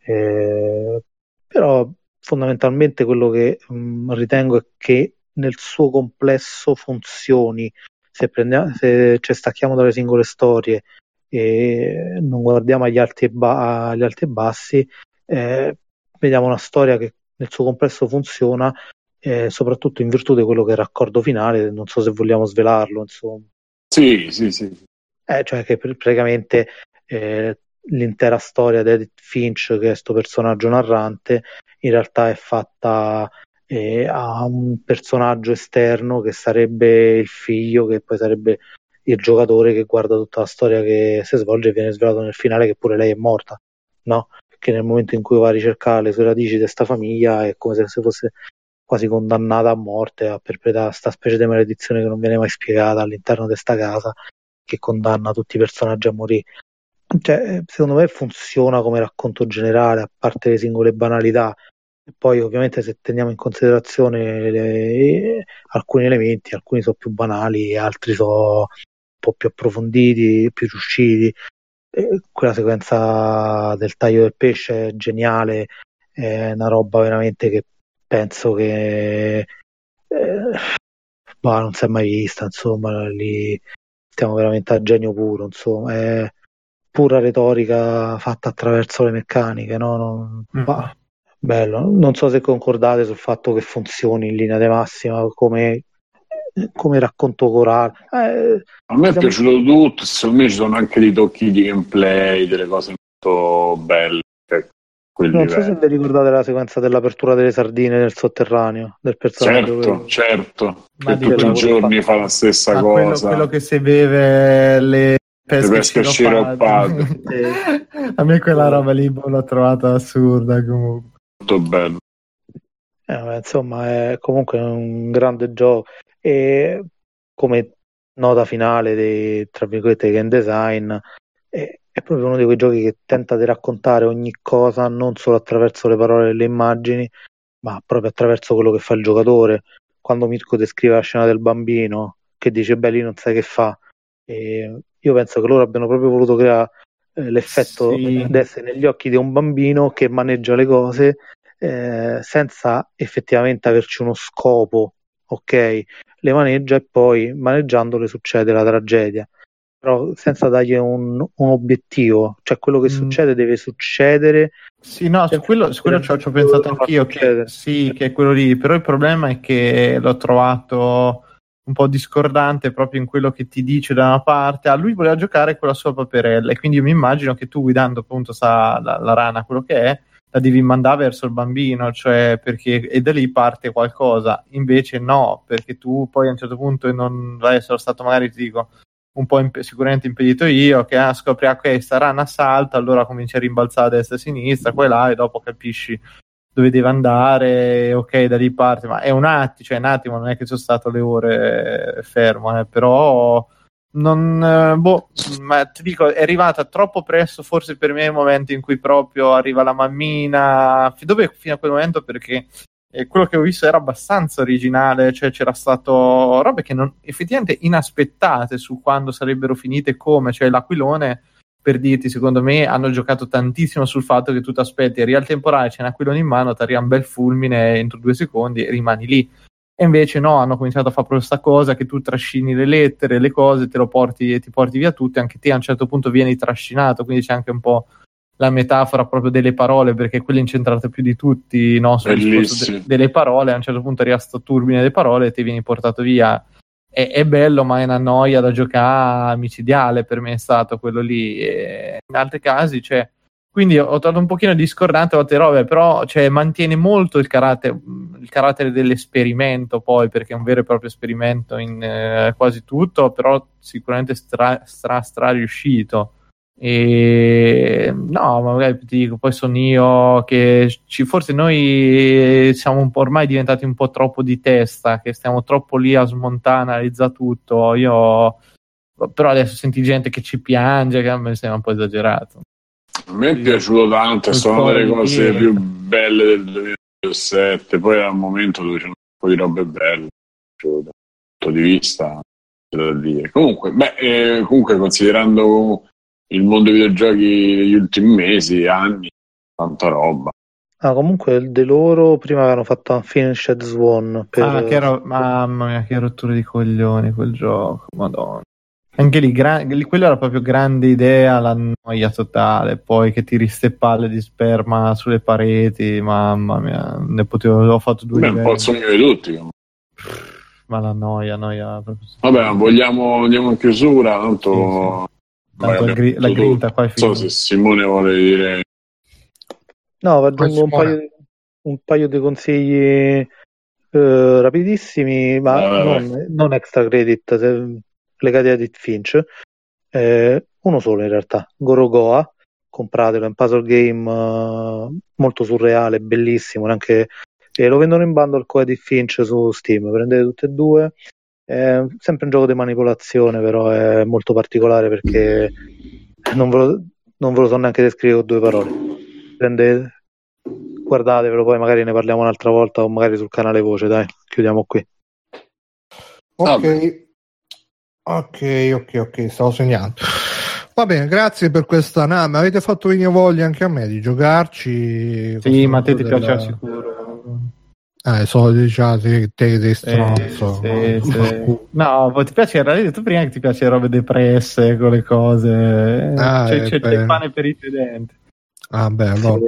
però fondamentalmente quello che ritengo è che nel suo complesso funzioni. Se ci stacchiamo dalle singole storie e non guardiamo agli alti e bassi, vediamo una storia che nel suo complesso funziona, soprattutto in virtù di quello che è il raccordo finale. Non so se vogliamo svelarlo, insomma.
Sì.
Cioè che praticamente l'intera storia di Edith Finch, che è questo personaggio narrante, in realtà è fatta a un personaggio esterno che sarebbe il figlio, che poi sarebbe il giocatore, che guarda tutta la storia che si svolge, e viene svelato nel finale che pure lei è morta, no? Che nel momento in cui va a ricercare le sue radici di questa famiglia è come se fosse quasi condannata a morte, a perpetrare questa specie di maledizione che non viene mai spiegata all'interno di questa casa, che condanna tutti i personaggi a morire. Cioè, secondo me funziona come racconto generale, a parte le singole banalità. E poi ovviamente se teniamo in considerazione alcuni elementi, alcuni sono più banali, altri sono un po' più approfonditi, più riusciti. Quella sequenza del taglio del pesce è geniale, è una roba veramente che penso che non si è mai vista, insomma, lì stiamo veramente a genio puro, insomma, è pura retorica fatta attraverso le meccaniche, no? Bello, non so se concordate sul fatto che funzioni in linea di massima come racconto corale.
A me è piaciuto tutto, secondo me ci sono anche dei tocchi di gameplay, delle cose molto belle.
Non so se vi ricordate la sequenza dell'apertura delle sardine nel sotterraneo del personaggio.
Certo, che tutti i giorni fa la stessa cosa.
Quello che si beve le pesche
sciroppate.
A me quella roba lì l'ho trovata assurda comunque.
Molto bello.
Insomma, è comunque un grande gioco, e come nota finale tra virgolette game design è proprio uno di quei giochi che tenta di raccontare ogni cosa non solo attraverso le parole e le immagini, ma proprio attraverso quello che fa il giocatore. Quando Mirko descrive la scena del bambino che dice beh, lì non sai che fa, io penso che loro abbiano proprio voluto creare l'effetto di essere negli occhi di un bambino che maneggia le cose senza effettivamente averci uno scopo, ok? Le maneggia e poi maneggiandole succede la tragedia, però senza dargli un obiettivo, cioè quello che succede deve succedere.
Sì, no, su quello ci ho pensato anch'io, che è quello lì, però il problema è che l'ho trovato un po' discordante proprio in quello che ti dice da una parte. Lui voleva giocare con la sua paperella, e quindi io mi immagino che tu, guidando appunto la rana, quello che è, la devi mandare verso il bambino, cioè e da lì parte qualcosa. Invece no, perché tu poi a un certo punto non vai, essere stato magari, ti dico, un po' sicuramente impedito io, che scopri ok, sta rana salta, allora cominci a rimbalzare a destra e a sinistra, qua e là, e dopo capisci dove deve andare, ok, da lì parte. Ma è un attimo, non è che sono stato le ore fermo, però ma ti dico, è arrivata troppo presto forse per me, il momento in cui proprio arriva la mammina, dove fino a quel momento, perché quello che ho visto era abbastanza originale, cioè c'era stato robe che non effettivamente inaspettate su quando sarebbero finite, come cioè l'Aquilone, per dirti, secondo me hanno giocato tantissimo sul fatto che tu ti aspetti, real temporale, c'è un aquilone in mano, ti arriva un bel fulmine entro 2 secondi e rimani lì. E invece no, hanno cominciato a fare proprio questa cosa che tu trascini le lettere, le cose, te lo porti e ti porti via tutto, e anche te a un certo punto vieni trascinato, quindi c'è anche un po' la metafora proprio delle parole, perché quella è incentrata più di tutti, no, sul discorso delle parole. A un certo punto arriva sto turbine delle parole e ti vieni portato via. È bello, ma è una noia da giocare micidiale, per me è stato quello lì. E in altri casi, cioè, quindi ho trovato un pochino discordante a volte robe, però cioè, mantiene molto il carattere dell'esperimento, poi, perché è un vero e proprio esperimento in quasi tutto, però sicuramente stra riuscito. E no, ma magari ti dico, poi sono io che forse noi siamo un po' ormai diventati un po' troppo di testa, che stiamo troppo lì a smontare, analizzare tutto. Però adesso senti gente che ci piange, che a me sembra un po' esagerato.
A me è piaciuto tanto, sono una delle cose più belle del 2017. Poi al momento dove c'è un po' di robe belle dal punto di vista, c'è da dire. Comunque considerando il mondo dei videogiochi degli ultimi mesi, anni, tanta roba.
Comunque di loro prima avevano fatto Unfinished Swan
mamma mia, che rottura di coglioni quel gioco, madonna. Anche lì quello era proprio grande idea, la noia totale, poi che tiri ste palle di sperma sulle pareti, mamma mia, ho fatto 2 livelli.
Un po' il sogno di tutti.
ma la noia.
Vabbè, andiamo in chiusura, tanto...
Sì. Tanto la grinta qua è finita.
Non so se Simone vuole dire...
No, aggiungo un paio di consigli rapidissimi, ma non extra credit, legati a Edith Finch. Uno solo in realtà, Gorogoa, compratelo, è un puzzle game molto surreale, bellissimo, neanche lo vendono in bundle con Edith Finch su Steam, prendete tutte e due. È sempre un gioco di manipolazione, però è molto particolare perché non ve lo so neanche descrivere con due parole. Prendete, guardatevelo, poi magari ne parliamo un'altra volta o magari sul canale Voce, dai, chiudiamo qui.
Ok, stavo segnando. Va bene, grazie per questa mi avete fatto venire voglia anche a me di giocarci.
Sì, ma a te ti piace sicuro.
So, diciamo, te sei stronzo.
Sì. No, ti piace, hai detto prima che ti piace robe depresse, con le cose. C'è il pane per i sedenti.
Ah, beh, allora.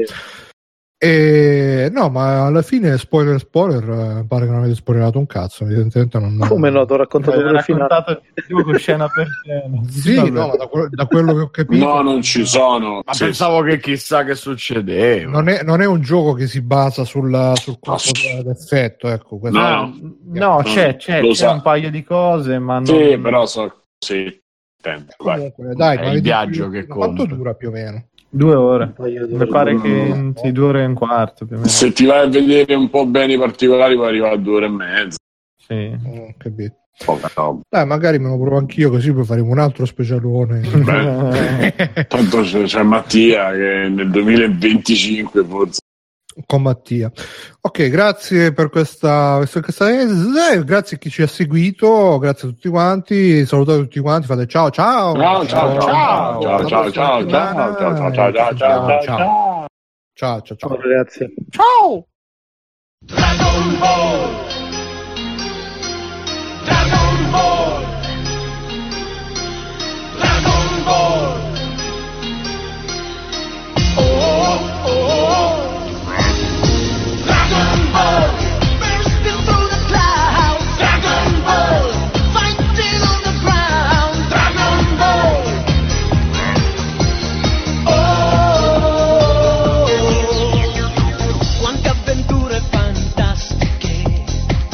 No, ma alla fine spoiler pare che non avete spoilerato un cazzo, evidentemente non...
Come no, ti ho raccontato
il raccontato con scena per scena.
Sì, vabbè. No, ma da quello che ho capito
no, non ci sono,
ma pensavo che chissà che succedeva.
Non è un gioco che si basa sul colpo d'effetto, ecco.
No, c'è un paio di cose, ma non...
Sì, però sì.
Comunque, dai,
è il viaggio che conta.
Quanto dura più o meno?
2 ore, mi pare che sì, 2 ore e un quarto più o meno.
Se ti vai a vedere un po' bene i particolari puoi arrivare a 2 ore e mezza.
Sì.
Capito. Dai, magari me lo provo anch'io, così poi faremo un altro specialone.
Tanto c'è Mattia che nel 2025 forse.
Con Mattia. Ok, grazie per questa grazie a chi ci ha seguito, grazie a tutti quanti, salutate tutti quanti, fate ciao.
Ciao.
Ciao ragazzi.
Ciao. Dragon Ball. Dragon Ball. Dragon Ball. Dragon Ball, bursting through the clouds. Dragon Ball, fighting on the ground. Dragon Ball. Oh, quante avventure fantastiche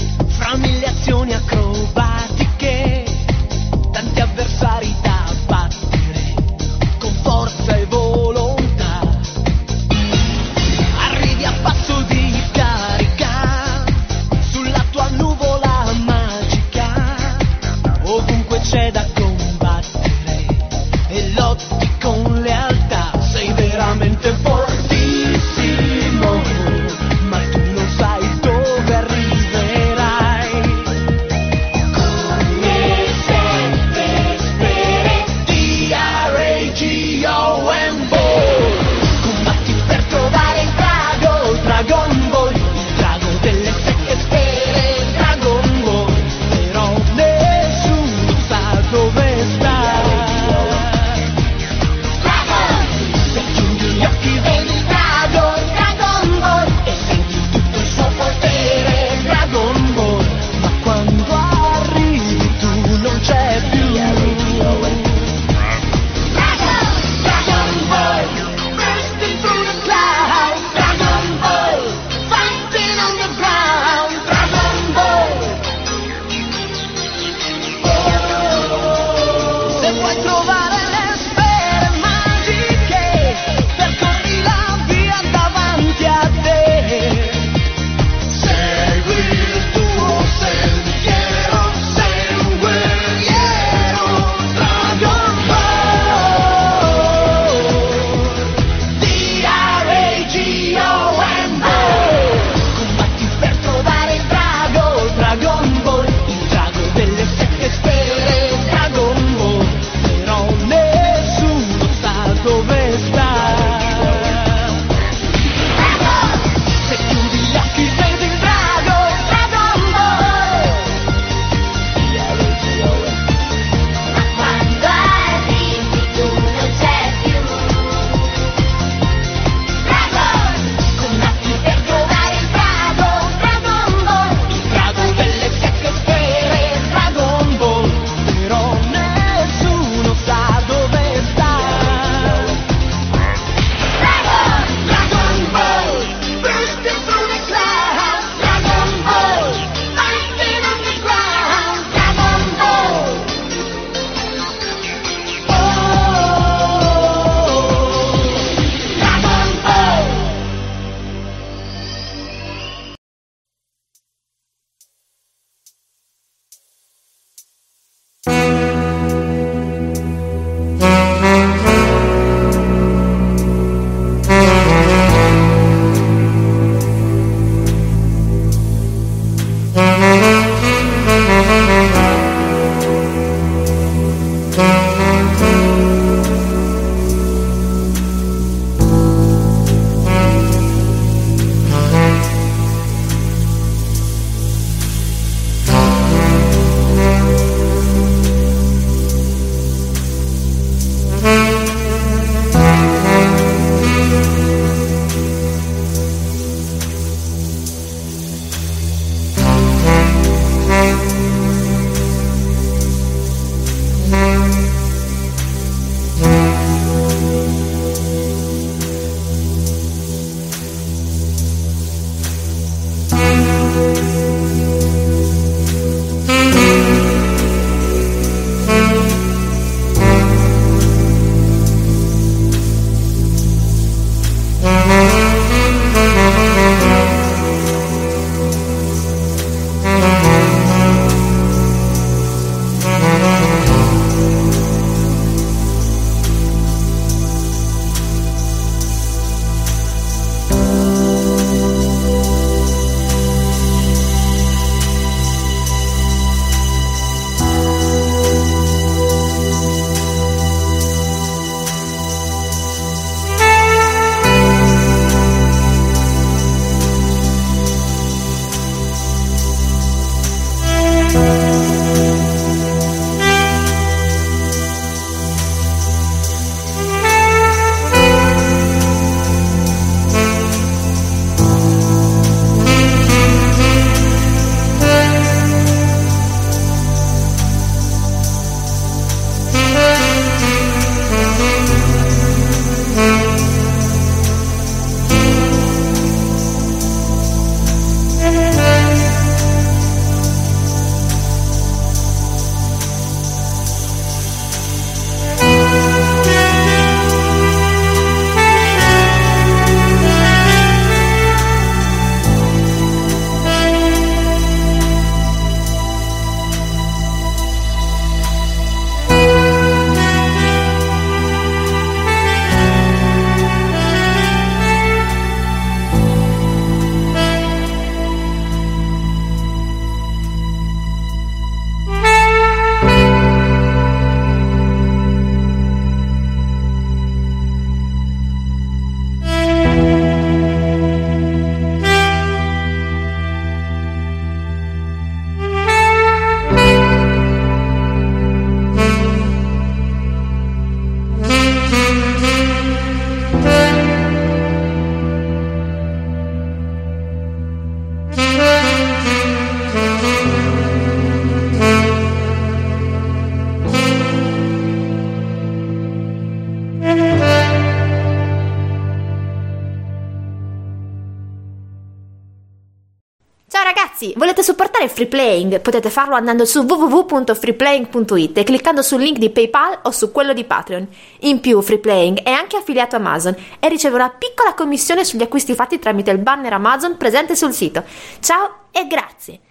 Ragazzi, volete supportare Free Playing? Potete farlo andando su www.freeplaying.it e cliccando sul link di PayPal o su quello di Patreon. In più, Free Playing è anche affiliato a Amazon e riceve una piccola commissione sugli acquisti fatti tramite il banner Amazon presente sul sito. Ciao e grazie!